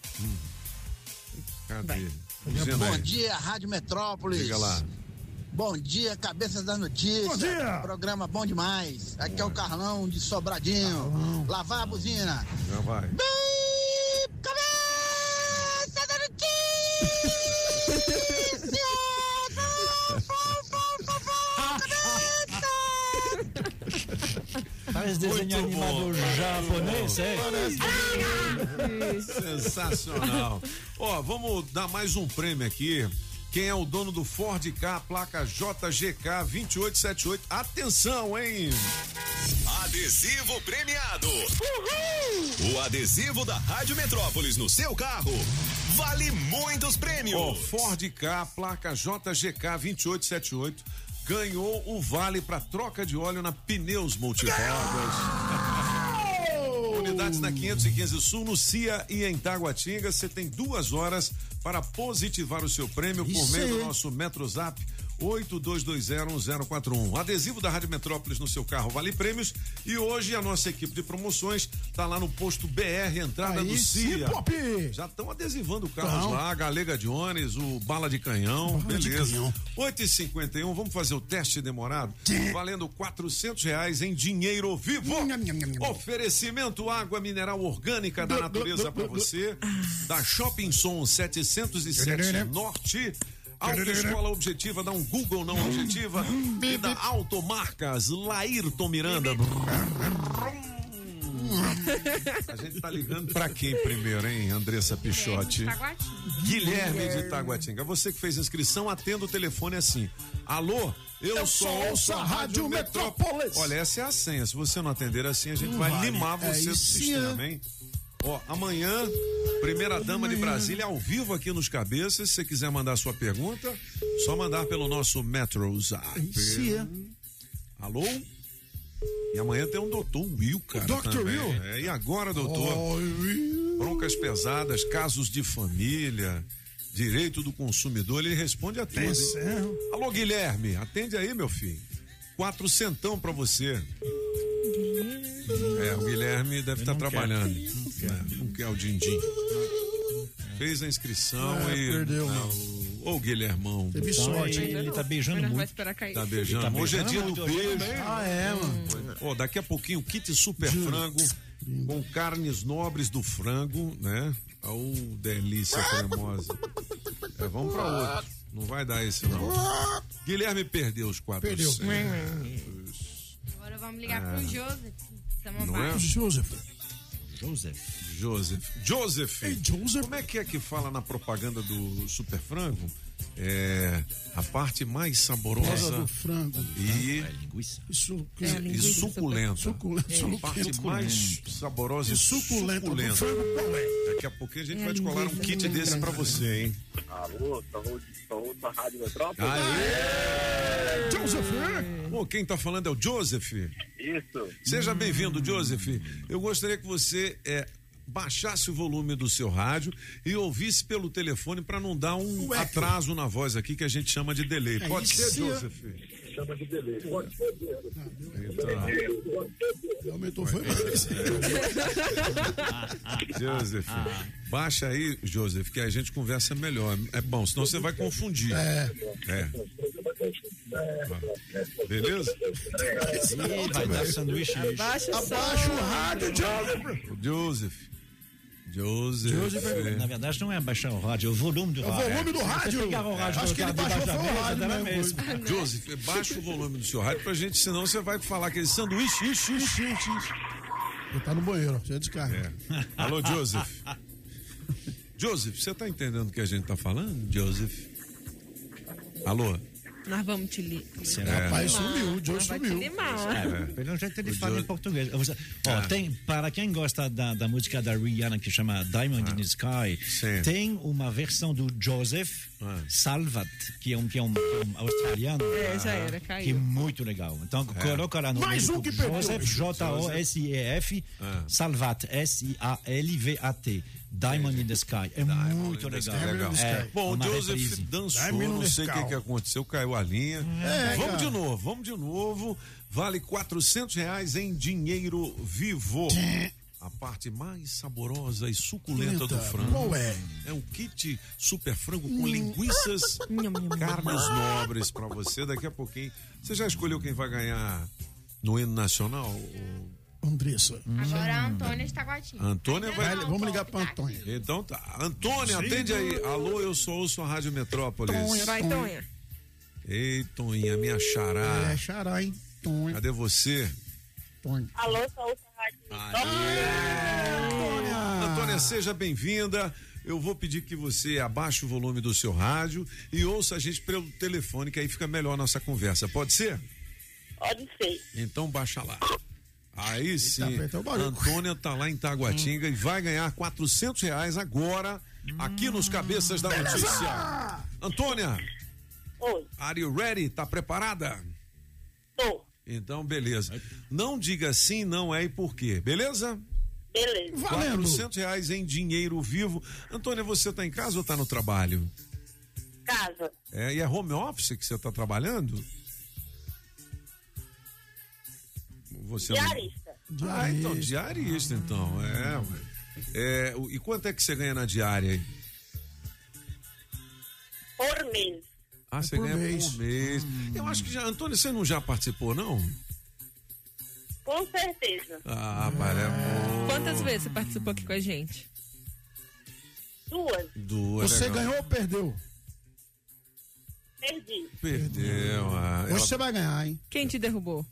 Cadê? Bom dia, Rádio Metrópolis. Diga lá. Bom dia, cabeças da notícia. Bom dia. Programa bom demais. Aqui é o Carlão de Sobradinho. Lavar a buzina. Já vai. Cabeça da notícia. Parece desenho animado japonês, é? Sensacional. Ó, vamos dar mais um prêmio aqui. Quem é o dono do Ford K, placa JGK 2878? Atenção, hein? Adesivo premiado. Uhul! O adesivo da Rádio Metrópolis no seu carro vale muitos prêmios. Ó, Ford K, placa JGK 2878, ganhou o vale para troca de óleo na Pneus Multirodas. Unidades na 515 Sul, no CIA e em Taguatinga. Você tem 2 horas para positivar o seu prêmio por meio do nosso MetroZap 82201041. Adesivo da Rádio Metrópolis no seu carro vale prêmios. E hoje a nossa equipe de promoções tá lá no posto BR, entrada do CIA. Já estão adesivando carros lá, a Galega Jones, o Bala de Canhão, beleza. 8h51, vamos fazer o teste demorado? Valendo R$400 em dinheiro vivo. Oferecimento água mineral orgânica da natureza para você, da Shopping Som 707 Norte. Autoescola Objetiva, dá um Google na Objetiva, e da Automarcas Laírton Miranda. A gente tá ligando pra quem primeiro, hein, Andressa Pichote? Guilherme de Taguatinga. Você que fez inscrição, atenda o telefone assim. Alô, eu só ouço a Rádio Metrópolis. Olha, essa é a senha. Se você não atender assim, a gente vai limar você do sistema, hein? Ó, amanhã, primeira dama de Brasília ao vivo aqui nos Cabeças. Se você quiser mandar sua pergunta, só mandar pelo nosso MetroZap. Alô? E amanhã tem um doutor Will, cara. Dr. Will? E agora, doutor? Broncas pesadas, casos de família. Direito do consumidor, ele responde a tudo. Alô, Guilherme, atende aí, meu filho. 400 pra você. O Guilherme deve estar trabalhando. Não quer o din-din. Fez a inscrição e... Perdeu, Ô, Guilhermão. Teve sorte. Ele tá beijando muito. Tá beijando. Hoje é dia do beijo. Mano. Ó, daqui a pouquinho, kit super frango com carnes nobres do frango, né? Delícia cremosa. Vamos pra outro. Não vai dar esse, não. Guilherme perdeu os 400. Perdeu. Agora vamos ligar pro Joseph. Não é? Joseph. Ei, Joseph. Como é que fala na propaganda do Super Frango? A parte mais saborosa do frango e linguiça. E suculenta. A parte mais saborosa e suculenta do frango. Daqui a pouquinho a gente vai descolar um kit desse pra você, hein? Alô, sou da Rádio Metrópolis. Aê! Joseph! Quem tá falando é o Joseph? Isso. Seja bem-vindo, Joseph. Eu gostaria que você baixasse o volume do seu rádio e ouvisse pelo telefone para não dar um atraso na voz aqui que a gente chama de delay. Pode ser, Joseph? Chama de delay. Pode ser. Aumentou, foi mais. Joseph, baixa aí, Joseph, que a gente conversa melhor. É bom, senão você vai confundir. Beleza? Vai dar sanduíche. Abaixa o rádio, Joseph. Na verdade, não é abaixar o rádio, é o volume do rádio. O volume do rádio. Acho que ele baixou o rádio, né? Joseph, baixa o volume do seu rádio pra gente, senão você vai falar aquele sanduíche. Ele tá no banheiro, você descarga. Alô, Joseph. Joseph, você tá entendendo o que a gente tá falando, Joseph? Alô? Nós vamos te ligar. Rapaz, sumiu, o Joe sumiu. Pelo jeito ele fala em português. Tem, para quem gosta da música da Rihanna que chama Diamond in the Sky, tem uma versão do Joseph Salvat, que é um australiano. Já era, caiu. Que é muito legal. Então coloca lá no meio Joseph, Josef, Salvat, Salvat. Diamond in the Sky. É muito legal. Bom, o Joseph dançou, não sei o que aconteceu, caiu a linha. Vamos de novo. Vale R$400 em dinheiro vivo. A parte mais saborosa e suculenta do frango. Qual é? É um kit super frango com linguiças, carnes nobres pra você. Daqui a pouquinho. Você já escolheu quem vai ganhar no hino nacional? Andressa. Agora a Antônia está guardinha. Antônia vai. Vamos ligar pra Antônia. Então tá. Antônia, atende aí. Alô, eu ouço a Rádio Metrópolis. Vai, Tonha. Ei, Toninha, minha xará. Xará, hein, Tonha. Cadê você? Tonha. Alô, sou a Rádio Metrópolis. Antônia, seja bem-vinda. Eu vou pedir que você abaixe o volume do seu rádio e ouça a gente pelo telefone, que aí fica melhor a nossa conversa. Pode ser? Pode ser. Então baixa lá. Aí sim, Antônia tá lá em Taguatinga e vai ganhar R$400 agora aqui nos Cabeças da Notícia. Antônia, oi. Are you ready? Tá preparada? Tô. Então, beleza. Não diga sim, não é e por quê, beleza? Beleza. R$400 em dinheiro vivo. Antônia, você tá em casa ou tá no trabalho? Casa. E é home office que você tá trabalhando? Você diarista. Então, diarista, então. E quanto é que você ganha na diária aí? Por mês. Você ganha por mês. Eu acho que Antônio, você não já participou, não? Com certeza. Quantas vezes você participou aqui com a gente? 2. Você ganhou ou perdeu? Perdi. Perdeu. Hoje você vai ganhar, hein? Quem te derrubou?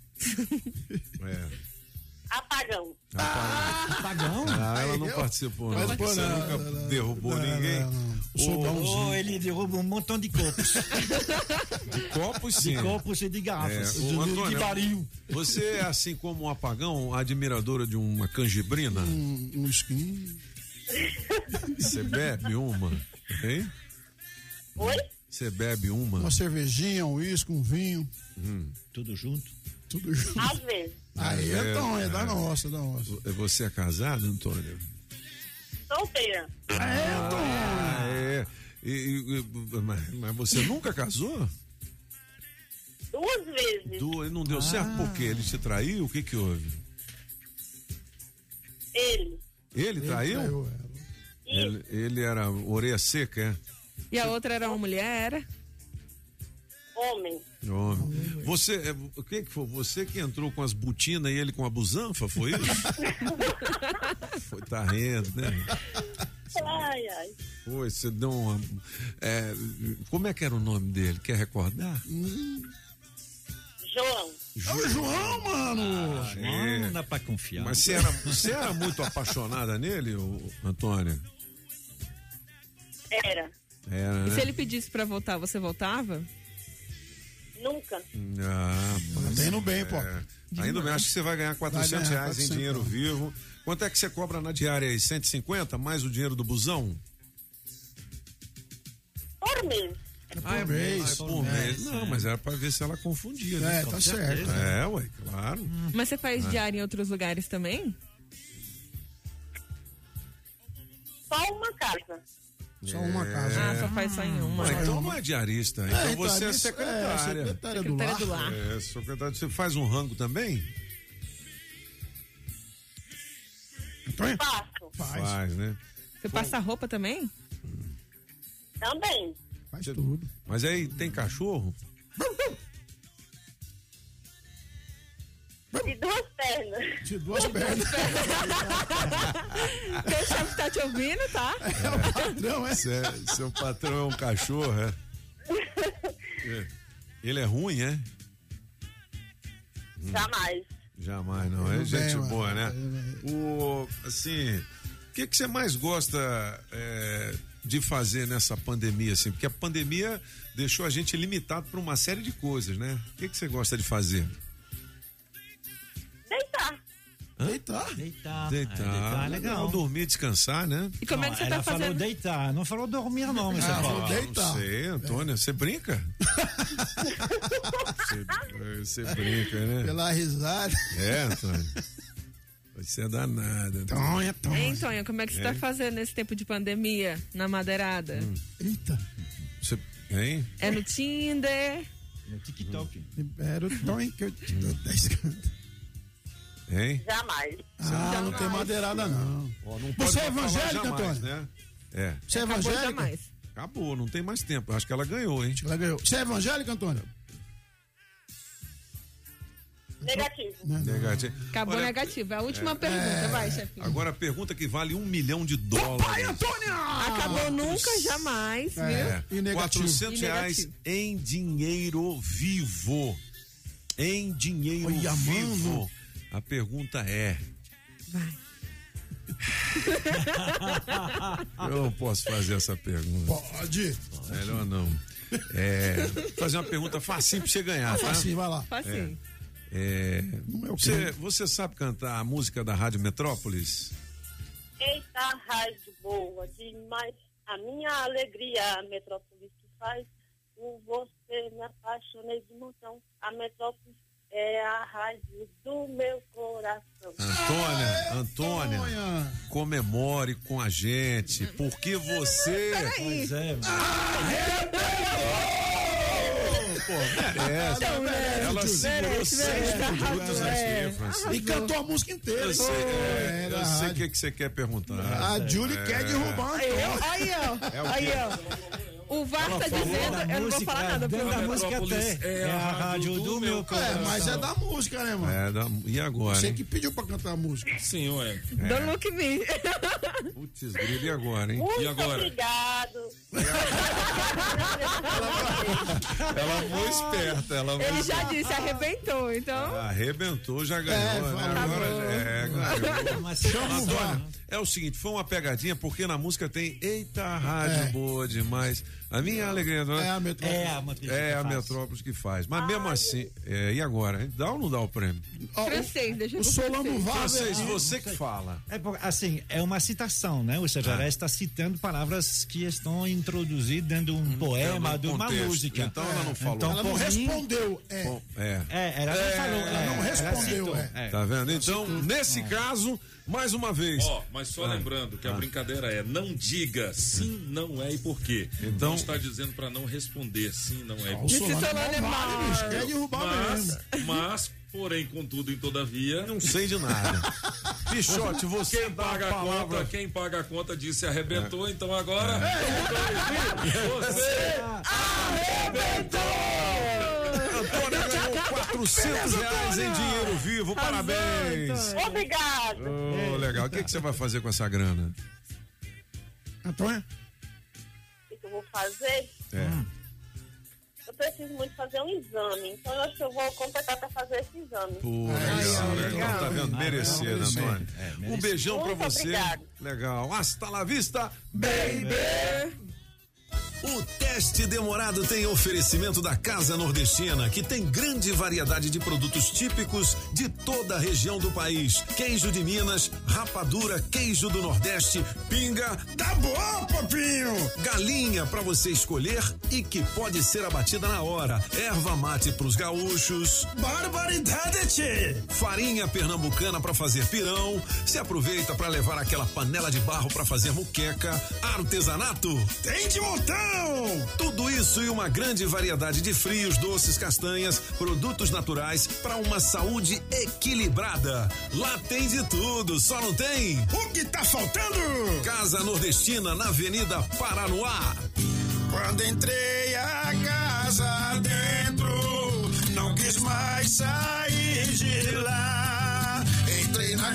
Apagão. Apagão? Ela não participou, não. Você nunca derrubou ninguém. Ele derrubou um montão de copos. De copos, sim. De copos e de garrafas. Antônio, de baril. Você é, assim como um apagão, admiradora de uma canjibrina? Um skin. Você bebe uma? Hein? Oi? Você bebe uma? Uma cervejinha, um uísque, um vinho. Tudo junto? Tudo junto. Às vezes. Aí então, é da nossa. Você é casado, Antônio? Solteira. Antônio. Mas você nunca casou? 2 vezes. Não deu certo por quê? Ele te traiu? O que houve? Ele traiu? Ele era orelha seca, é? E a outra era uma mulher, era? Homem. Você, o que foi? Você que entrou com as botinas e ele com a busanfa, foi isso? Tá rindo, né? Ai. Foi, você deu uma... como é que era o nome dele? Quer recordar? João. João, mano! Não dá pra confiar. Mas você era muito apaixonada nele, Antônia? Era, né? E se ele pedisse pra voltar, você voltava? Nunca. Tá indo bem, pô. Tá indo bem, acho que você vai ganhar R$400 em dinheiro vivo. Quanto é que você cobra na diária aí? 150 mais o dinheiro do busão? Por mês. Por mês. Não, mas era pra ver se ela confundia, né? Tá certo. Ué, claro. Mas você faz diária em outros lugares também? Só uma casa. Só uma casa. Só faz só em uma. Então não é diarista. Então você é secretária. Secretária do lar. Secretária. Você faz um rango também? Faz, né? Você passa roupa também? Também. Faz tudo. Mas aí tem cachorro? De 2 pernas. De 2 pernas. Teu chefe tá te ouvindo, tá? É o patrão, é? Seu patrão é um cachorro, é? Ele é ruim, é? Jamais, não. É gente boa, né? Assim, o que você mais gosta de fazer nessa pandemia, assim? Porque a pandemia deixou a gente limitado para uma série de coisas, né? O que você gosta de fazer? Deitar. Deitar, legal. Não, dormir, descansar, né? E como é que você tá fazendo? Falou deitar, não falou dormir não, mas falou deitar. Não sei, Antônia, você brinca? Você brinca, né? Pela risada. Antônia. Você é danada. Tonha. Hein, Tonha, como é que você tá fazendo nesse tempo de pandemia, na madeirada? Eita. Hein? É no Tinder? No TikTok. Libera o Tonha que eu te dou 10 cantos. Hein? Jamais. Não tem madeirada, não. Você é evangélica, Antônio? Né? Você é evangélica? Acabou, não tem mais tempo. Acho que ela ganhou, hein? Você é evangélica, Antônio? Negativo. Acabou negativo. É a última pergunta, vai, chefinho. Agora a pergunta que vale $1 milhão. Pai, Antônia! Acabou nunca, jamais, viu? E negativo. R$400 em dinheiro vivo. Em dinheiro vivo. Mano. A pergunta é... Vai. Eu não posso fazer essa pergunta. Pode. Melhor não. Fazer uma pergunta facinho pra você ganhar, tá? Facinho, vai lá. Facinho. Você sabe cantar a música da Rádio Metrópolis? Eita, rádio boa demais. A minha alegria, a Metrópolis que faz. Por você me apaixonei de montão. A Metrópolis é a rádio do meu coração. Antônia, comemore com a gente, porque você... Pois merece. Ela segurou 6 minutos aqui, Francisco. E cantou a música inteira. Eu sei o que você quer perguntar. A Julie quer derrubar. Aí, ó. O VAR tá dizendo, eu não vou falar nada. Dentro da música até. É a rádio do meu coração. Mas é da música, né, mano? E agora? Você que pediu pra cantar a música. Sim, ué. Don't look me. Putz, grilo, e agora, hein? Muito e agora? Obrigado. Ela foi esperta. Ele já disse, arrebentou, então. Arrebentou, já ganhou, né? Agora ganhou. Mas É o seguinte, foi uma pegadinha, porque na música tem Eita, rádio boa demais. A minha alegria, não é? É a Metrópolis. É a Metrópolis que faz. Mas mesmo assim, e agora? Hein? Dá ou não dá o prêmio? Francês, deixa eu ver. O Solano Francês, você que fala. Assim, é uma citação, né? Ou seja, ela está citando palavras que estão introduzidas dentro de um poema, de uma música. Então ela não falou. Ela não respondeu. Ela não falou. Ela não respondeu. Tá vendo? Então, nesse caso, Mais uma vez. Mas só lembrando que a brincadeira é não diga sim, não é e por quê. Então está dizendo para não responder sim, não é e por quê. Quer derrubar mesmo. Mas, porém, contudo, em todavia. Não sei de nada. Pichote, você quem paga a conta disse arrebentou, então agora. Você arrebentou! Antônia ganhou R$400 em dinheiro vivo, parabéns! Obrigado! Legal, o que você vai fazer com essa grana? Antônia? O que eu vou fazer? Eu preciso muito fazer um exame, então eu acho que eu vou completar para fazer esse exame. Legal. Tá vendo? Merecendo, Antônia. Um beijão para você. Obrigado. Legal. Hasta la vista, baby! O teste demorado tem oferecimento da Casa Nordestina, que tem grande variedade de produtos típicos de toda a região do país. Queijo de Minas, rapadura, queijo do Nordeste, pinga. Tá bom, papinho! Galinha para você escolher e que pode ser abatida na hora. Erva mate pros gaúchos. Barbaridade, tchê! Farinha pernambucana para fazer pirão. Se aproveita para levar aquela panela de barro para fazer muqueca. Artesanato. Tem de montão! Tudo isso e uma grande variedade de frios, doces, castanhas, produtos naturais para uma saúde equilibrada. Lá tem de tudo, só não tem. O que tá faltando? Casa Nordestina na Avenida Paranoá. Quando entrei a casa dentro, não quis mais sair de lá. Entrei na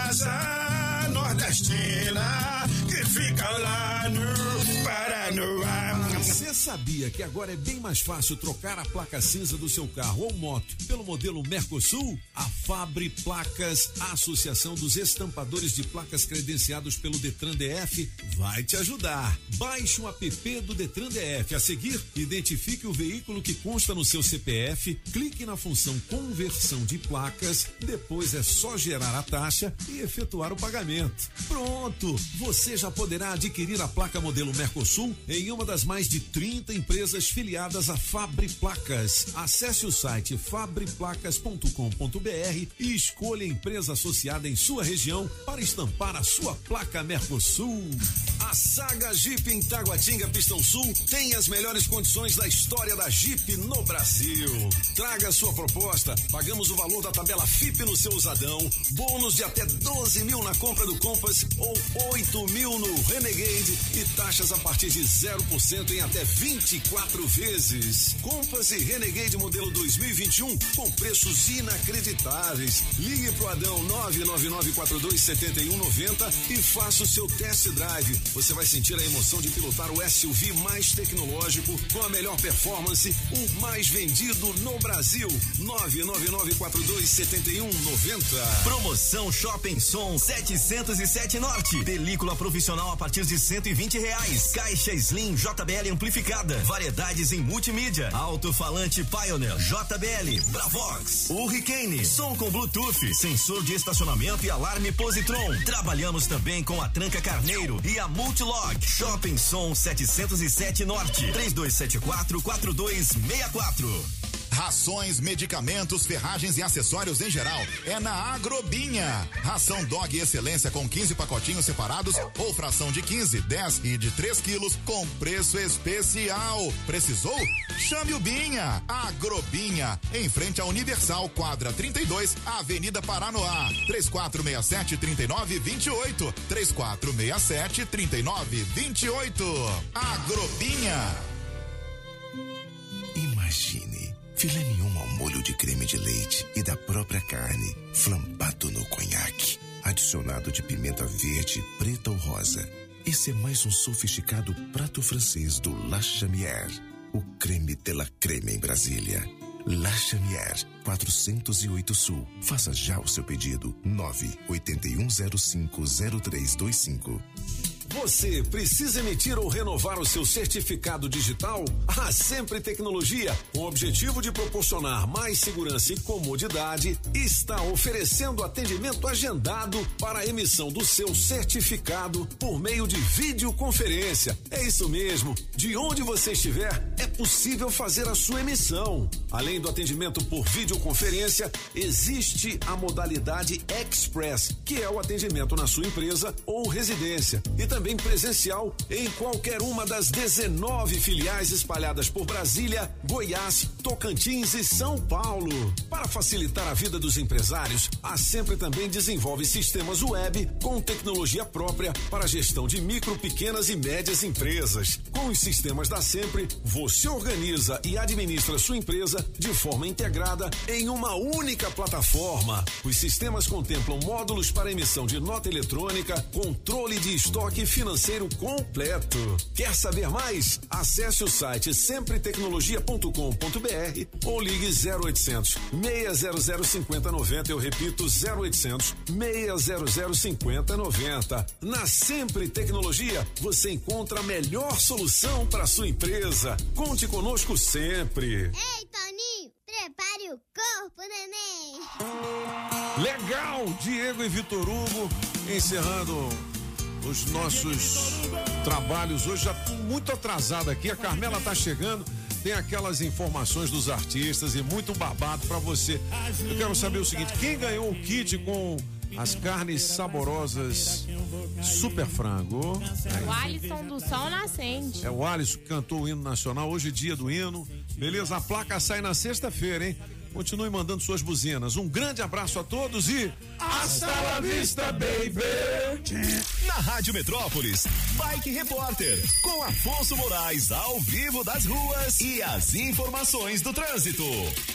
Casa Nordestina, que fica lá no Paranoá. Você sabia que agora é bem mais fácil trocar a placa cinza do seu carro ou moto pelo modelo Mercosul? A Fabri Placas, a Associação dos Estampadores de Placas credenciados pelo Detran DF, vai te ajudar. Baixe o app do Detran DF. A seguir, identifique o veículo que consta no seu CPF, clique na função conversão de placas, depois é só gerar a taxa e efetuar o pagamento. Pronto! Você já poderá adquirir a placa modelo Mercosul em uma das mais de 30 empresas filiadas à Fabri Placas. Acesse o site fabriplacas.com.br e escolha a empresa associada em sua região para estampar a sua placa Mercosul. A Saga Jeep em Taguatinga, Pistão Sul, tem as melhores condições da história da Jeep no Brasil. Traga a sua proposta, pagamos o valor da tabela FIP no seu usadão, bônus de até 12 mil na compra do Compass ou 8 mil no Renegade e taxas a partir de 0% em até 24 vezes. Compass e Renegade modelo 2021 com preços inacreditáveis. Ligue pro Adão 999427190 e faça o seu test drive. Você vai sentir a emoção de pilotar o SUV mais tecnológico com a melhor performance, o mais vendido no Brasil. 999427190. Promoção Shopping Som 707 Norte. Película profissional a partir de R$120. Caixa Slim JBL amplificada. Variedades em multimídia. Alto-falante Pioneer JBL. Bravox. Hurricane. Som com Bluetooth. Sensor de estacionamento e alarme Positron. Trabalhamos também com a Tranca Carneiro e a Multilog. Shopping Som 707 Norte. 3274-4264. Rações, medicamentos, ferragens e acessórios em geral é na Agrobinha. Ração Dog Excelência com 15 pacotinhos separados ou fração de 15, 10 e de 3 quilos com preço especial. Precisou? Chame o Binha. Agrobinha, em frente à Universal, quadra 32, Avenida Paranoá. 3467-3928. 3467-3928. Agrobinha. Imagine filé mignon ao molho de creme de leite e da própria carne, flambado no conhaque, adicionado de pimenta verde, preta ou rosa. Esse é mais um sofisticado prato francês do La Chamière, o creme de la creme em Brasília. La Chamière, 408 Sul. Faça já o seu pedido, 981050325. Você precisa emitir ou renovar o seu certificado digital? A Sempre Tecnologia, com o objetivo de proporcionar mais segurança e comodidade, está oferecendo atendimento agendado para a emissão do seu certificado por meio de videoconferência. É isso mesmo, de onde você estiver, é possível fazer a sua emissão. Além do atendimento por videoconferência, existe a modalidade Express, que é o atendimento na sua empresa ou residência, e também presencial em qualquer uma das 19 filiais espalhadas por Brasília, Goiás, Tocantins e São Paulo. Para facilitar a vida dos empresários, a Sempre também desenvolve sistemas web com tecnologia própria para a gestão de micro, pequenas e médias empresas. Com os sistemas da Sempre, você organiza e administra sua empresa de forma integrada em uma única plataforma. Os sistemas contemplam módulos para emissão de nota eletrônica, controle de estoque financeiro completo. Quer saber mais? Acesse o site sempre-tecnologia.com.br ou ligue 0800 600 5090. Eu repito, 0800 600 5090. Na Sempre Tecnologia, você encontra a melhor solução para sua empresa. Conte conosco sempre. Ei, Toninho, prepare o corpo, neném. Legal, Diego e Vitor Hugo, encerrando os nossos trabalhos hoje, já muito atrasado aqui. A Carmela tá chegando, tem aquelas informações dos artistas e muito babado pra você. Eu quero saber o seguinte: quem ganhou o kit com as carnes saborosas Super Frango? O Alisson do Sol Nascente. É o Alisson que cantou o hino nacional, hoje dia do hino. Beleza, a placa sai na sexta-feira, hein? Continue mandando suas buzinas. Um grande abraço a todos e hasta la vista, baby! Na Rádio Metrópolis, Bike Repórter, com Afonso Moraes ao vivo das ruas e as informações do trânsito.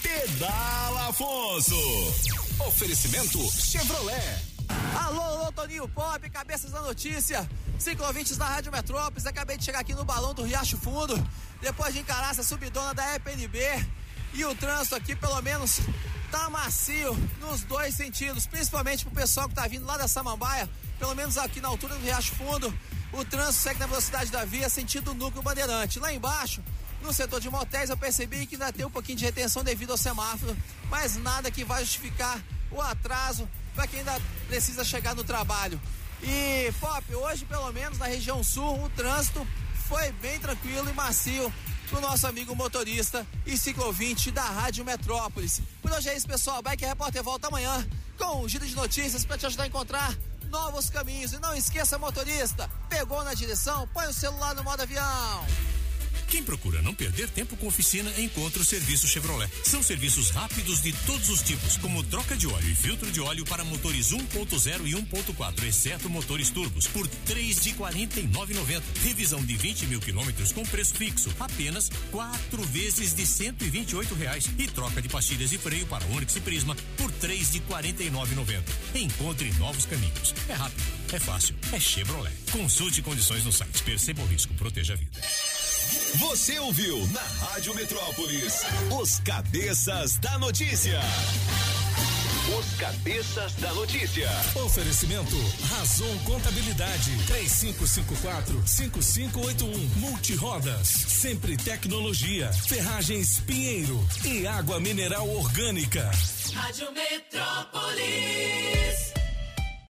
Pedala Afonso. Oferecimento Chevrolet. Alô, Toninho Pop, cabeças da notícia. Ciclovintes da Rádio Metrópolis, acabei de chegar aqui no Balão do Riacho Fundo, depois de encarar essa subidona da EPNB. E o trânsito aqui, pelo menos, tá macio nos dois sentidos, principalmente pro pessoal que tá vindo lá da Samambaia, pelo menos aqui na altura do Riacho Fundo. O trânsito segue na velocidade da via, sentido Núcleo Bandeirante. Lá embaixo, no setor de motéis, eu percebi que ainda tem um pouquinho de retenção devido ao semáforo, mas nada que vai justificar o atraso para quem ainda precisa chegar no trabalho. E, Pop, hoje, pelo menos na região sul, o trânsito foi bem tranquilo e macio pro nosso amigo motorista e ciclovinte da Rádio Metrópolis. Por hoje é isso, pessoal. Bike Repórter volta amanhã com um giro de notícias para te ajudar a encontrar novos caminhos. E não esqueça, motorista, pegou na direção, põe o celular no modo avião. Quem procura não perder tempo com oficina, encontra o serviço Chevrolet. São serviços rápidos de todos os tipos, como troca de óleo e filtro de óleo para motores 1.0 e 1.4, exceto motores turbos, por R$ 3,49,90. Revisão de 20 mil quilômetros com preço fixo, apenas 4 vezes de R$ 128,00. E troca de pastilhas e freio para Onix e Prisma por R$ 3,49,90. Encontre novos caminhos. É rápido, é fácil, é Chevrolet. Consulte condições no site. Perceba o risco, proteja a vida. Você ouviu na Rádio Metrópolis os Cabeças da Notícia. Os Cabeças da Notícia. Oferecimento Razon Contabilidade 3554-5581. Multirodas, Sempre Tecnologia, Ferragens Pinheiro e Água Mineral Orgânica. Rádio Metrópolis.